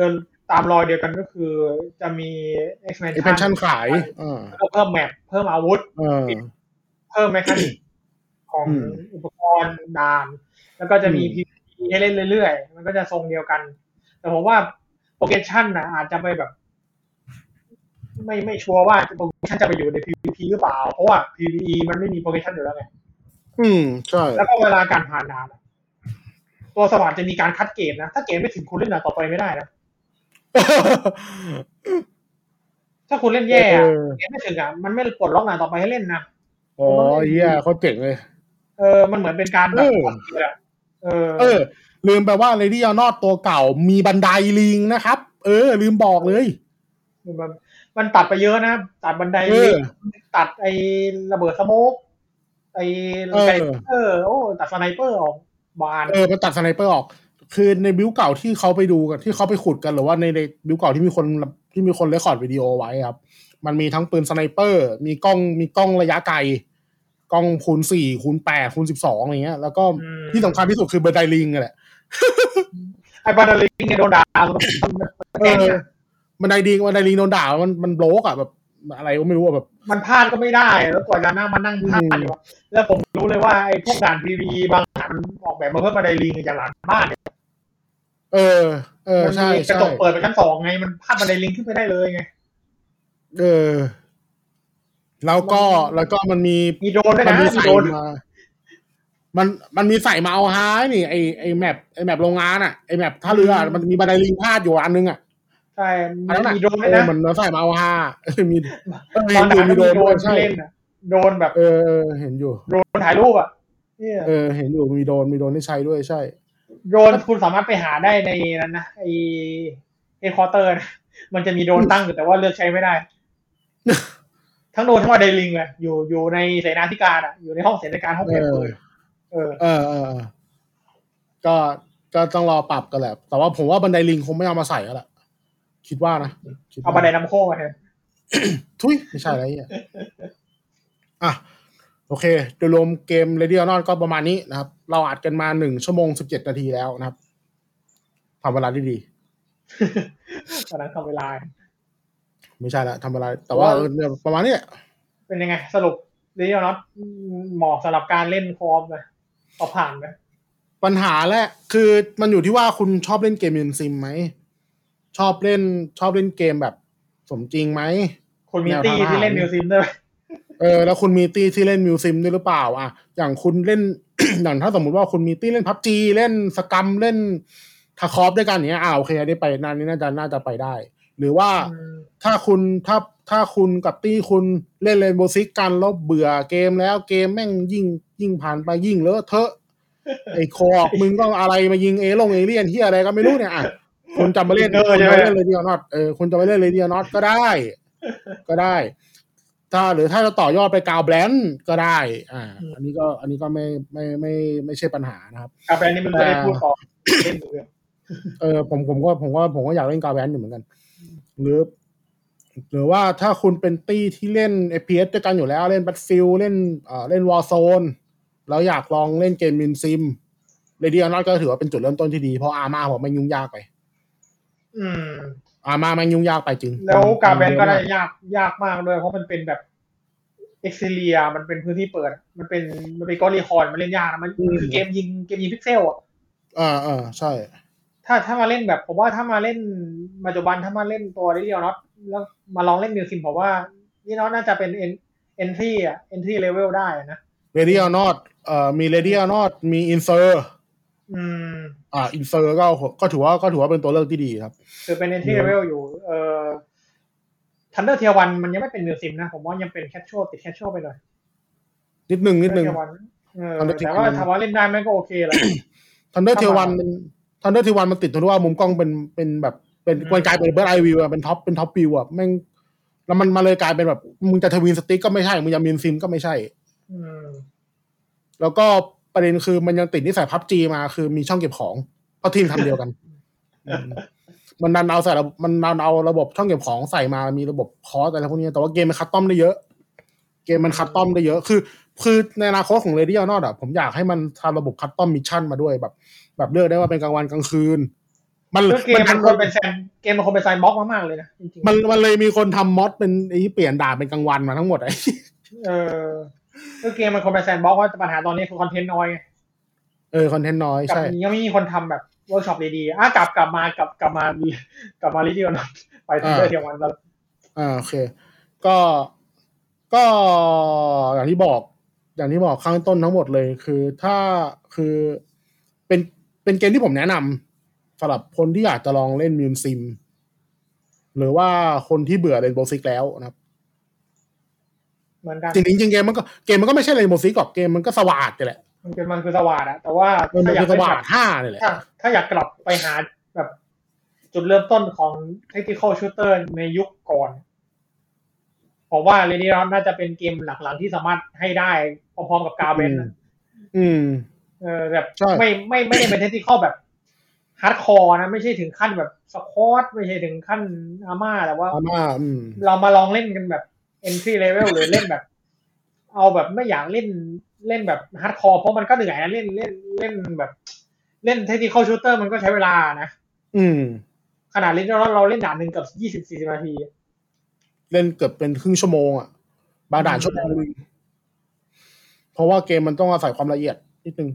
ตามรอยเดียวกันก็คือจะมี expansion expansion ขายอ่าแล้วก็เพิ่มแมปเพิ่มอาวุธเออเพิ่มแมคานิกของอุปกรณ์ด่านแล้วก็จะมี พี วี พี ให้เล่นเรื่อยๆมันก็จะทรงเดียวกันแต่ผมว่าโปรเกชั่นนะอาจจะไปแบบไม่ไม่ชัวร์ว่าโปรเกชั่นจะไปอยู่ใน พี วี พี หรือเปล่าเพราะว่า พี วี อี มันไม่มีโปรเกชั่นอยู่แล้วไงอืมใช่แล้วก็เวลาการผ่านด่านตัวสว่านจะมีการคัดเกรดนะถ้าเกรดไม่ถึงคุณเล่นด่านต่อไปไม่ได้นะถ้าคุณเล่นแย่เกรดไม่ถึงอ่ะมันไม่ปลดล็อกด่านต่อไปให้เล่นนะอ๋อเหี้ยเขาเจ๋งเลยเออมันเหมือนเป็นการแบบเออเออลืมไปว่า Lady or Not ตัวเก่ามีบันไดลิงนะครับเออลืมบอกเลยมันมันตัดไปเยอะนะตัดบันไดลิงตัดไอ้ระเบิดสโมกไอ้ไกเออโอ้ตัดสไนเปอร์ออกบานเออมันตัดสไนเปอร์ออกคือในบิวเก่าที่เขาไปดูกันที่เขาไปขุดกันหรือว่าในในบิวเก่าที่มีคนที่มีคนเรคคอร์ดวิดีโอไว้ครับมันมีทั้งปืนสไนเปอร์มีกล้องมีกล้องระยะไกลกล้องคูณสี่คูณแปดคูณสิบสองอะไรเงี้ยแล้วก็ที่สำคัญที่สุดคือบันไดลิงแหละไอ้บันไดลิงเนี่ยโดนด่าเออบันไดลิงบันไดลิงโดนด่ามันมันโบล็อกอ่ะแบบอะไรก็ไม่รู้แบบมันพลาดก็ไม่ได้แล้วกว่าจะนั่งมานั่งพลาดอยู่แล้วผมรู้เลยว่าไอ้พวกด่าน พี วี อี บางด่านมันออกแบบมาเพื่อบันไดลิงอย่างหลังบ้านเนี่ยเออเออใช่กระจกเปิดไปชั้นสองไงมันพลาดบันไดลิงขึ้นไปได้เลยไงเออแล้วก็แล้วก็มันมีมีโดนด้วยนะมีโดนมามันมันมีใส่มาเอาฮานี่ไอไอแมปไอแมปโรงงานอ่ะไอแมปท่าเรือมันมีบันไดลิงพาดอยู่อันนึงอ่ะใช่มีโดนด้วยนะมันใส่มาเอาฮามีตอนนั้นมีโดนด้วยใช่โดนแบบเออเห็นอยู่โดนถ่ายรูปอ่ะเออเห็นอยู่มีโดนมีโดนที่ใช้ด้วยใช่โดนคุณสามารถไปหาได้ในนั้นนะไอเอควอเตอร์นะมันจะมีโดนตั้งอยู่แต่ว่าเลือกใช้ไม่ได้ทั้งโดนทั้งบันไดลิงเลยอยู่อยู่ในเสนาธิการอ่ะอยู่ในห้องเสนาธิการห้องเก็บปืนเออเออเออก็ก็ต้องรอปรับกันแหละแต่ว่าผมว่าบันไดลิงคงไม่เอามาใส่แล้วแหละคิดว่านะเอาบันไดนำโค้งมาแทนทุยไม่ใช่อะไรเนี่ยอ่ะโอเคโดยรวมเกม Lady or Not ก็ประมาณนี้นะครับเราอัดกันมาหนึ่งชั่วโมงสิบเจ็ดนาทีแล้วนะครับทำเวลาได้ดีตอนนั้นทำเวลาไม่ใช่ละทำเวลาแต่ว่าเนี่ยประมาณนี้เป็นยังไงสรุป Lady or Not เหมาะสำหรับการเล่นคอมไหมพอผ่านไหมปัญหาแรกคือมันอยู่ที่ว่าคุณชอบเล่นเกมมิวซิมไหมชอบเล่นชอบเล่นเกมแบบสมจริงไหมคุณมีตี้ที่เล่นมิวซิมด้วยเออแล้วคุณมีตี้ที่เล่นมิวซิมด้วยหรือเปล่าอ่ะอย่างคุณเล่น อย่างถ้าสมมุติว่าคุณมีตี้เล่น พับจี เล่นสกัมเล่นทาคอฟด้วยกันอย่างเงี้ยอ่าโอเคอันนี้ไปนานนี้น่าจะน่าจะไปได้หรือว่าถ้าคุณถ้าถ้าคุณกับตี้คุณเล่นเรนโบว์ซิกกันแล้วเบื่อเกมแล้วเกมแม่งยิ่งยิ่งผ่านไปยิ่งเลอะเทอะไอ้คอร์มึงต้องอะไรมายิงเอลงเอเลี่ยนที่อะไรก็ไม่รู้เนี่ยอ่ะคุณจะมาเล่นคุณจะมาเล่น Lady or Not เออคุณจะมาเล่น Lady or Not ก็ได้ก็ได้ถ้าหรือถ้าจะต่อยอดไปกาวแบลนด์ก็ได้อ่าอันนี้ก็อันนี้ก็ไม่ไม่ไม่ไม่ใช่ปัญหานะครับกาวแบลนด์นี่มันจะได้พูดต่อเล่นเออผมผมก็ผมก็ผมก็อยากเล่นกาวแบลนด์อยู่เหมือนกันหรือหรือว่าถ้าคุณเป็นตี้ที่เล่น เอฟ พี เอส ด้วยกันอยู่แล้วเล่น Battlefield เล่นเอ่อเล่น Warzone แล้วอยากลองเล่นเกมมินซิม Lady or Not ก็ถือว่าเป็นจุดเริ่มต้นที่ดีเพราะอาร์มาผมมันยุ่งยากไปอืมอาร์มามันยุ่งยากไปจริงแล้วกาแบนก็ได้ยากยากมากด้วยเพราะมันเป็นแบบเอ็กซิเลียมันเป็นพื้นที่เปิดมันเป็นมันเป็นกอริคอนมันเล่นยากนะมันคือเกมยิงเกมยิงพิกเซลอ่ะอ่าอ่าใช่ถ้าถ้ามาเล่นแบบผมว่าถ้ามาเล่นปัจจุบันถ้ามาเล่นตัวLady or Notแล้วมาลองเล่นมิวซิมผมว่านี่น่าจะเป็น entry อ่ะ entry level ได้นะ Lady or Not เอ่อมี Lady or Not มี Infer อืมอ่า Infer ก็ก็ถือว่าก็ถือว่าเป็นตัวเลือกที่ดีครับคือเป็น entry level อยู่เอ่อ Thunder Tier วันมันยังไม่เป็นมิวซิมนะผมว่ายังเป็น casual ติด casual ไปหน่อยนิดนึงนิดนึงเออแต่ว่าถ้าว่าเล่นได้มันก็โอเคแหละ Thunder Tier วันมัน Thunder Tier วันมันติดตรงที่ว่ามุมกล้องเป็นเป็นแบบเป็นมันกลายเป็นเบิร์ดไอวิวอ่ะเป็นท็อปเป็นท็อปวิวอ่ะแม่งแล้วมันมาเลยกลายเป็นแบบมึงจะทวินสติ๊กก็ไม่ใช่มึงจะมินซิมก็ไม่ใช่อืมแล้วก็ประเด็นคือมันยังติดนิสัย พับจี มาคือมีช่องเก็บของเพราะทีมทำเดียวกันมันดันเอาใส่มันดันเอาระบบช่องเก็บของใส่มามีระบบคอร์สอะไรพวกนี้แต่ว่าเกมมันคัสตอมได้เยอะเกมมันคัสตอมได้เยอะคือคือในอนาคตของ Lady or Not อ่ะผมอยากให้มันทำระบบคัสตอมมิชชั่นมาด้วยแบบแบบเลือกได้ว่าเป็นกลางวันกลางคืนมันเกมมันควรเป็นแซนเกมมันควรเป็นแซนบ็อกซ์มากๆเลยนะจริงๆมันมันเลยมีคนทำมอดเป็นไอ้เปลี่ยนดาบเป็นกลางวันมาทั้งหมดไอ้เออคือเกมมันควรเป็นแซนบ็อกซ์ว่าปัญหาตอนนี้คือคอนเทนต์น้อยเออคอนเทนต์น้อยใช่ยังไม่มีคนทำแบบเวิร์กช็อปดีๆอ่ะกลับกลับมากลับกลับมากลับมาลิเดียนไปทันเดอร์เทียวันแล้วอ่าโอเคก็ก็อย่างที่บอกอย่างที่บอกข้างต้นทั้งหมดเลยคือถ้าคือเป็นเป็นเกมที่ผมแนะนำสำหรับคนที่อยากจะลองเล่นมิวซิมหรือว่าคนที่เบื่อเรนโบว์ซิกแล้วนะครับเหมือนกันจริงจริงเกมมันก็เกมมันก็ไม่ใช่เรนโบว์ซิกหรอกเกมมันก็สว่างนี่แหละมันเป็นมันคือสว่างอะแต่ว่าถ้าอยากสว่างห้านี่แหละถ้าอยากกลับไปหาแบบจุดเริ่มต้นของ tactical shooter ในยุคก่อนผมว่า Radeon น่าจะเป็นเกมหลักๆที่สามารถให้ได้พร้อมๆกับ Garben อืมเออแบบไม่ไม่ไม่ได้เป็น tactical แบบฮาร์ดคอร์นะไม่ใช่ถึงขั้นแบบสควอตไม่ใช่ถึงขั้นอาม่าแต่ว่าอาม่าอืมเรามาลองเล่นกันแบบ entry level หรือเล่นแบบเอาแบบไม่อยากเล่นเล่นแบบฮาร์ดคอร์เพราะมันก็เหนื่อยนะเล่นเล่นเล่นแบบเล่น tactical shooter มันก็ใช้เวลานะอืมขนาดเล่นเราเราเล่นด่านหนึ่งกับยี่สิบสี่สิบนาทีเล่นเกือบเป็นครึ่งชั่วโมงอ่ะบางด่านชั่วโมงนึงเพราะว่าเกมมันต้องอาศัยความละเอียดนิดนึง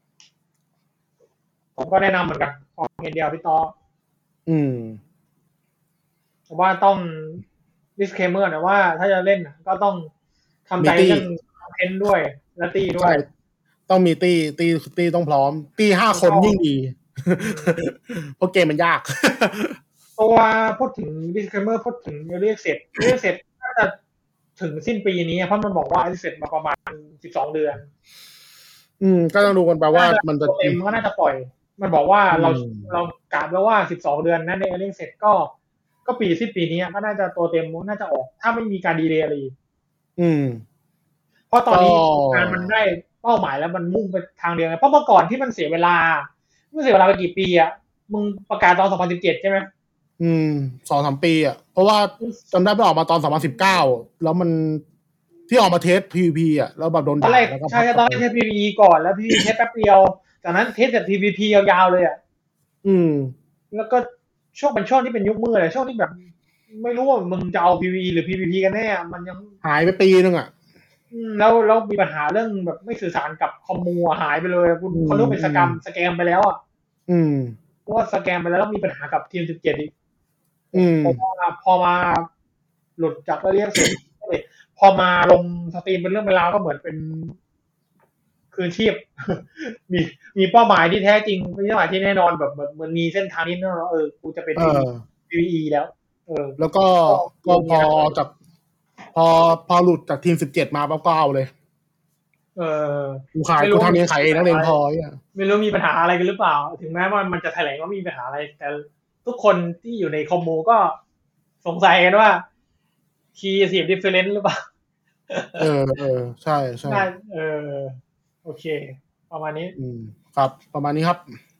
ผมก็แนะนำเหมือนกันของเกมเดียวพี่ต้ออืมผมว่าต้อง disclaimer นะว่าถ้าจะเล่นก็ต้องทำใจเรื่องคอนเทนต์ด้วยและตีด้วยต้องมีตีตีตีต้องพร้อมตีห้าคนยิ่งดีเพราะเกมมันยากตัวพูดถึง disclaimer พูดถึงเรียกเสร็จเรียกเสร็จน่าจะถึงสิ้นปีนี้เพราะมันบอกว่าเสร็จมาประมาณสิบสองเดือนอืมก็ต้องดูกันไปว่ามันจะเต็มก็น่าจะปล่อยมันบอกว่าเราเรากะไว้ว่าสิบสองเดือนนั้นในเรียกเสร็จก็ก็ปีสิ้นปีนี้ก็น่าจะตัวเต็มน่าจะออกถ้าไม่มีการดีเลย์อะไรอืมเพราะตอนนี้งานมันได้เป้าหมายแล้วมันมุ่งไปทางเดียวกันเพราะเมื่อก่อนที่มันเสียเวลาเมื่อเสียเวลาไปกี่ปีอ่ะมึงประกาศตอนสองพันสิบเจ็ดใช่ไหมอืมสองสามปีอ่ะเพราะว่าจำได้ไปออกมาตอนสองพันสิบเก้าแล้วมันที่ออกมาเทส พี วี พี อ่ะแล้วแบบโดนด่าแล้วก็ใช่ตอนแรกเทส พี วี พี ก่อนแล้ว พี วี พี เทสแป๊บเดียวจากนั้นเทสแบบ พี วี พี ยาวๆเลยอ่ะอืมแล้วก็ช่วงเป็นช่วงที่เป็นยุคมืดเลยช่วงที่แบบไม่รู้ว่ามึงจะเอา พี วี พี หรือ พี วี พี กันแน่มันยังหายไปปีนึงอ่ะแล้วแล้วมีปัญหาเรื่องแบบไม่สื่อสารกับคอมมูหายไปเลยคุณเขาเรียกเป็นสแกมสแกมไปแล้วอ่ะอืมเพราะว่าสแกมไปแล้วมีปัญหากับทีมสิบเจ็ดอีกอืมพอมาพอมาหลุดจากเรียกเสร็จพอมาลงสตรีมเป็นเรื่องเวลาก็เหมือนเป็นคืนชีพมีมีเป้าหมายที่แท้จริงมีเป้าหมายที่แน่นอนแบบเหมือนมีเส้นทางนี้เนอะเออกูจะเป็น พี วี อี แล้วเออแล้วก็ก็พอจากพอพอหลุดจากทีมสิบเจ็ดมาปั๊บก็เอาเลยเออกูขายกูทำเองขายเองนักเลงพอเนี่ยไม่รู้มีปัญหาอะไรกันหรือเปล่าถึงแม้ว่ามันจะแถลงว่ามีปัญหาอะไรแต่ทุกคนที่อยู่ในคอมมูก็สงสัยกันว่าคีย์เสียบดิฟเฟอเรนซ์หรือเปล่าเออเออใช่ใช่เออโอเคประมาณนี้อืมครับประมาณนี้ครับ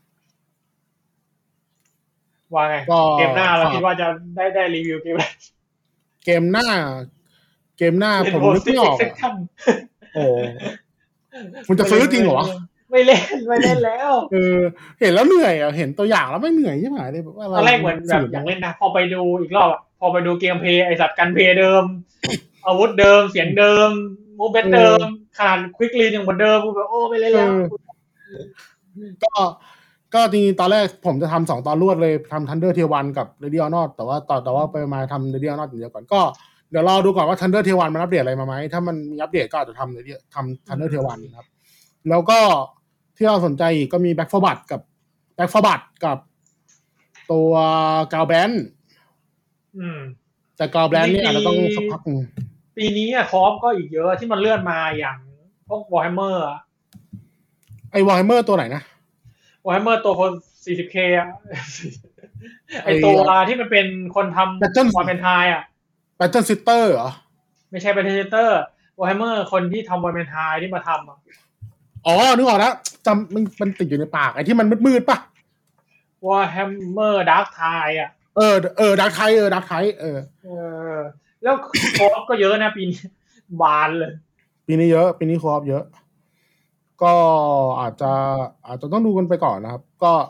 ว่าไงเกมหน้าเราคิดว่าจะได้ได้รีวิวเกมอะไรเกมหน้าเกมหน้าผมนึกไม่ออกโอ้คุณจะซื้อจริงเหรอไม่เล่นไม่เล่นแล้วเออเห็นแล้วเหนื่อยอ่ะเห็นตัวอย่างแล้วไม่เหนื่อยใช่ไหมเลยแบบว่าตอนแรกเหมือนแบบอยากเล่นนะพอไปดูอีกรอบพอไปดูเกมเพลย์ไอสัตว์กันเพลย์เดิมอาวุธเดิมเสียงเดิมมูฟเมนต์เดิมขนาดควิกลีนอย่างเหมือนเดิมกูแบบโอ้ไม่เล่นแล้วก็ก็จริงๆตอนแรกผมจะทำสองตอนรวดเลยทำ Thunder Tier วันกับ Radeon แต่ว่าต่อแต่ว่าไปมาทำ Radeon อย่างเดียวก่อนก็เดี๋ยวรอดูก่อนว่า Thunder Tier วันมันอัปเดตอะไรมาไหมถ้ามันมีอัปเดตก็อาจจะทำ Radeon ทำ Thunder Tier วันครับแล้วก็ที่เราสนใจอีกก็มี Back for Blood กับ Back for Blood กับตัว Galband อืมแต่ Galband นี่อาจจะต้องสักพักนึงปีนี้อ่ะคอฟก็อีกเยอะที่มันเลื่อนมาอย่างพวก Warhammer อ่ะไอ้ Warhammer ตัวไหนนะ Warhammer ตัวคน สี่สิบเค อ่ะไอ้ตัวที่มันเป็นคนทำวันเป็นไทยอ่ะ Battle Sister เหรอไม่ใช่ Battle Sister Warhammer คนที่ทำวันเป็นไทยที่มาทำอ่ะอ๋อนึกออกแล้วจำมันมันติดอยู่ในปากไอ้ที่มันมืดๆป่ะ Warhammer Dark Tide อ่ะเออเออ Dark Tide เออ Dark Tide เออเออแล้วคอฟก็เยอะนะปีนี้บานเลยปีนี้เยอะปีนี้คอฟเยอะก็อาจจะอาจจะต้องดูกันไปก่อนนะครับก็แต่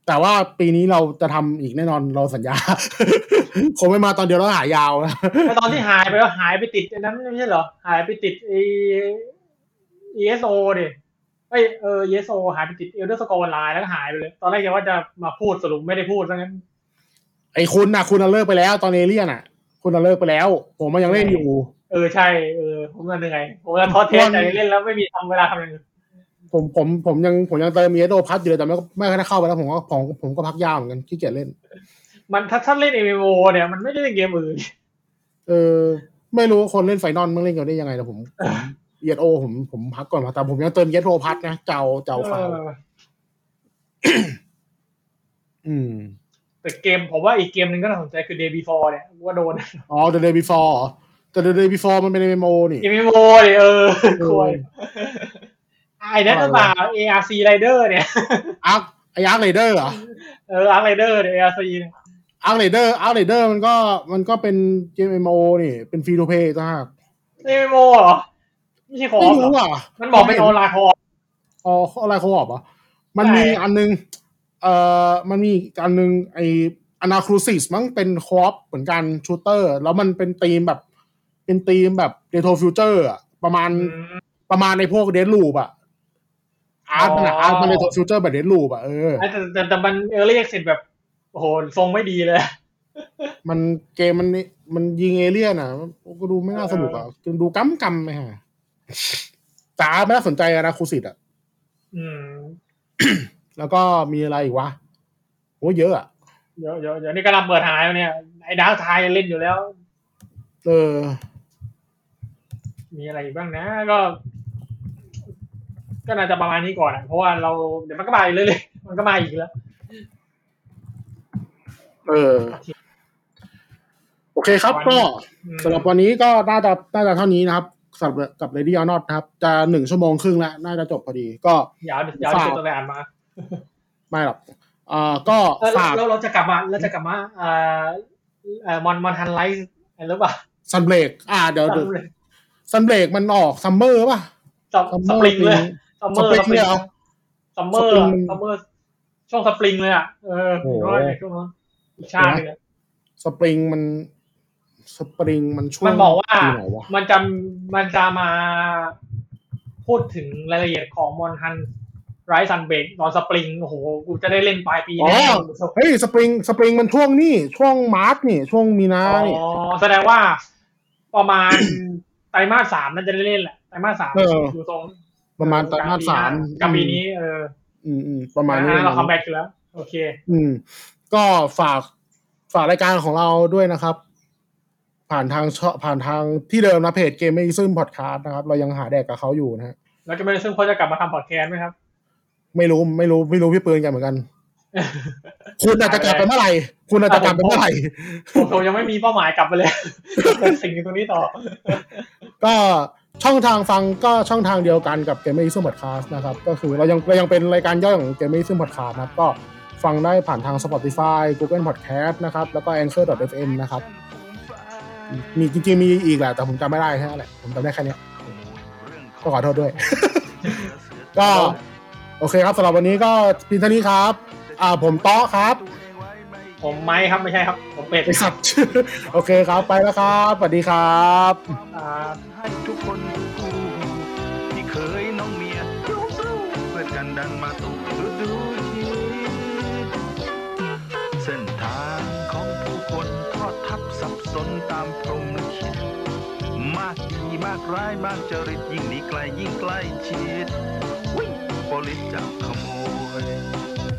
แต่ว่าปีนี้เราจะทำอีกแน่นอนเราสัญญา คงไม่มาตอนเดียวแล้วหายาวนะแต่ตอนที่หายไปแล้วหายไปติดนั้นไม่ใช่เหรอหายไปติดไอ อี เอส โอ ดิเอ้ยเออ อี เอส โอ หายไปติด Elder Scrolls Online แล้วก็หายไปเลยตอนแรกจะว่าจะมาพูดสรุปไม่ได้พูดซะงั้นไอ้คุณน่ะคุณน่ะเลิกไปแล้วตอนเอเลี่ยนน่ะคุณน่ะเลิกไปแล้วผมมันยังเล่นอยู่เออใช่เออผมก็เหนื่อยผมก็ท้อแท้ใจเล่นแล้วไม่มีทำเวลาทำอย่างอื่นผมผมผมยังผมยังเติม อี เอส โอ พัทอยู่เลยแต่ไม่ไม่ได้เข้าไปแล้วผมก็ผมผมก็พักยาวเหมือนกันขี้เกียจเล่นมันถ้าถ้าเล่น เอ็ม เอ็ม โอ เนี่ยมันไม่ได้เล่นเกมอื่นเออไม่รู้คนเล่นไฟนอลมึงเล่นกันได้ยังไงแต่ผม อี เอส โอ ผมผมพักก่อนมาแต่ผมยังเติม อี เอส โอ พัทนะเจ้าเจ้าฟาวอืมแต่เกมผมว่าอีกเกมนึงก็น่าสนใจคือ Day Before เนี่ยว่าโดนอ๋อ The Day Before แต่ The Day Before มันเป็น เอ็ม เอ็ม โอ นี่เอ็ม เอ็ม โอ ดิเออควยไอ้นั่นหรือเปล่า เอ อาร์ ซี Rider เนี่ย Ark ไอ้ Ark Rider เหรอเออ Ark Rider เนี่ย เอ อาร์ ซี เนี่ย Ark Rider Ark Rider มันก็มันก็เป็นเกม เอ็ม เอ็ม โอ นี่เป็น Free to Play จ้าเอ็ม เอ็ม โอ เหรอไม่ใช่คอออฟไม่รู้อ่ะมันบอกเป็นออนไลน์คอออฟอ๋อออนไลน์คอออฟเหรอมันมีอันนึงเอ่อมันมีอันนึงไอ้ Anacrusis มั้งเป็นคออฟเหมือนกันชูเตอร์แล้วมันเป็นธีมแบบเป็นธีมแบบ Retro Future อ่ะประมาณประมาณในพวก Deathloop อ่ะอาร์ตมันอ่ะอาร์ตมัน Retro Future แบบ Deathloop อ่ะเออแต่แต่แต่มัน Early Access แบบโอ้โหทรงไม่ดีเลยมันเกมมันมันยิงเอเลี่ยนอ่ะก็ดูไม่น่าสนุกอ่ะดูกั๊มกั๊มไปฮะจ๋าไม่น่าสนใจนะครูสิทธิ์อ่ะอืมแล้วก็มีอะไรอีกวะโอ้เยอะอ่ะเยอะเยอะเดี๋ยวนี้กำลังเปิดหายเนี่ยไอ้ดาวไทยเล่นอยู่แล้วเออมีอะไรบ้างนะก็ก็น่าจะประมาณนี้ก่อนอ่ะเพราะว่าเราเดี๋ยวมันก็มาอีกเรื่อยๆมันก็มาอีกแล้วเออโอเคครับก็สำหรับวันนี้ก็น่าจะน่าจะเท่านี้นะครับสำหรับกับ Lady or Not นะครับจะหนึ่งชั่วโมงครึ่งแล้วน่าจะจบพอดีก็ยาวยาวจะตัวไปอ่านมาไม่หรอกอ่าก็ฝากเราเราจะกลับมาเราจะกลับมาอ่าเอ่อมอนมอนทันไลท์อะไรหรือเปล่าซันเบรกอ่าเดี๋ยวซันเบรกมันออกซัมเมอร์ป่ะสปริงเลยซัมเมอร์สปริงซัมเมอร์ซัมเมอร์ช่วงสปริงเลยอ่ะเออร้อยช่วงนั้นอีกชาตินึงสปริงมันสปริงมันช่วงมันบอกว่ามันจะมันจะมาพูดถึงรายละเอียดของมอนทันไรซันเบรกตอนสปริงโอ้โหกูจะได้เล่นปลายปีแน่เฮ้ยสปริงสปริงมันช่วงนี้ช่วงมาร์ชนี่ช่วงมีนานี่อ๋อแสดงว่าประมาณไตรมาสสามนั่นจะได้เล่นแหละไตรมาสสามอยู่ตรงประมาณไตรมาสสามกับปีนี้เอออืมๆประมาณนี้เราคัมแบ็คอยู่แล้วโอเคอืมก็ฝากฝากรายการของเราด้วยนะครับผ่านทางผ่านทางที่เดิมนะเพจ Gameism Podcast นะครับเรายังหาแดกกับเขาอยู่นะฮะแล้วจะไม่ได้ซึ่งเขาจะกลับมาทำพอดแคสต์ไหมครับไม่รู้ไม่รู้ไม่รู้พี่ปืนกันเหมือนกันคุณอาจจะกลับไปเมื่อไหร่คุณอาจจะกลับไปเมื่อไหร่ผมยังไม่มีเป้าหมายกลับไปเลยสิ่งตรงนี้ต่อก็ช่องทางฟังก็ช่องทางเดียวกันกับ Gameism Podcast นะครับก็คือเรายังเรายังเป็นรายการย่อยของ Gameism Podcast นะครับก็ฟังได้ผ่านทาง Spotify Google Podcast นะครับแล้วก็ Anchor ดอท เอฟ เอ็ม นะครับมีจริงๆมีอีกแหละแต่ผมจำไม่ได้แค่นั้นแหละผมจำได้แค่นี้ก็ขอโทษด้วยก็โอเคครับสำหรับวันนี้ก็พินเท่านี้ครับอ่าผมต๊อครับผมไม้ครับไม่ใช่ครับผมเป็ดครับโอเคครับไปแล้วครับสวัสดีครับให้ทุกคนดูที่เคยน้องเมียเพื่อนกันดันมาตุกดูทีเส้นทางของผู้คนทอดทับสับสนตามพรหมลิขิตมากดีมากร้ายมากจริตยิ่งหนีไกลยิ่งใกล้ชิดวิ่งบริจาคขโมย